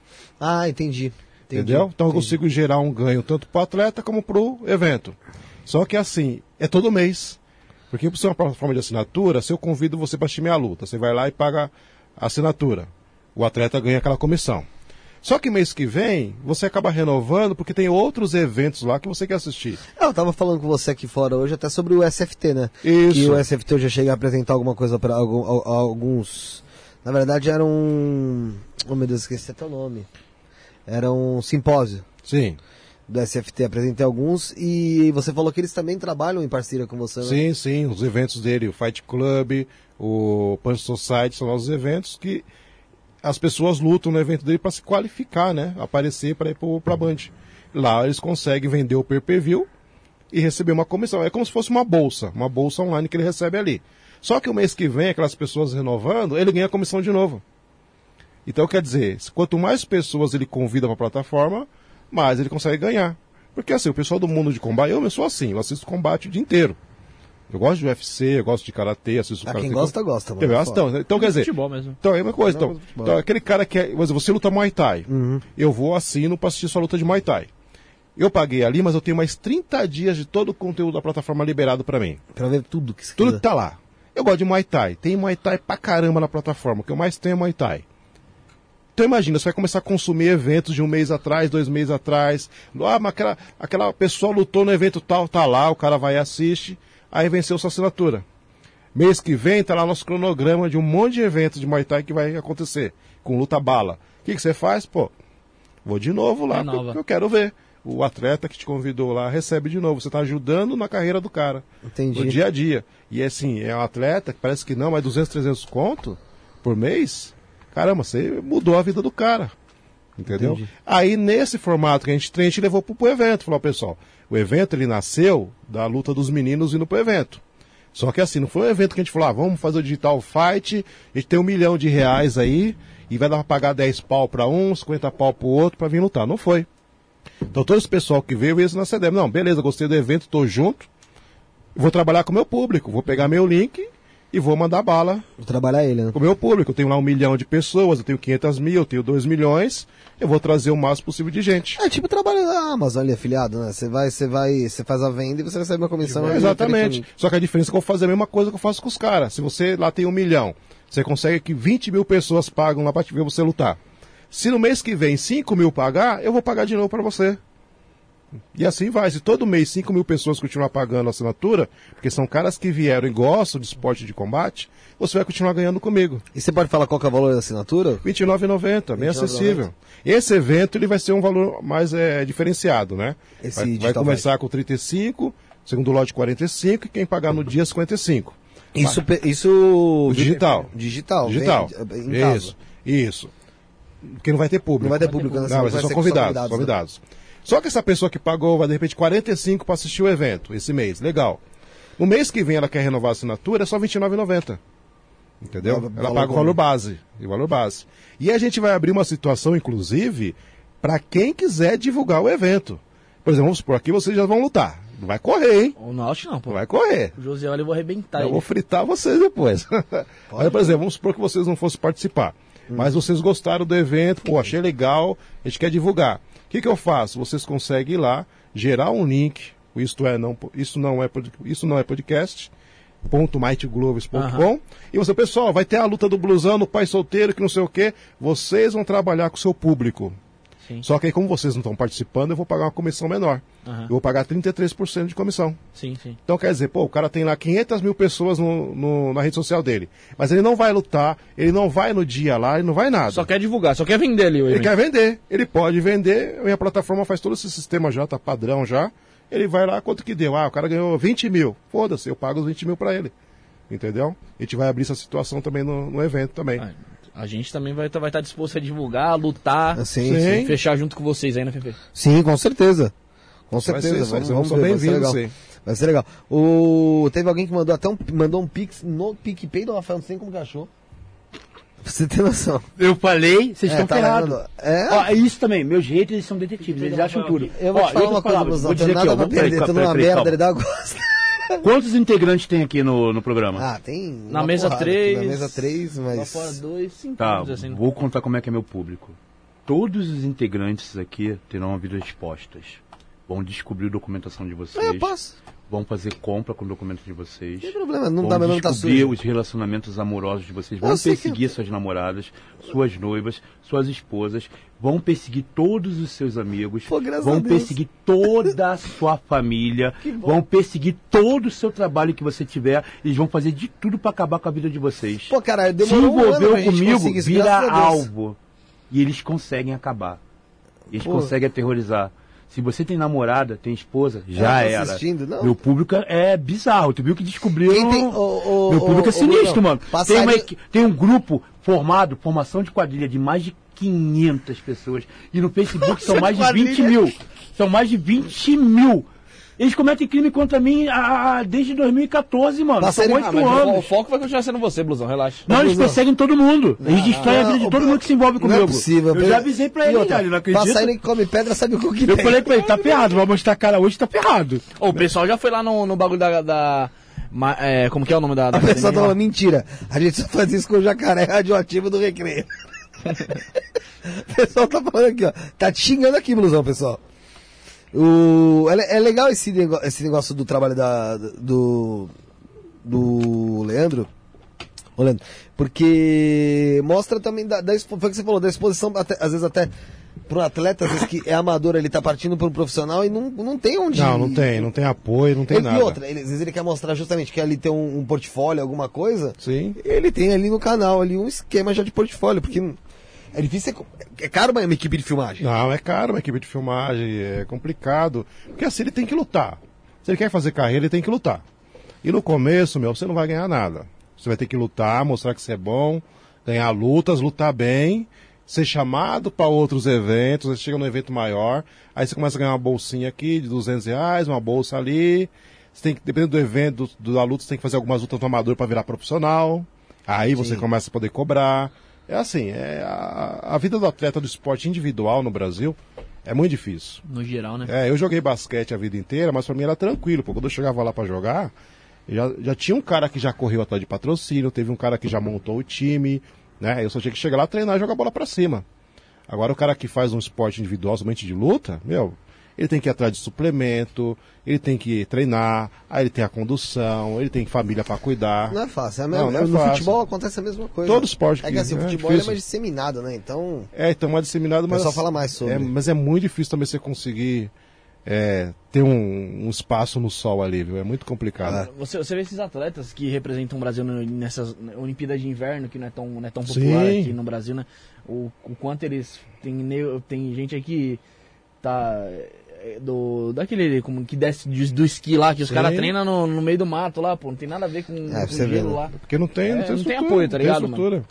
Ah, entendi. entendi Entendeu? Então entendi. eu consigo gerar um ganho tanto pro atleta como pro evento. Só que assim, é todo mês. Porque por ser uma plataforma de assinatura, se eu convido você para assistir minha luta, você vai lá e paga a assinatura. O atleta ganha aquela comissão. Só que mês que vem, você acaba renovando porque tem outros eventos lá que você quer assistir. Eu tava falando com você aqui fora hoje até sobre o S F T, né? Isso. Que o S F T eu já cheguei a apresentar alguma coisa para alguns... Na verdade era um... Oh meu Deus, esqueci até o nome. Era um simpósio. Sim. Do S F T, apresentei alguns e você falou que eles também trabalham em parceria com você, né? Sim, sim, os eventos dele, o Fight Club, o Punch Society, são nossos eventos que as pessoas lutam no evento dele para se qualificar, né? Aparecer para ir para a Band. Lá eles conseguem vender o pay-per-view e receber uma comissão. É como se fosse uma bolsa, uma bolsa online que ele recebe ali. Só que o mês que vem, aquelas pessoas renovando, ele ganha a comissão de novo. Então, quer dizer, quanto mais pessoas ele convida para a plataforma, mais ele consegue ganhar. Porque assim, o pessoal do mundo de combate, eu, eu sou assim, eu assisto combate o dia inteiro. Eu gosto de U F C, eu gosto de karatê, assisto ah, karatê. Quem gosta, gosta. Mano, então, então quer dizer, futebol mesmo. Então, é uma coisa. Então, então, aquele cara que é, você luta Muay Thai, uhum. eu vou assino para assistir sua luta de Muay Thai. Eu paguei ali, mas eu tenho mais trinta dias de todo o conteúdo da plataforma liberado para mim. Pra ver tudo que você Tudo quiser. que tá lá. Eu gosto de Muay Thai. Tem Muay Thai pra caramba na plataforma. O que eu mais tenho é Muay Thai. Então imagina, você vai começar a consumir eventos de um mês atrás, dois meses atrás. Ah, mas aquela, aquela pessoa lutou no evento tal, tá lá, o cara vai e assiste, aí venceu sua assinatura. Mês que vem tá lá nosso cronograma de um monte de eventos de Muay Thai que vai acontecer, com luta bala. O que, que você faz? Pô, vou de novo lá, porque eu quero ver. O atleta que te convidou lá recebe de novo. Você está ajudando na carreira do cara. Entendi. No dia a dia. E assim, é um atleta que parece que não, mas duzentos, trezentos conto por mês. Caramba, você mudou a vida do cara. Entendeu? Entendi. Aí nesse formato que a gente tem, a gente levou pro, pro evento. Falou, pessoal, o evento ele nasceu da luta dos meninos indo pro evento. Só que assim, não foi um evento que a gente falou, ah, vamos fazer o Digital Fight, a gente tem um milhão de reais aí, e vai dar pra pagar dez pau pra um, cinquenta pau pro outro pra vir lutar. Não foi. Então todo esse pessoal que veio, veio na C D M. Não, beleza, gostei do evento, tô junto, vou trabalhar com o meu público, vou pegar meu link e vou mandar bala. Vou trabalhar ele, né? Com o meu público. Eu tenho lá um milhão de pessoas, eu tenho quinhentas mil, eu tenho dois milhões, eu vou trazer o máximo possível de gente. É tipo trabalho da Amazon ali, afiliado, né? Você vai, você vai, você faz a venda e você recebe uma comissão. É, exatamente. Só que a diferença é que eu vou fazer a mesma coisa que eu faço com os caras. Se você lá tem um milhão, você consegue que vinte mil pessoas pagam lá pra te ver você lutar. Se no mês que vem cinco mil pagar, eu vou pagar de novo pra você. E assim vai. Se todo mês cinco mil pessoas continuar pagando a assinatura, porque são caras que vieram e gostam de esporte de combate, você vai continuar ganhando comigo. E você pode falar qual que é o valor da assinatura? vinte e nove reais e noventa centavos, bem acessível. Esse evento ele vai ser um valor mais é, diferenciado, né? Esse vai, vai começar vai. com trinta e cinco, segundo lote quarenta e cinco, e quem pagar no dia cinquenta e cinco. Isso, isso... Digital. Digital. Digital. Vem, em casa. Isso, isso. Porque não vai ter público. Não vai ter público. Não, vai ser só convidados, convidados. convidados. Só que essa pessoa que pagou, vai de repente quarenta e cinco para assistir o evento esse mês, legal. No mês que vem ela quer renovar a assinatura, é só vinte e nove reais e noventa centavos. Entendeu? Valor- Ela valor paga o valor base. E o valor base. E a gente vai abrir uma situação, inclusive, para quem quiser divulgar o evento. Por exemplo, vamos supor, aqui vocês já vão lutar. Não vai correr, hein? O Naut não, pô. Não vai correr. O José, olha, eu vou arrebentar Eu ele. vou fritar vocês depois. Aí, por exemplo, vamos supor que vocês não fossem participar. Hum. Mas vocês gostaram do evento, pô, achei legal, a gente quer divulgar. O que, que eu faço? Vocês conseguem ir lá, gerar um link, o isto, é, não, isso, não é, pod- isso não é podcast, ponto mighty gloves ponto com, Aham. e você, pessoal, vai ter a luta do blusão, no pai solteiro, que não sei o quê, vocês vão trabalhar com o seu público. Sim. Só que aí, como vocês não estão participando, eu vou pagar uma comissão menor. Aham. Eu vou pagar trinta e três por cento de comissão. Sim, sim. Então quer dizer, pô, o cara tem lá quinhentas mil pessoas no, no- na rede social dele. Mas ele não vai lutar, ele não vai no dia lá, ele não vai nada. Só quer divulgar, só quer vender ali o Ele evento. quer vender, ele pode vender, a minha plataforma faz todo esse sistema já, tá padrão já. Ele vai lá, quanto que deu? Ah, o cara ganhou vinte mil. Foda-se, eu pago os vinte mil pra ele. Entendeu? A gente vai abrir essa situação também no, no evento também. Ah, a gente também vai estar vai tá disposto a divulgar, lutar, Sim, Sim. sim. fechar junto com vocês aí, né, Fefe? Sim, com certeza. Com Vai certeza. ser, vamos, vai vamos ser ver, vai ser bem-vindos, legal. sim. Vai ser legal. O... Teve alguém que mandou até um, mandou um pix no PicPay do Rafael, não sei como que achou. Pra você ter noção. Eu falei, vocês É, estão tá lá, ferrados. mandou. É? Ó, é isso também, meus haters eles são detetives, eles acham tudo. Eu vou Ó, te falar em uma outras coisa, palavras, Blusão, vou tem dizer aqui, nada ó, pra vamos- peraí, perder, tô peraí, numa peraí, merda, calma. ele dá gosto. Quantos integrantes tem aqui no, no programa? Ah, tem. Na uma mesa porrada três. aqui, Na mesa três, Lá mas. fora dois, cinco, Tá, vamos dizer assim. vou contar como é que é meu público. Todos os integrantes aqui terão a vida expostas. Vão descobrir a documentação de vocês. É, eu posso. Vão fazer compra com o documento de vocês. Não tem problema, não Vão dá meu nome tá descobrir sujo. os relacionamentos amorosos de vocês. Eu Vão sei que- perseguir suas namoradas, suas noivas, suas esposas. Vão perseguir todos os seus amigos. Pô, graças vão a Deus. perseguir toda a sua família. Vão perseguir todo o seu trabalho que você tiver. Eles vão fazer de tudo para acabar com a vida de vocês. Pô, cara, Se demorou um ano envolveu pra gente comigo, conseguir isso, vira graças a Deus. alvo. E eles conseguem acabar. Eles Pô. conseguem aterrorizar. Se você tem namorada, tem esposa, já tá era. assistindo, não. Meu público é bizarro. Tu viu que descobriram. Quem tem- ô, ô, Meu público ô, é sinistro, ô, mano. passarinho- Tem, uma equi- tem um grupo formado, formação de quadrilha, de mais de quinhentas pessoas. E no Facebook são mais de vinte mil. São mais de vinte mil. Eles cometem crime contra mim ah, desde dois mil e quatorze, mano. São Passarinho- Ah, oito mas o, o anos. foco vai continuar sendo você, Blusão, relaxa. Não, eles Blusão. perseguem todo mundo. Eles destroem a vida de Não, todo o- mundo que se envolve Não comigo. é possível. Eu já avisei pra E ele, outra, já, ele não acredita. Passarinho que come pedra sabe o que Eu tem. falei pra ele, tá ferrado, vai mostrar a cara hoje, tá ferrado. Ô, o pessoal já foi lá no, no bagulho da... da ma- é, como que é o nome da... da A pessoa tá academia lá? falando, mentira. A gente só faz isso com o jacaré radioativo do recreio. O pessoal tá falando aqui, ó. Tá te xingando aqui, Blusão, pessoal. O... É, le- é legal esse, nego- esse negócio do trabalho da, do, do Leandro. Ô, Leandro, porque mostra também da, da expo- foi o que você falou, da exposição, até- às vezes até para um atleta, às vezes que é amador, ele tá partindo para um profissional e não, não tem onde. Não, não tem, não tem apoio, não tem Ele, nada. e outra, ele, às vezes ele quer mostrar justamente que ali tem um, um portfólio, alguma coisa. Sim. Ele tem ali no canal ali um esquema já de portfólio, porque não- é difícil, é, é caro uma, uma equipe de filmagem. Não, é caro uma equipe de filmagem, é complicado. Porque assim, ele tem que lutar. Se ele quer fazer carreira, ele tem que lutar. E no começo, meu, você não vai ganhar nada. Você vai ter que lutar, mostrar que você é bom, ganhar lutas, lutar bem, ser chamado para outros eventos, você chega num evento maior, aí você começa a ganhar uma bolsinha aqui de duzentos reais, uma bolsa ali. Você tem que, dependendo do evento, do, da luta, você tem que fazer algumas lutas no amador para virar profissional. Aí você Sim. começa a poder cobrar. É assim, é a, a vida do atleta do esporte individual no Brasil é muito difícil. No geral, né? É, eu joguei basquete a vida inteira, mas pra mim era tranquilo, pô. Quando eu chegava lá pra jogar, já, já tinha um cara que já correu atrás de patrocínio, teve um cara que já montou o time, né? Eu só tinha que chegar lá, treinar e jogar a bola pra cima. Agora o cara que faz um esporte individual, somente de luta, meu, ele tem que ir atrás de suplemento, ele tem que treinar, aí ele tem a condução, ele tem família pra cuidar. Não é fácil, é a mesma, Não, não é no fácil. futebol acontece a mesma coisa. Todo esporte É que que- assim, o é futebol ele é difícil. mais disseminado, né? Então, É, então é disseminado, mas... pessoal fala mais sobre. É, mas é muito difícil também você conseguir é, ter um, um espaço no sol ali, viu? É muito complicado. É. Você, você vê esses atletas que representam o Brasil no- nessas Olimpíadas de Inverno, que não é tão, não é tão popular Sim. aqui no Brasil, né? O, o quanto eles... Tem, ne- tem gente aqui tá... é, Do, daquele como que desce do, do esqui lá, que os Sim. caras treinam no, no meio do mato lá, pô. Não tem nada a ver com, É, com você vê, gelo né? lá. Porque não tem, É, não tem não tem estrutura, apoio, tá ligado, estrutura.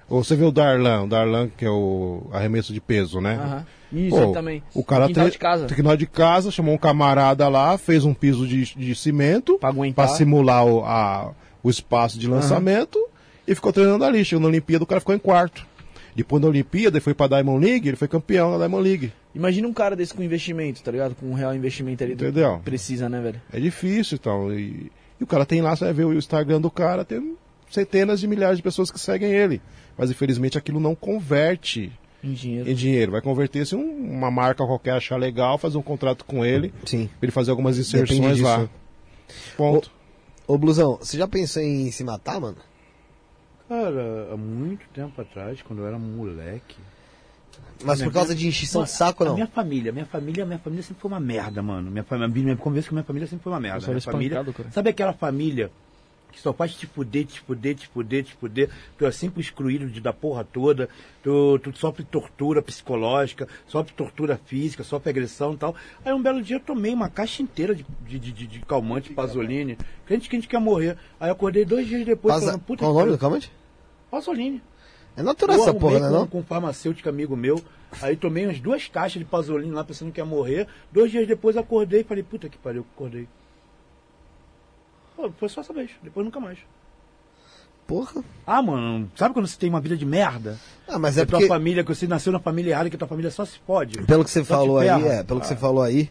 Ou você vê o Darlan, o Darlan que é o arremesso de peso, né? Aham. Isso, Pô, ele também. O cara No quintal tem de casa. quintal de casa, chamou um camarada lá, fez um piso de, de cimento Pra aguentar. pra simular o, a, o espaço de lançamento e ficou treinando ali. Chegou na Olimpíada, o cara ficou em quarto. Depois da Olimpíada, ele foi pra Diamond League, ele foi campeão na Diamond League. Imagina um cara desse com investimento, tá ligado? Com um real investimento ali. do- Entendeu? Precisa, né, velho? É difícil então, e E o cara tem lá, você vai ver o Instagram do cara, tem centenas de milhares de pessoas que seguem ele. Mas infelizmente aquilo não converte Em dinheiro. em dinheiro. Vai converter se um, uma marca qualquer achar legal, fazer um contrato com ele, Sim. pra ele fazer algumas Depende inserções disso. lá. Ponto. Ô, Blusão, você já pensou em se matar, mano? Cara, há muito tempo atrás, quando eu era moleque. Mas por causa de enchição de saco, A não? minha família, minha família, minha família sempre foi uma merda, mano. Minha família, minha conversa com minha família sempre foi uma merda. Você era Minha família, espancado, cara. sabe aquela família que só faz te fuder, te fuder, te fuder, te fuder. Tu é sempre excluído de, da porra toda. Tu, tu sofre tortura psicológica, sofre tortura física, sofre agressão e tal. Aí um belo dia eu tomei uma caixa inteira de, de, de, de, de calmante, Pasolini. Crente que a gente quer morrer. Aí eu acordei dois dias depois Pasa... falando, puta Qual o que nome do pariu. calmante? Pasolini. É natural Eu essa arrumei porra, né, com, não? com um farmacêutico amigo meu. Aí tomei umas duas caixas de Pasolini lá pensando que ia morrer. Dois dias depois acordei e falei, puta que pariu, acordei. Pô, foi só essa vez, depois nunca mais. Porra. Ah, mano, sabe quando você tem uma vida de merda? Ah, mas Que é a tua porque, família, que você nasceu na família errada, que a tua família só se fode. pelo que você Só te falou aí, ferra. é, pelo que você falou aí,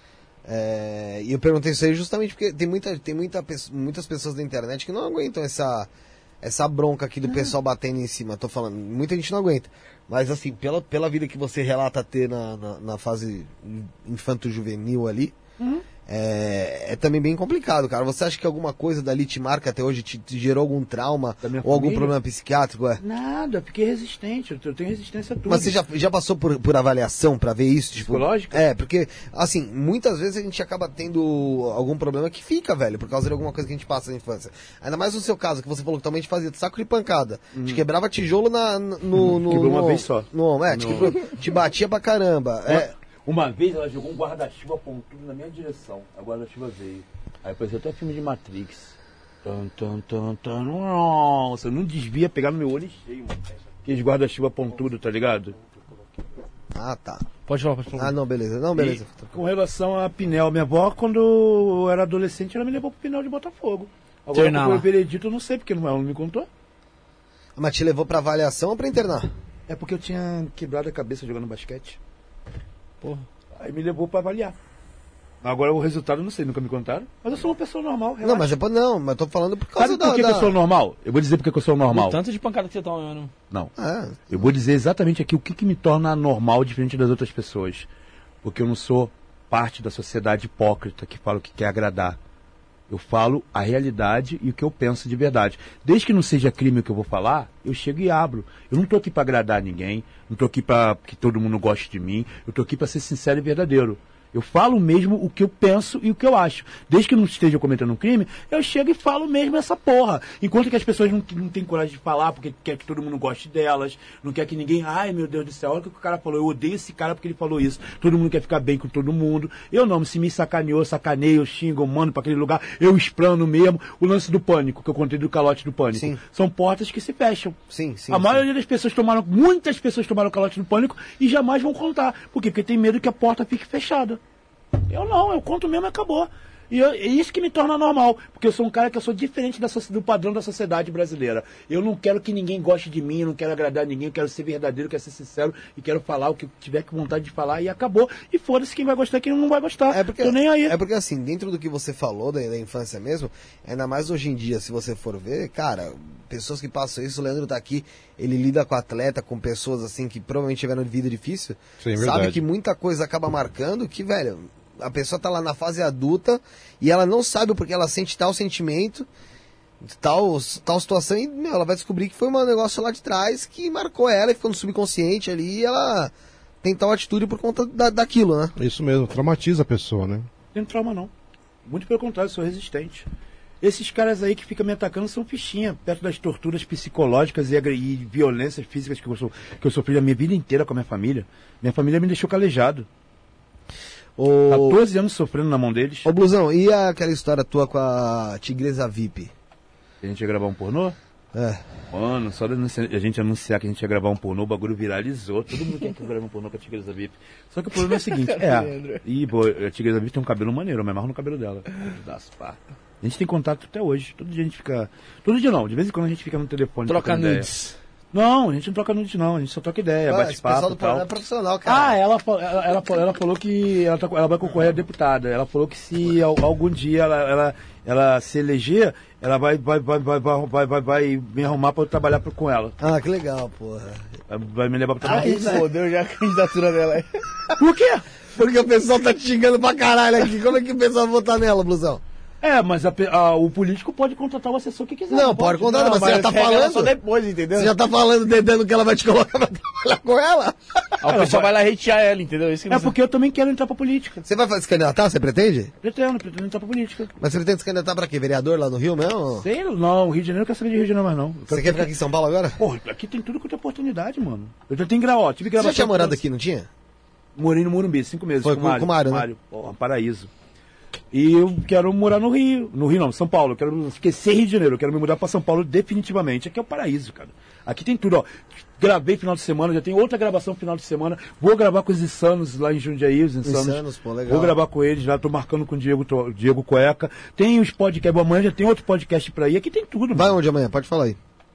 é, e eu perguntei isso aí justamente porque tem, muita, tem muita, pe- muitas pessoas da internet que não aguentam essa, essa bronca aqui do pessoal batendo em cima. Tô falando, muita gente não aguenta. Mas assim, pela, pela vida que você relata ter na, na, na fase infanto-juvenil ali, é, é também bem complicado, cara. Você acha que alguma coisa dali te marca até hoje, te, te gerou algum trauma Da minha ou algum família? problema psiquiátrico? É? Nada, eu fiquei resistente, eu tenho resistência a tudo. Mas você já, já passou por, por avaliação pra ver isso? Tipo, Psicológica? É, porque, assim, muitas vezes a gente acaba tendo algum problema que fica, velho, por causa de alguma coisa que a gente passa na infância. Ainda mais no seu caso, que você falou que também te fazia saco de pancada. Te quebrava tijolo na, no, no, Quebrou uma no- vez só. No ombro, é, te, No- quebrou- te batia pra caramba. É, Uma vez ela jogou um guarda-chuva pontudo na minha direção. A guarda-chuva veio. Aí parecia até filme de Matrix. Tan, tan, tan, tan, nossa, eu não desvia pegar no meu olho cheio, mano. Aqueles guarda-chuva pontudo, tá ligado? ah, tá. Pode falar, pode falar. Ah, não, beleza. Não, beleza. E com relação a Pinel, minha avó, quando eu era adolescente, ela me levou pro Pinel de Botafogo. Agora, Internar quando lá. foi o veredito, eu não sei, porque não- ela não me contou. Mas te levou pra avaliação ou pra internar? É porque eu tinha quebrado a cabeça jogando basquete. Porra. Aí me levou pra avaliar. Agora o resultado eu não sei, nunca me contaram. Mas eu sou uma pessoa normal, relaxa. Não, mas depois não, mas tô falando por causa Sabe da... por que, da... que eu sou normal? Eu vou dizer porque que eu sou normal. O tanto de pancada que você tá olhando. Não. É, Eu vou dizer exatamente aqui o que, que me torna normal diferente das outras pessoas. Porque eu não sou parte da sociedade hipócrita que fala o que quer agradar. Eu falo a realidade e o que eu penso de verdade. Desde que não seja crime o que eu vou falar, eu chego e abro. Eu não tô aqui para agradar ninguém, não tô aqui para que todo mundo goste de mim, eu tô aqui para ser sincero e verdadeiro. Eu falo mesmo o que eu penso e o que eu acho. Desde que não esteja cometendo um crime, eu chego e falo mesmo essa porra. Enquanto que as pessoas não, não têm coragem de falar porque quer que todo mundo goste delas, não quer que ninguém, ai meu Deus do céu, olha o que o cara falou, eu odeio esse cara porque ele falou isso. Todo mundo quer ficar bem com todo mundo. Eu não, se me sacaneou, sacaneio, eu xingo, eu mando pra aquele lugar, eu esprano mesmo. O lance do pânico, que eu contei do calote do pânico. Sim. São portas que se fecham. sim, sim. A sim. maioria das pessoas tomaram, muitas pessoas tomaram calote do pânico e jamais vão contar. Por quê? Porque tem medo que a porta fique fechada. Eu não, eu conto mesmo e acabou. E eu- é isso que me torna normal, porque eu sou um cara que eu sou diferente da soci- do padrão da sociedade brasileira. Eu não quero que ninguém goste de mim, eu não quero agradar ninguém, eu quero ser verdadeiro, eu quero ser sincero e quero falar o que eu tiver que vontade de falar e acabou. E foda-se quem vai gostar e quem não vai gostar. É porque, Tô nem aí. é porque assim, dentro do que você falou da, da infância mesmo, ainda mais hoje em dia, se você for ver, cara, pessoas que passam isso, o Leandro tá aqui, ele lida com atleta, com pessoas assim que provavelmente tiveram vida difícil, Sim, sabe verdade. que muita coisa acaba marcando que, velho, a pessoa tá lá na fase adulta e ela não sabe o porquê ela sente tal sentimento, tal, tal situação, e meu, ela vai descobrir que foi um negócio lá de trás que marcou ela e ficou no subconsciente ali e ela tem tal atitude por conta da, daquilo, né? Isso mesmo, traumatiza a pessoa, né? Não tenho trauma não. Muito pelo contrário, eu sou resistente. Esses caras aí que ficam me atacando são fichinha, perto das torturas psicológicas e, agre- e violências físicas que eu, sou, que eu sofri a minha vida inteira com a minha família. Minha família me deixou calejado. O... quatorze anos sofrendo na mão deles. Ô Blusão, e aquela história tua com a Tigresa V I P? A gente ia gravar um pornô? É. Mano, só a gente anunciar que a gente ia gravar um pornô, o bagulho viralizou. Todo mundo quer que eu grave um pornô com a Tigresa V I P. Só que o problema é o seguinte, é... Ih, pô, a Tigresa V I P tem um cabelo maneiro, eu me amarro no cabelo dela. A gente tem contato até hoje. Todo dia a gente fica... Todo dia não, de vez em quando a gente fica no telefone. Troca nudes. Não, a gente não troca nudes não, a gente só troca ideia, Ah, bate esse pessoal papo do e tal. programa é profissional, cara. Ah, ela, ela, ela, ela falou que ela, tá, ela vai concorrer a deputada. Ela falou que se al- algum dia ela, ela, ela se eleger, ela vai, vai, vai, vai, vai, vai, vai, vai me arrumar pra eu trabalhar pro- com ela. Ah, que legal, porra. Vai- Vai me levar pra trabalhar. Aí fodeu já a candidatura dela aí. Por quê? Porque o pessoal tá te xingando pra caralho aqui. Como é que o pessoal vai votar nela, Blusão? É, mas a pe- a- o político pode contratar o assessor que quiser. Não, pode contratar, mas você já tá falando. Só depois, entendeu? Você já tá falando, dedando que ela vai te colocar pra trabalhar com ela? Aí o pessoal vai lá hatear ela, entendeu? Isso que É você- porque eu também quero entrar pra política. Você vai se candidatar? Você pretende? Pretendo, pretendo entrar pra política. Mas você pretende se candidatar pra quê? Vereador lá no Rio mesmo? Sei, não, Rio de Janeiro eu não quero saber de Rio de Janeiro mais não. Eu Você quero- quer ficar aqui em São Paulo agora? Porra, aqui tem tudo quanto é oportunidade, mano. Eu já tenho grau, ó, tive Você gravação. já tinha morado aqui, não tinha? Morei no Morumbi, cinco meses. Foi com- com o Mário, né? Mário, porra, paraíso. E eu quero morar no Rio. No Rio não, São Paulo. Eu quero esquecer Rio de Janeiro. Eu quero me mudar pra São Paulo definitivamente. Aqui é o paraíso, cara. Aqui tem tudo, ó. Gravei final de semana, já tem outra gravação final de semana. Vou gravar com os Insanos lá em Jundiaí, os Insanos. Insanos, pô, legal. Vou gravar com eles, já tô marcando com o Diego, to- Diego Cueca. Tem os podcasts, amanhã já tem outro podcast pra ir. Aqui tem tudo, Vai mano. onde amanhã? Pode falar aí.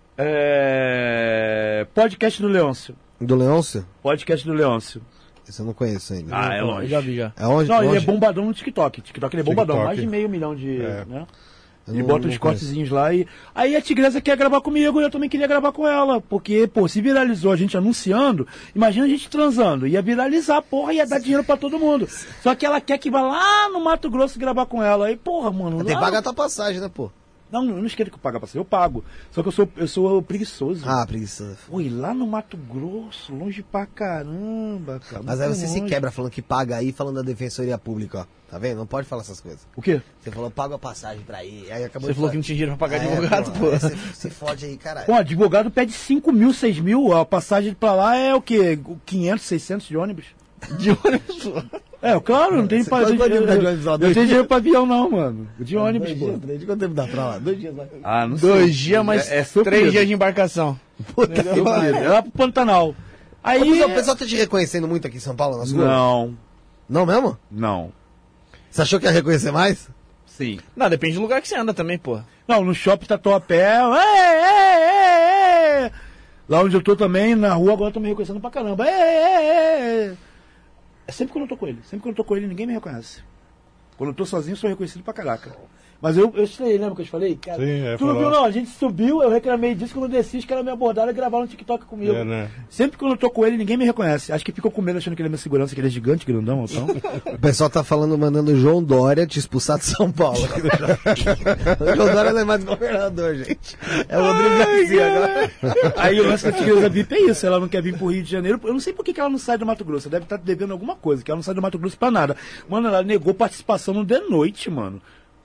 É... Podcast do Leôncio. Do Leôncio? Podcast do Leôncio. Esse eu não conheço ainda. Ah, é longe. Eu já vi já. É onde? Não, ele é onde? bombadão no TikTok. TikTok ele é bombadão, TikTok. mais de meio milhão de. É. Né? Eu Ele não- bota não uns conheço. cortezinhos lá e. Aí a Tigresa quer gravar comigo e eu também queria gravar com ela. Porque, pô, se viralizou a gente anunciando, imagina a gente transando. Ia viralizar, porra, ia dar dinheiro pra todo mundo. Só que ela quer que vá lá no Mato Grosso gravar com ela. Aí, porra, mano. Tem que lá- pagar a tua passagem, né, pô? Não, não, não esquenta que eu pago pra você, eu pago. Só que eu sou, eu sou preguiçoso. Ah, preguiça. Ui, lá no Mato Grosso, longe pra caramba, cara. Mas aí muito você se longe. quebra falando que paga aí, falando da Defensoria Pública, ó. Tá vendo? Não pode falar essas coisas. O quê? Você falou, paga a passagem pra ir. Aí acabou Você de falou que falar. não tinha dinheiro pra pagar É, advogado, pô. aí Você se fode aí, caralho. Pô, advogado pede cinco mil, seis mil, a passagem pra lá é o quê? quinhentos, seiscentos de ônibus? De ônibus, pô. É, claro, não tem Você pra... quanto vai dívida de ônibus lá? Não Dois tem dias? dinheiro pra avião não, mano. De ônibus, Dois pô. dias, três dias, quanto tempo dá pra lá? Dois dias lá. Ah, não Dois dias, mais É, é três sofrido. dias de embarcação. Puta que pariu. É lá pro Pantanal. Aí... Ô, Blusão, o pessoal tá te reconhecendo muito aqui em São Paulo, nas ruas? Não, Não mesmo? não. Você achou que ia reconhecer mais? Sim. Não, depende do lugar que você anda também, pô. Não, no shopping Tatuapé, ei, ei, ei, ei. Lá onde eu tô também, na rua, agora estão me reconhecendo pra caramba. Ei, ei, ei. É sempre quando eu tô com ele. Sempre quando eu tô com ele, ninguém me reconhece. Quando eu tô sozinho, eu sou reconhecido pra caraca. Mas eu, eu estranhei, lembra que eu te falei? Cara, Sim, é, tu não falou. viu, não? A gente subiu, eu reclamei disso, quando eu desci, os caras me abordaram e gravaram no TikTok comigo. É, né? Sempre quando eu tô com ele, ninguém me reconhece. Acho que ficou com medo, achando que ele é minha segurança, que ele é gigante, grandão, então. O pessoal tá falando, mandando o João Dória te expulsar de São Paulo. Aqui no João. O João Dória não é mais governador, gente. É o Rodrigo Garcia agora. Aí o lance da Tigresa V I P é isso, ela não quer vir pro Rio de Janeiro. Eu não sei por que que ela não sai do Mato Grosso. Ela deve estar devendo alguma coisa, que ela não sai do Mato Grosso pra nada. Mano, ela negou participação no The Noite, mano.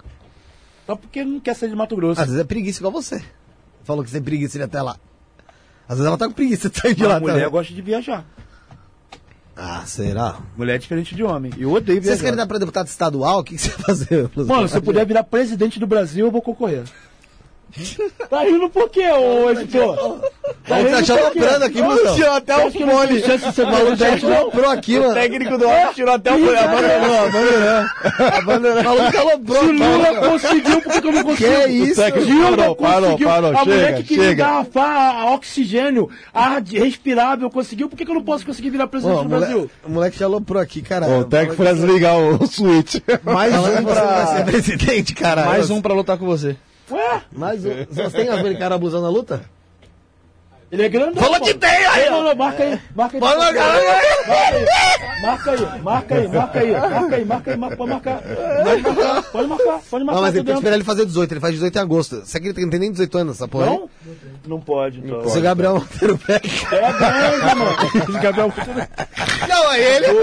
Só porque não quer sair de Mato Grosso. Às vezes é preguiça igual você. Falou que você tem preguiça de ir até lá. Às vezes ela tá com preguiça de sair de lá A mulher também. gosta de viajar. Ah, será? Mulher é diferente de homem. Eu odeio Vocês viajar. querem dar pra deputado estadual? O que, que você vai fazer? Mano, se eu puder virar presidente do Brasil, eu vou concorrer. Tá rindo por quê, ô editor? Tá Ele tá rindo te por quê? aloprando aqui, Ô, Blusão. tirou até Você o acha que eu não fone. tenho chance de ser O maluco presidente, te não? aloprou aqui, O mano. técnico do ônibus tirou até o fone. Abandonou, abandonou. Abandonou. O maluco te aloprou Se aqui. Lula conseguiu, por que que eu não consigo? Que isso? Dilma Parou, parou, conseguiu. parou, A mulher chega, que queria chega. engarrafar a oxigênio, ar de- respirável, conseguiu. Por que que eu não posso conseguir virar presidente Ô, do o, Brasil? moleque, o moleque te aloprou aqui, caralho. O técnico foi desligar o, o switch. Mais Falando um que você vai ser pra... presidente, caralho. Mais um pra lutar com você. Ué, Mais um. Você tem aquele cara abusando na luta? ele é grandão. Falou pô. que tem aí, Não, ó. não, marca aí. Marca aí. Pode marcar, Marca aí, marca aí, marca aí, marca aí, marca aí, marca, pode marcar. Pode marcar, pode marcar, pode marcar. Não, mas tô ele tem que dentro. esperar ele fazer dezoito. Ele faz dezoito em agosto. Você acredita que ele não tem nem dezoito anos, essa porra? Não? Não pode, então. Seu Gabriel Monteiro pega. É grande, mano. Esse Gabriel Não, é ele.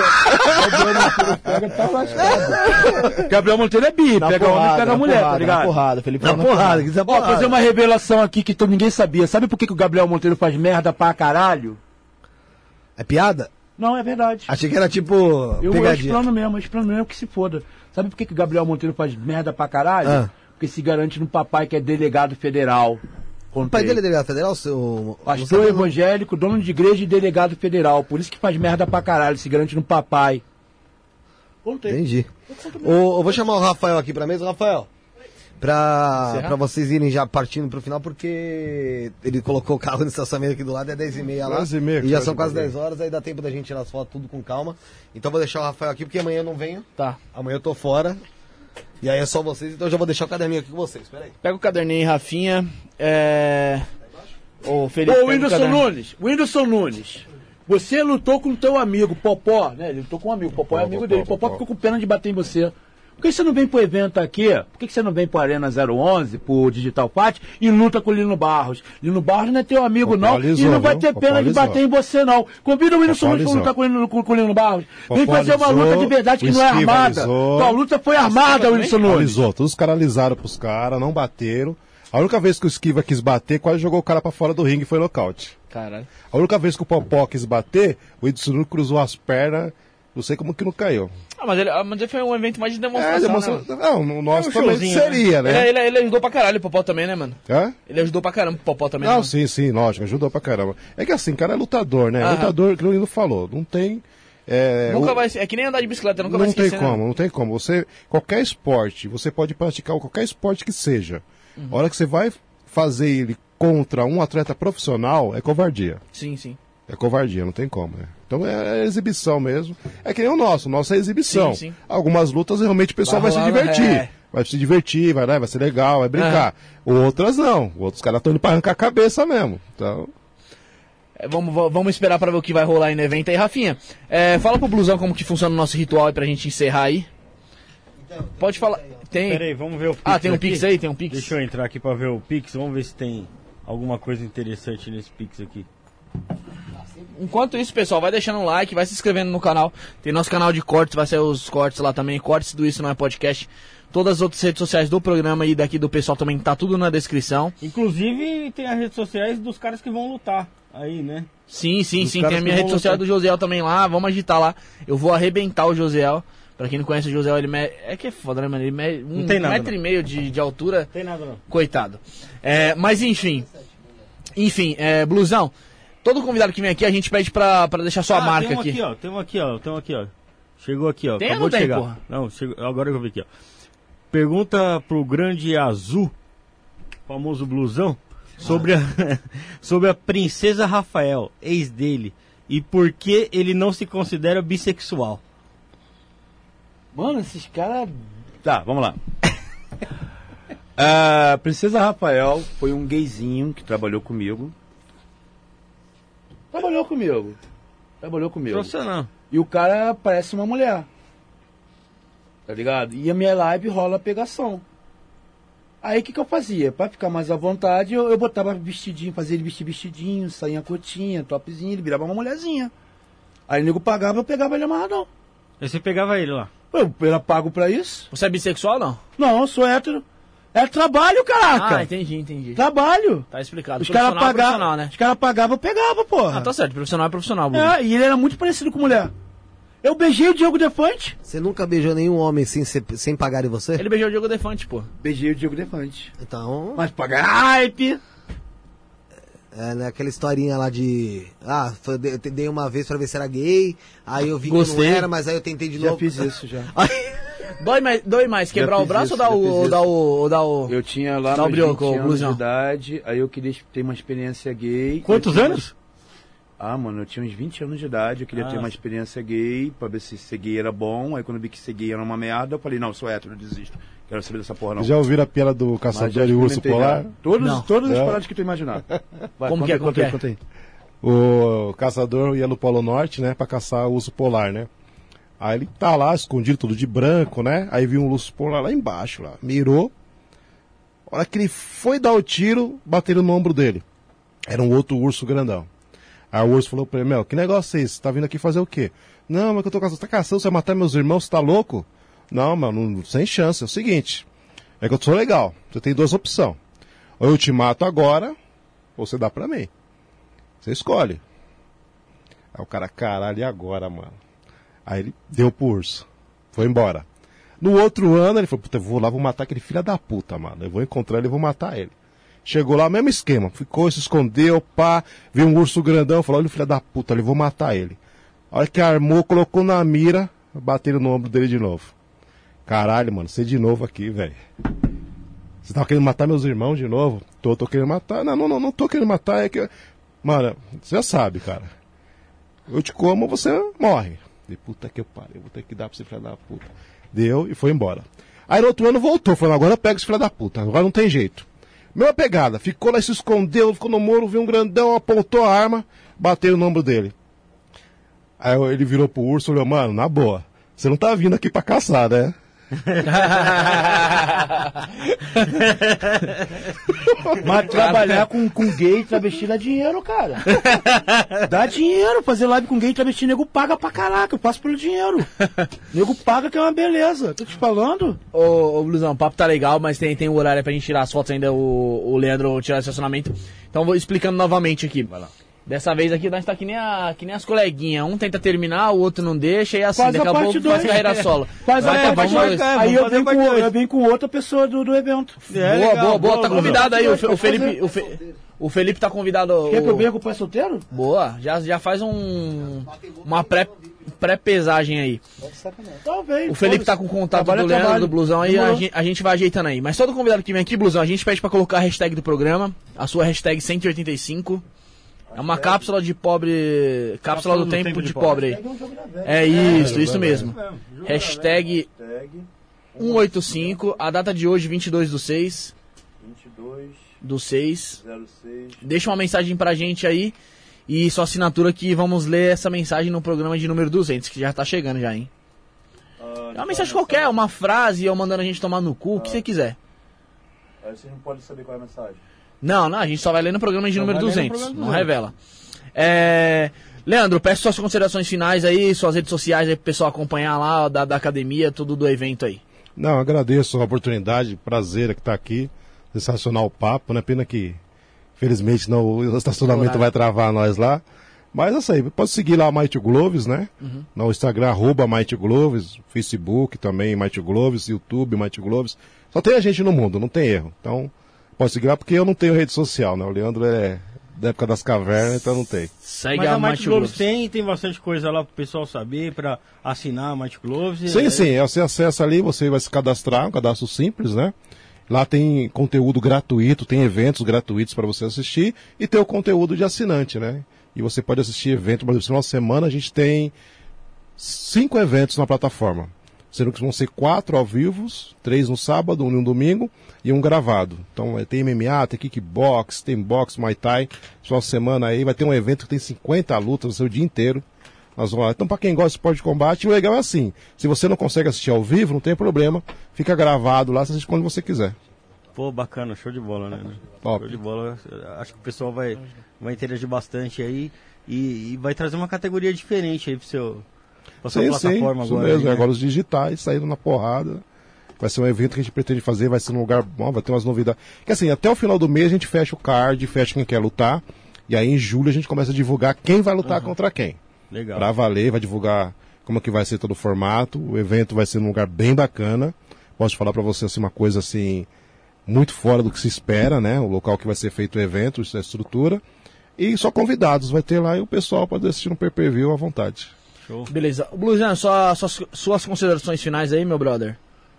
pega, tá lascado. Gabriel Monteiro é bi, pega homem e pega mulher, tá ligado? porrada, Felipe. Na porrada, que isso é Ó, porrada. fazer uma revelação aqui que todo- ninguém sabia. Sabe por que, que o Gabriel Monteiro faz merda pra caralho? É piada? Não, é verdade. Achei que era tipo Eu, eu pegadinha. explano mesmo, eu explano mesmo que se foda. Sabe por que, que o Gabriel Monteiro faz merda pra caralho? Ah. Porque se garante no papai que é delegado federal. O pai dele é delegado federal, seu... Pastor evangélico, dono de igreja e delegado federal. Por isso que faz merda pra caralho, se garante no papai. Voltei. Entendi. O, eu vou chamar o Rafael aqui pra mesa. Rafael, pra, pra vocês irem já partindo pro final, porque ele colocou o carro no estacionamento aqui do lado, é dez e meia lá. dez e meia, e já são quase dez horas, aí dá tempo da gente tirar as fotos tudo com calma. Então vou deixar o Rafael aqui, porque amanhã eu não venho. Tá. Amanhã eu tô fora. E aí é só vocês, então eu já vou deixar o caderninho aqui com vocês. Pera aí. Pega o caderninho aí, Rafinha. É... Ô, Felipe, Ô, pega o Whindersson caderno. Nunes, Whindersson Nunes, você lutou com o teu amigo, Popó, né? Ele lutou com um amigo, Popó é amigo Popó, dele. Popó Popó. ficou com pena de bater em você. Por que você não vem pro evento aqui? Por que você não vem pro Arena zero onze, pro Digital Party e luta com o Lino Barros? Lino Barros não é teu amigo, Popó não, alisou, e não vai viu? ter Popó pena de alisou. bater em você, não. Convida o Whindersson Popó Nunes pra alisou. lutar com o Lino, com, com o Lino Barros. Vem Popó fazer uma alisou, luta de verdade que o não é Esquiva armada. alisou. Tua luta foi armada, Whindersson Nunes. Alisou, todos os caras alisaram pros caras, não bateram. A única vez que o Esquiva quis bater, quase jogou o cara pra fora do ringue e foi nocaute. Caralho. A única vez que o Popó quis bater, o Whindersson Nunes cruzou as pernas, não sei como que não caiu. Ah, mas ele, ah, mas ele foi um evento mais de É, demonstração, demonstra... né, Não, o nosso É um também showzinho, seria, mano? né? Ele, ele, ele ajudou pra caralho o Popó também, né, mano? Hã? Ele ajudou pra caramba o Popó também, Não, né, sim, sim, lógico, ajudou pra caramba. É que assim, cara é lutador, né? Aham. Lutador, que o Lino falou, não tem... É, Nunca o- vai ser, é que nem andar de bicicleta, nunca não vai tem esquecer, como, né? não tem como. Você, qualquer esporte, você pode praticar qualquer esporte que seja. Uhum. A hora que você vai fazer ele contra um atleta profissional, é covardia. Sim, sim. É covardia, não tem como, né? Então é exibição mesmo. É que nem o nosso, o nosso é exibição. Sim, sim. Algumas lutas realmente o pessoal vai, Vai se rolar, divertir. é. Vai se divertir, vai lá, vai ser legal, vai brincar. Outras não. Outros caras estão indo pra arrancar a cabeça mesmo. Então. É, vamos, va- vamos esperar pra ver o que vai rolar aí no evento aí, Rafinha. É, fala pro Blusão como que funciona o nosso ritual aí pra gente encerrar aí. Pode falar. Tem. Pera aí, vamos ver o Pix Ah, tem um aqui. Pix aí? Tem um Pix? Deixa eu entrar aqui pra ver o Pix. Vamos ver se tem alguma coisa interessante nesse Pix aqui. Enquanto isso, pessoal, vai deixando um like, vai se inscrevendo no canal. Tem nosso canal de cortes, vai ser os cortes lá também. Cortes do Isso Não É Podcast. Todas as outras redes sociais do programa e daqui do pessoal também tá tudo na descrição. Inclusive, tem as redes sociais dos caras que vão lutar aí, né? Sim, sim, Dos sim. caras Tem a minha que rede vão social lutar. do Josiel também lá. Vamos agitar lá. Eu vou arrebentar o Josiel. Pra quem não conhece o Josiel, ele me... é que é foda, né, mano? Ele mede um Não tem nada, metro não. e meio de, de altura. Não tem nada não. Coitado. É, mas enfim. Enfim, é, Blusão. Todo convidado que vem aqui, a gente pede pra, pra deixar sua Ah, marca tem um aqui. aqui, ó. Tem um aqui, ó. Tem um aqui, ó. Chegou aqui, ó. Tem ou Acabou não de tem, chegar. porra? Não, chegou... agora eu vi aqui, ó. Pergunta pro grande Azul, famoso blusão, sobre, a... sobre a princesa Rafael, ex dele, e por que ele não se considera bissexual. Mano, esses caras. Tá, vamos lá. A Princesa Rafael foi um gayzinho que trabalhou comigo. Trabalhou comigo. Trabalhou comigo. Profissional. E o cara parece uma mulher. Tá ligado? E a minha live rola pegação. Aí o que, que eu fazia? Pra ficar mais à vontade, eu, eu botava vestidinho, fazia ele vestir vestidinho, sainha curtinha, topzinho, ele virava uma mulherzinha. Aí o nego pagava, eu pegava ele amarradão. Aí você pegava ele lá. Eu, eu pago pra isso? Você é bissexual ou não? Não, eu sou hétero. É trabalho, caraca. Ah, entendi, entendi. Trabalho. Tá explicado. Os caras Profissional é profissional, pagavam, né? os caras pagavam, eu pegava, porra. Ah, tá certo. Profissional é profissional, Bruno. É, e ele era muito parecido com mulher. Eu beijei o Diego Defante. Você nunca beijou nenhum homem sem, ser- sem pagar em você? Ele beijou o Diogo Defante, pô. Beijei o Diego Defante. Então, Mas pagar hype. é né, aquela historinha lá de... Ah, foi, eu dei uma vez pra ver se era gay, aí eu vi que Gostei. não era, mas aí eu tentei de Já novo. fiz isso, já. Dói mais, dói mais quebrar Já o fiz braço isso, ou dar já o, fiz ou isso. dar o... ou dar o... Eu tinha lá Dá o meus brioco, vinte ô, anos blusão. de idade, aí eu queria ter uma experiência gay. Quantos Eu tinha anos? umas- Ah, mano, eu tinha uns vinte anos de idade, eu queria ter Ah. uma experiência gay, pra ver se ser gay era bom. Aí quando eu vi que ser gay era uma merda, eu falei, não, eu sou hétero, eu desisto. Quero saber dessa porra não. Já ouviram a piada do Mas caçador já e urso experimentei polar? já. Todos, Não. todas as É. paradas que tu imaginar. Vai, Como conta que é, aí, como conta aí, que é? conta aí. O caçador ia no Polo Norte, né, pra caçar o urso polar, né? Aí ele tá lá, escondido, tudo de branco, né? Aí viu um urso polar lá embaixo, lá. Mirou. A hora que ele foi dar o tiro, bateram no ombro dele. Era um outro urso grandão. Aí o urso falou pra ele, meu, que negócio é esse? Você tá vindo aqui fazer o quê? Não, mas que eu tô caçando. Você tá caçando, você vai matar meus irmãos, você tá louco? Não, mano, não- sem chance. É o seguinte, é que eu sou legal. Você tem duas opções. Ou eu te mato agora, ou você dá pra mim. Você escolhe. Aí o cara, caralho, e agora, mano? Aí ele deu pro urso. Foi embora. No outro ano, ele falou, puta, eu vou lá, vou matar aquele filho da puta, mano. Eu vou encontrar ele e vou matar ele. Chegou lá, mesmo esquema. Ficou, se escondeu, pá. Viu um urso grandão, falou, olha o filho da puta ali, vou matar ele. A hora que armou, colocou na mira, bateram no ombro dele de novo. Caralho, mano, você de novo aqui, velho. Você tava querendo matar meus irmãos de novo? Tô, tô querendo matar. Não, não, não, não tô querendo matar, é que... Mano, você já sabe, cara. Eu te como, você morre. De puta que eu pariu, eu vou ter que dar pra você, filho da puta. Deu e foi embora. Aí no outro ano voltou, falou, agora eu pego esse filho da puta, agora não tem jeito. Mesma pegada, ficou lá, se escondeu, ficou no muro, viu um grandão, apontou a arma, bateu no ombro dele. Aí ele virou pro urso e olhou, mano, na boa, você não tá vindo aqui pra caçar, né? Mas trabalhar com, com gay e travesti dá dinheiro, cara. Dá dinheiro. Fazer live com gay e travesti, nego paga pra caraca. Eu passo pelo dinheiro. Nego paga que é uma beleza. Tô te falando. Ô, ô Blusão, o papo tá legal, mas tem, tem um horário pra gente tirar as fotos ainda, o, o Leandro tirar o estacionamento. Então vou explicando novamente aqui. Vai lá. Dessa vez aqui nós tá que nem, a, que nem as coleguinhas. Um tenta terminar, o outro não deixa, e assim, faz daqui a pouco faz carreira solo. Faz a Vai, parte vai, dois. vai, Aí eu venho, com, eu venho com outra pessoa do, do evento. É, boa, legal, boa, boa, tá boa, convidado aí. O, o, Felipe, o, Fe, o Felipe tá convidado. Quer o... que eu venha com o pai solteiro? Boa, já, já faz um uma pré, pré-pesagem aí. Talvez. O Felipe tá com contato do Leandro, trabalho. do Blusão aí, a gente, a gente vai ajeitando aí. Mas todo convidado que vem aqui, Blusão, a gente pede pra colocar a hashtag do programa, a sua hashtag cento e oitenta e cinco. É uma cápsula de pobre. Cápsula do tempo, tempo de, de pobre aí. É isso, isso mesmo. Hashtag cento e oitenta e cinco. A data de hoje, vinte e dois do seis. Do seis. Deixa uma mensagem pra gente aí. E sua assinatura que vamos ler essa mensagem no programa de número duzentos, que já tá chegando já, hein? É uma mensagem qualquer, uma frase, ou mandando a gente tomar no cu, o que você quiser. Aí você não pode saber qual é a mensagem. Não, não, a gente só vai ler no programa de só número duzentos, não revela. É... Leandro, peço suas considerações finais aí, suas redes sociais aí pro pessoal acompanhar lá, da, da academia, tudo do evento aí. Não, agradeço a oportunidade, prazer que tá aqui, sensacional o papo, né? Pena que, felizmente, não, o estacionamento vai travar nós lá. Mas é isso aí, pode seguir lá a Mighty Gloves, né? Uhum. No Instagram, arroba Mighty Gloves, Facebook também, Mighty Gloves, YouTube, Mighty Gloves. Só tem a gente no mundo, não tem erro. Então... Pode seguir lá porque eu não tenho rede social, né? O Leandro é da época das cavernas, então não tem. Segue Mas a Mighty Gloves tem, tem bastante coisa lá pro pessoal saber, pra assinar a Mighty Gloves. Sim, é... sim, você acessa ali, você vai se cadastrar, um cadastro simples, né? Lá tem conteúdo gratuito, tem eventos gratuitos para você assistir e tem o conteúdo de assinante, né? E você pode assistir evento, por exemplo, uma semana a gente tem cinco eventos na plataforma. Sendo que vão ser quatro ao vivo, três no sábado, um no domingo e um gravado. Então tem M M A, tem kickbox, tem boxe, Muay Thai. Só uma semana aí vai ter um evento que tem cinquenta lutas o dia inteiro. Nós vamos lá. Então para quem gosta de esporte de combate, o legal é assim. Se você não consegue assistir ao vivo, não tem problema. Fica gravado lá, você assiste quando você quiser. Pô, bacana, show de bola, né? Top. Show de bola. Acho que o pessoal vai, vai interagir bastante aí e, e vai trazer uma categoria diferente aí pro seu... Sim, plataforma sim, agora, isso mesmo, né? Agora os digitais saindo na porrada. Vai ser um evento que a gente pretende fazer, vai ser num lugar bom, vai ter umas novidades. Que assim, até o final do mês a gente fecha o card, fecha quem quer lutar. E aí em julho a gente começa a divulgar quem vai lutar uhum. contra quem. Legal. Pra valer, vai divulgar como é que vai ser todo o formato. O evento vai ser num lugar bem bacana. Posso falar pra você assim, uma coisa assim, muito fora do que se espera, né? O local que vai ser feito o evento, a estrutura. E só convidados vai ter lá e o pessoal pode assistir um pay-per-view à vontade. Show. Beleza. Blusão, só, só suas considerações finais aí, meu brother.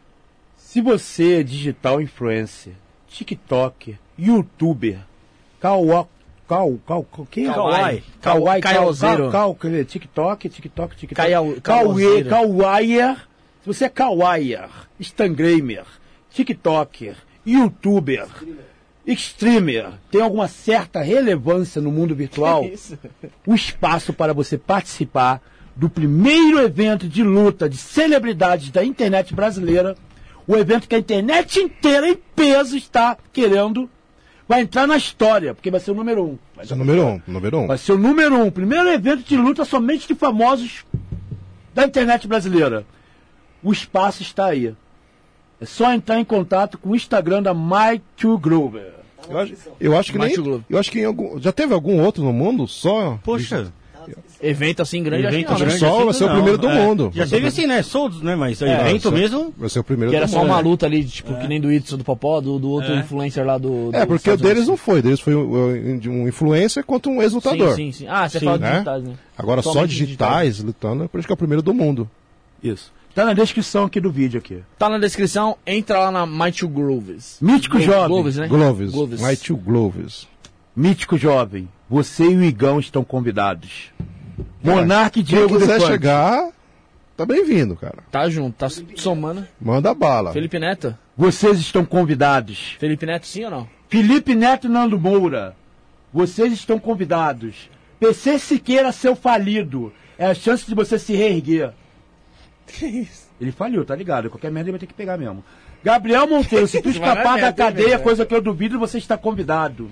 Se você é digital influencer, TikToker, YouTuber, Kawaii, Kau, Kau, quem é? Kawaii. Kawaii, Kawaii, Kau, TikTok, TikTok, TikTok. Kawaii, Kawaii. Se você é Kawaii, Instagramer, TikToker, YouTuber, streamer, tem alguma certa relevância no mundo virtual, o espaço para você participar do primeiro evento de luta de celebridades da internet brasileira, o evento que a internet inteira em peso está querendo, vai entrar na história, porque vai ser o número um. Vai ser o número um, número um. Vai ser o número um, primeiro evento de luta somente de famosos da internet brasileira. O espaço está aí. É só entrar em contato com o Instagram da Mighty Glover. Eu acho, eu acho que nem, eu acho que em algum, já teve algum outro no mundo só? Poxa, Evento assim grande, Evento acho que não, né? grande. Só assim, vai ser o não, primeiro do é. mundo. Já teve assim, né? Soldos, né? Mas É, evento vai ser- mesmo. Vai ser o primeiro Que era do só mundo. uma luta ali, tipo, que nem do Itzo, do Popó, do, do outro É. influencer lá do... do É, porque o Estados deles Unidos. não foi. O deles foi um, um influencer contra um ex-lutador. Sim, sim, sim. Ah, você Sim, fala de né? digitais, né? Agora só Somente digitais lutando, é por isso que é o primeiro do mundo. Isso. Tá na descrição aqui do vídeo aqui. Tá na descrição, entra lá na My Two Grooves. Mítico Glo- Jovem. Gloves, né? Gloves. Gloves. My two Gloves. Mítico Jovem. Você e o Igão estão convidados. Monark e Quem Diego quiser Defante. chegar, tá bem-vindo, cara. Tá junto, tá somando. Manda bala. Felipe Neto? Vocês estão convidados. Felipe Neto sim ou não? Felipe Neto e Nando Moura. Vocês estão convidados. P C Siqueira, seu falido. É a chance de você se reerguer. Que isso? Ele falhou, tá ligado? Qualquer merda ele vai ter que pegar mesmo. Gabriel Monteiro, se tu Vai na escapar da merda, cadeia, mesmo, coisa que eu duvido, você está convidado.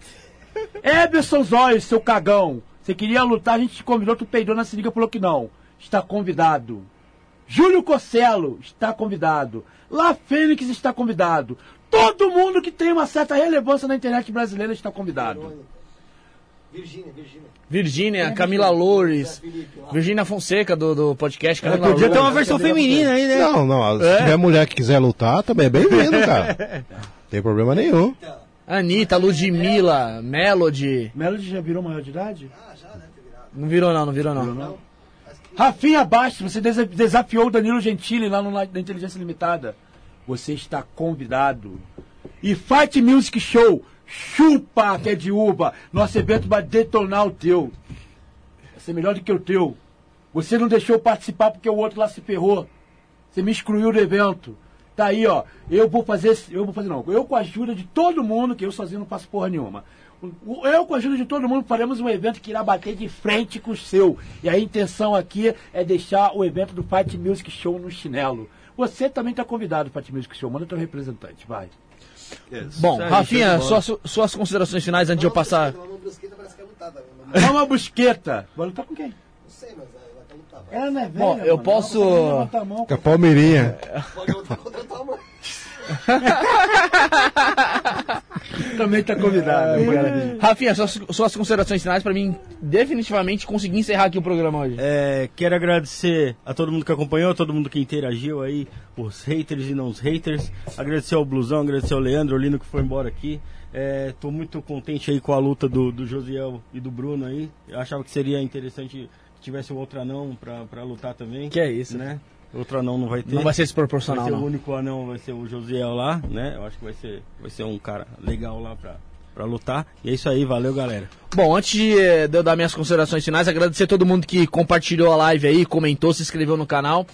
Eberson Zóio, seu cagão. Você queria lutar, a gente te convidou, tu peidou na seringa e falou que não. Está convidado. Júlio Cossello está convidado. La Fênix está convidado. Todo mundo que tem uma certa relevância na internet brasileira está convidado. Virgínia, Virgínia. Virgínia, Camila Loures, Virgínia Fonseca do, do podcast Camila Podia ter uma Loures. versão feminina aí, né? Não, não. Se tiver mulher que quiser lutar, também é bem-vindo, cara. Não tem problema nenhum. Anitta, Ludmilla, Melody. Melody já virou maior de idade? Não virou não, não virou não. Rafinha Bastos, você desa- desafiou o Danilo Gentili lá no, na Inteligência Limitada. Você está convidado. E Fight Music Show, chupa que é de uva. Nosso evento vai detonar o teu. Vai ser melhor do que o teu. Você não deixou eu participar porque o outro lá se ferrou. Você me excluiu do evento. Tá aí, ó. Eu vou fazer. Eu vou fazer não. Eu com a ajuda de todo mundo, que eu sozinho não faço porra nenhuma. O- Eu com a ajuda de todo mundo faremos um evento que irá bater de frente com o seu. E a intenção aqui é deixar o evento do Fight Music Show no chinelo. Você também está convidado, Fight Music Show. Manda teu representante, vai. Bom, Isso aí, Rafinha, show de bola. suas, suas considerações finais antes de eu passar. Uma brusqueta parece que é lutada. Não Calma, Busqueta. Vai lutar com quem? sei, mas ela quer lutar. Ela não é velha, Bom, eu mano. posso- Ela não consegue nem levantar a mão. Com a Palmeirinha. Pode lutar contra a tua mãe. Também tá convidado. cara. Rafinha, suas, suas considerações finais pra mim definitivamente conseguir encerrar aqui o programa hoje. É, quero agradecer a todo mundo que acompanhou, a todo mundo que interagiu aí, os haters e não os haters. Agradecer ao Blusão, agradecer ao Leandro, ao Lino que foi embora aqui. É, tô muito contente aí com a luta do, do Josiel e do Bruno aí. Eu achava que seria interessante que tivesse um outro anão pra, pra lutar também. Que é isso, né? Outro anão não vai ter. Não vai ser desproporcional, Vai ser o não. único anão, vai ser o Josiel lá, né? Eu acho que vai ser, vai ser um cara legal lá pra, pra lutar. E é isso aí, valeu, galera. Bom, antes de, eh, de eu dar minhas considerações finais, agradecer a todo mundo que compartilhou a live aí, comentou, se inscreveu no canal.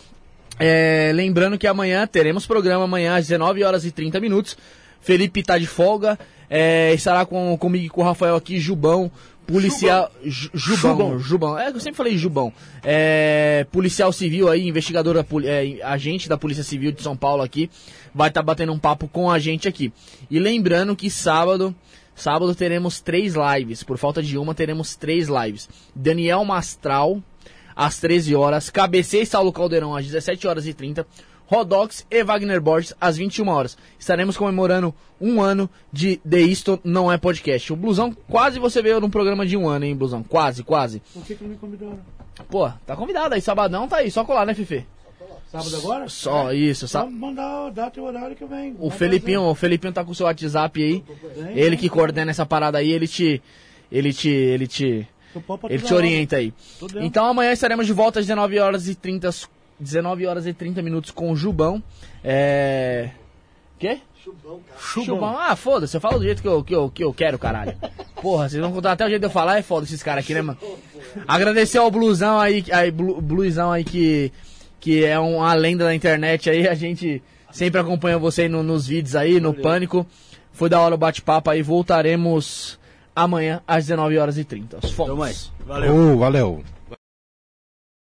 É, lembrando que amanhã teremos programa, amanhã às dezenove horas e trinta minutos. Felipe tá de folga, é, estará com, comigo e com o Rafael aqui, Jubão, policial... Ju- Jubão, Jubão, Jubão, é, eu sempre falei Jubão. É, policial civil aí, investigador, da poli- é, agente da Polícia Civil de São Paulo aqui, vai estar batendo um papo com a gente aqui. E lembrando que sábado... Sábado teremos três lives, por falta de uma teremos três lives. Daniel Mastral, às treze horas, K B C e Saulo Caldeirão, às dezessete horas e trinta, Rodox e Wagner Borges, às vinte e uma horas. Estaremos comemorando um ano de The Isto Não É Podcast. O Blusão, quase você veio num programa de um ano, hein, Blusão? Quase, quase. Por que que não me convidaram? Pô, tá convidado aí, sabadão tá aí, só colar, né, Fifi? Sábado agora? Só isso, Só sabe? mandar a data e o horário que eu venho. O Felipinho, o Felipinho tá com o seu WhatsApp aí. Ele que coordena essa parada aí, ele te. Ele te. Ele te. Ele te orienta aí. Então amanhã estaremos de volta às dezenove horas e trinta. dezenove horas e trinta minutos com o Jubão. É. Quê? Chubão, cara. Chubão. Ah, foda-se, eu falo do jeito que eu, que, eu, que eu quero, caralho. Porra, vocês vão contar até o jeito de eu falar, é foda esses caras aqui, né, mano? Agradecer ao Blusão aí, aí Blu- Bluizão aí que. Que é uma lenda da internet aí, a gente sempre acompanha você no- nos vídeos aí, no Pânico. Foi da hora o bate-papo aí, voltaremos amanhã às dezenove horas e trinta. Fomos. Então, mais. Valeu. Ô, valeu.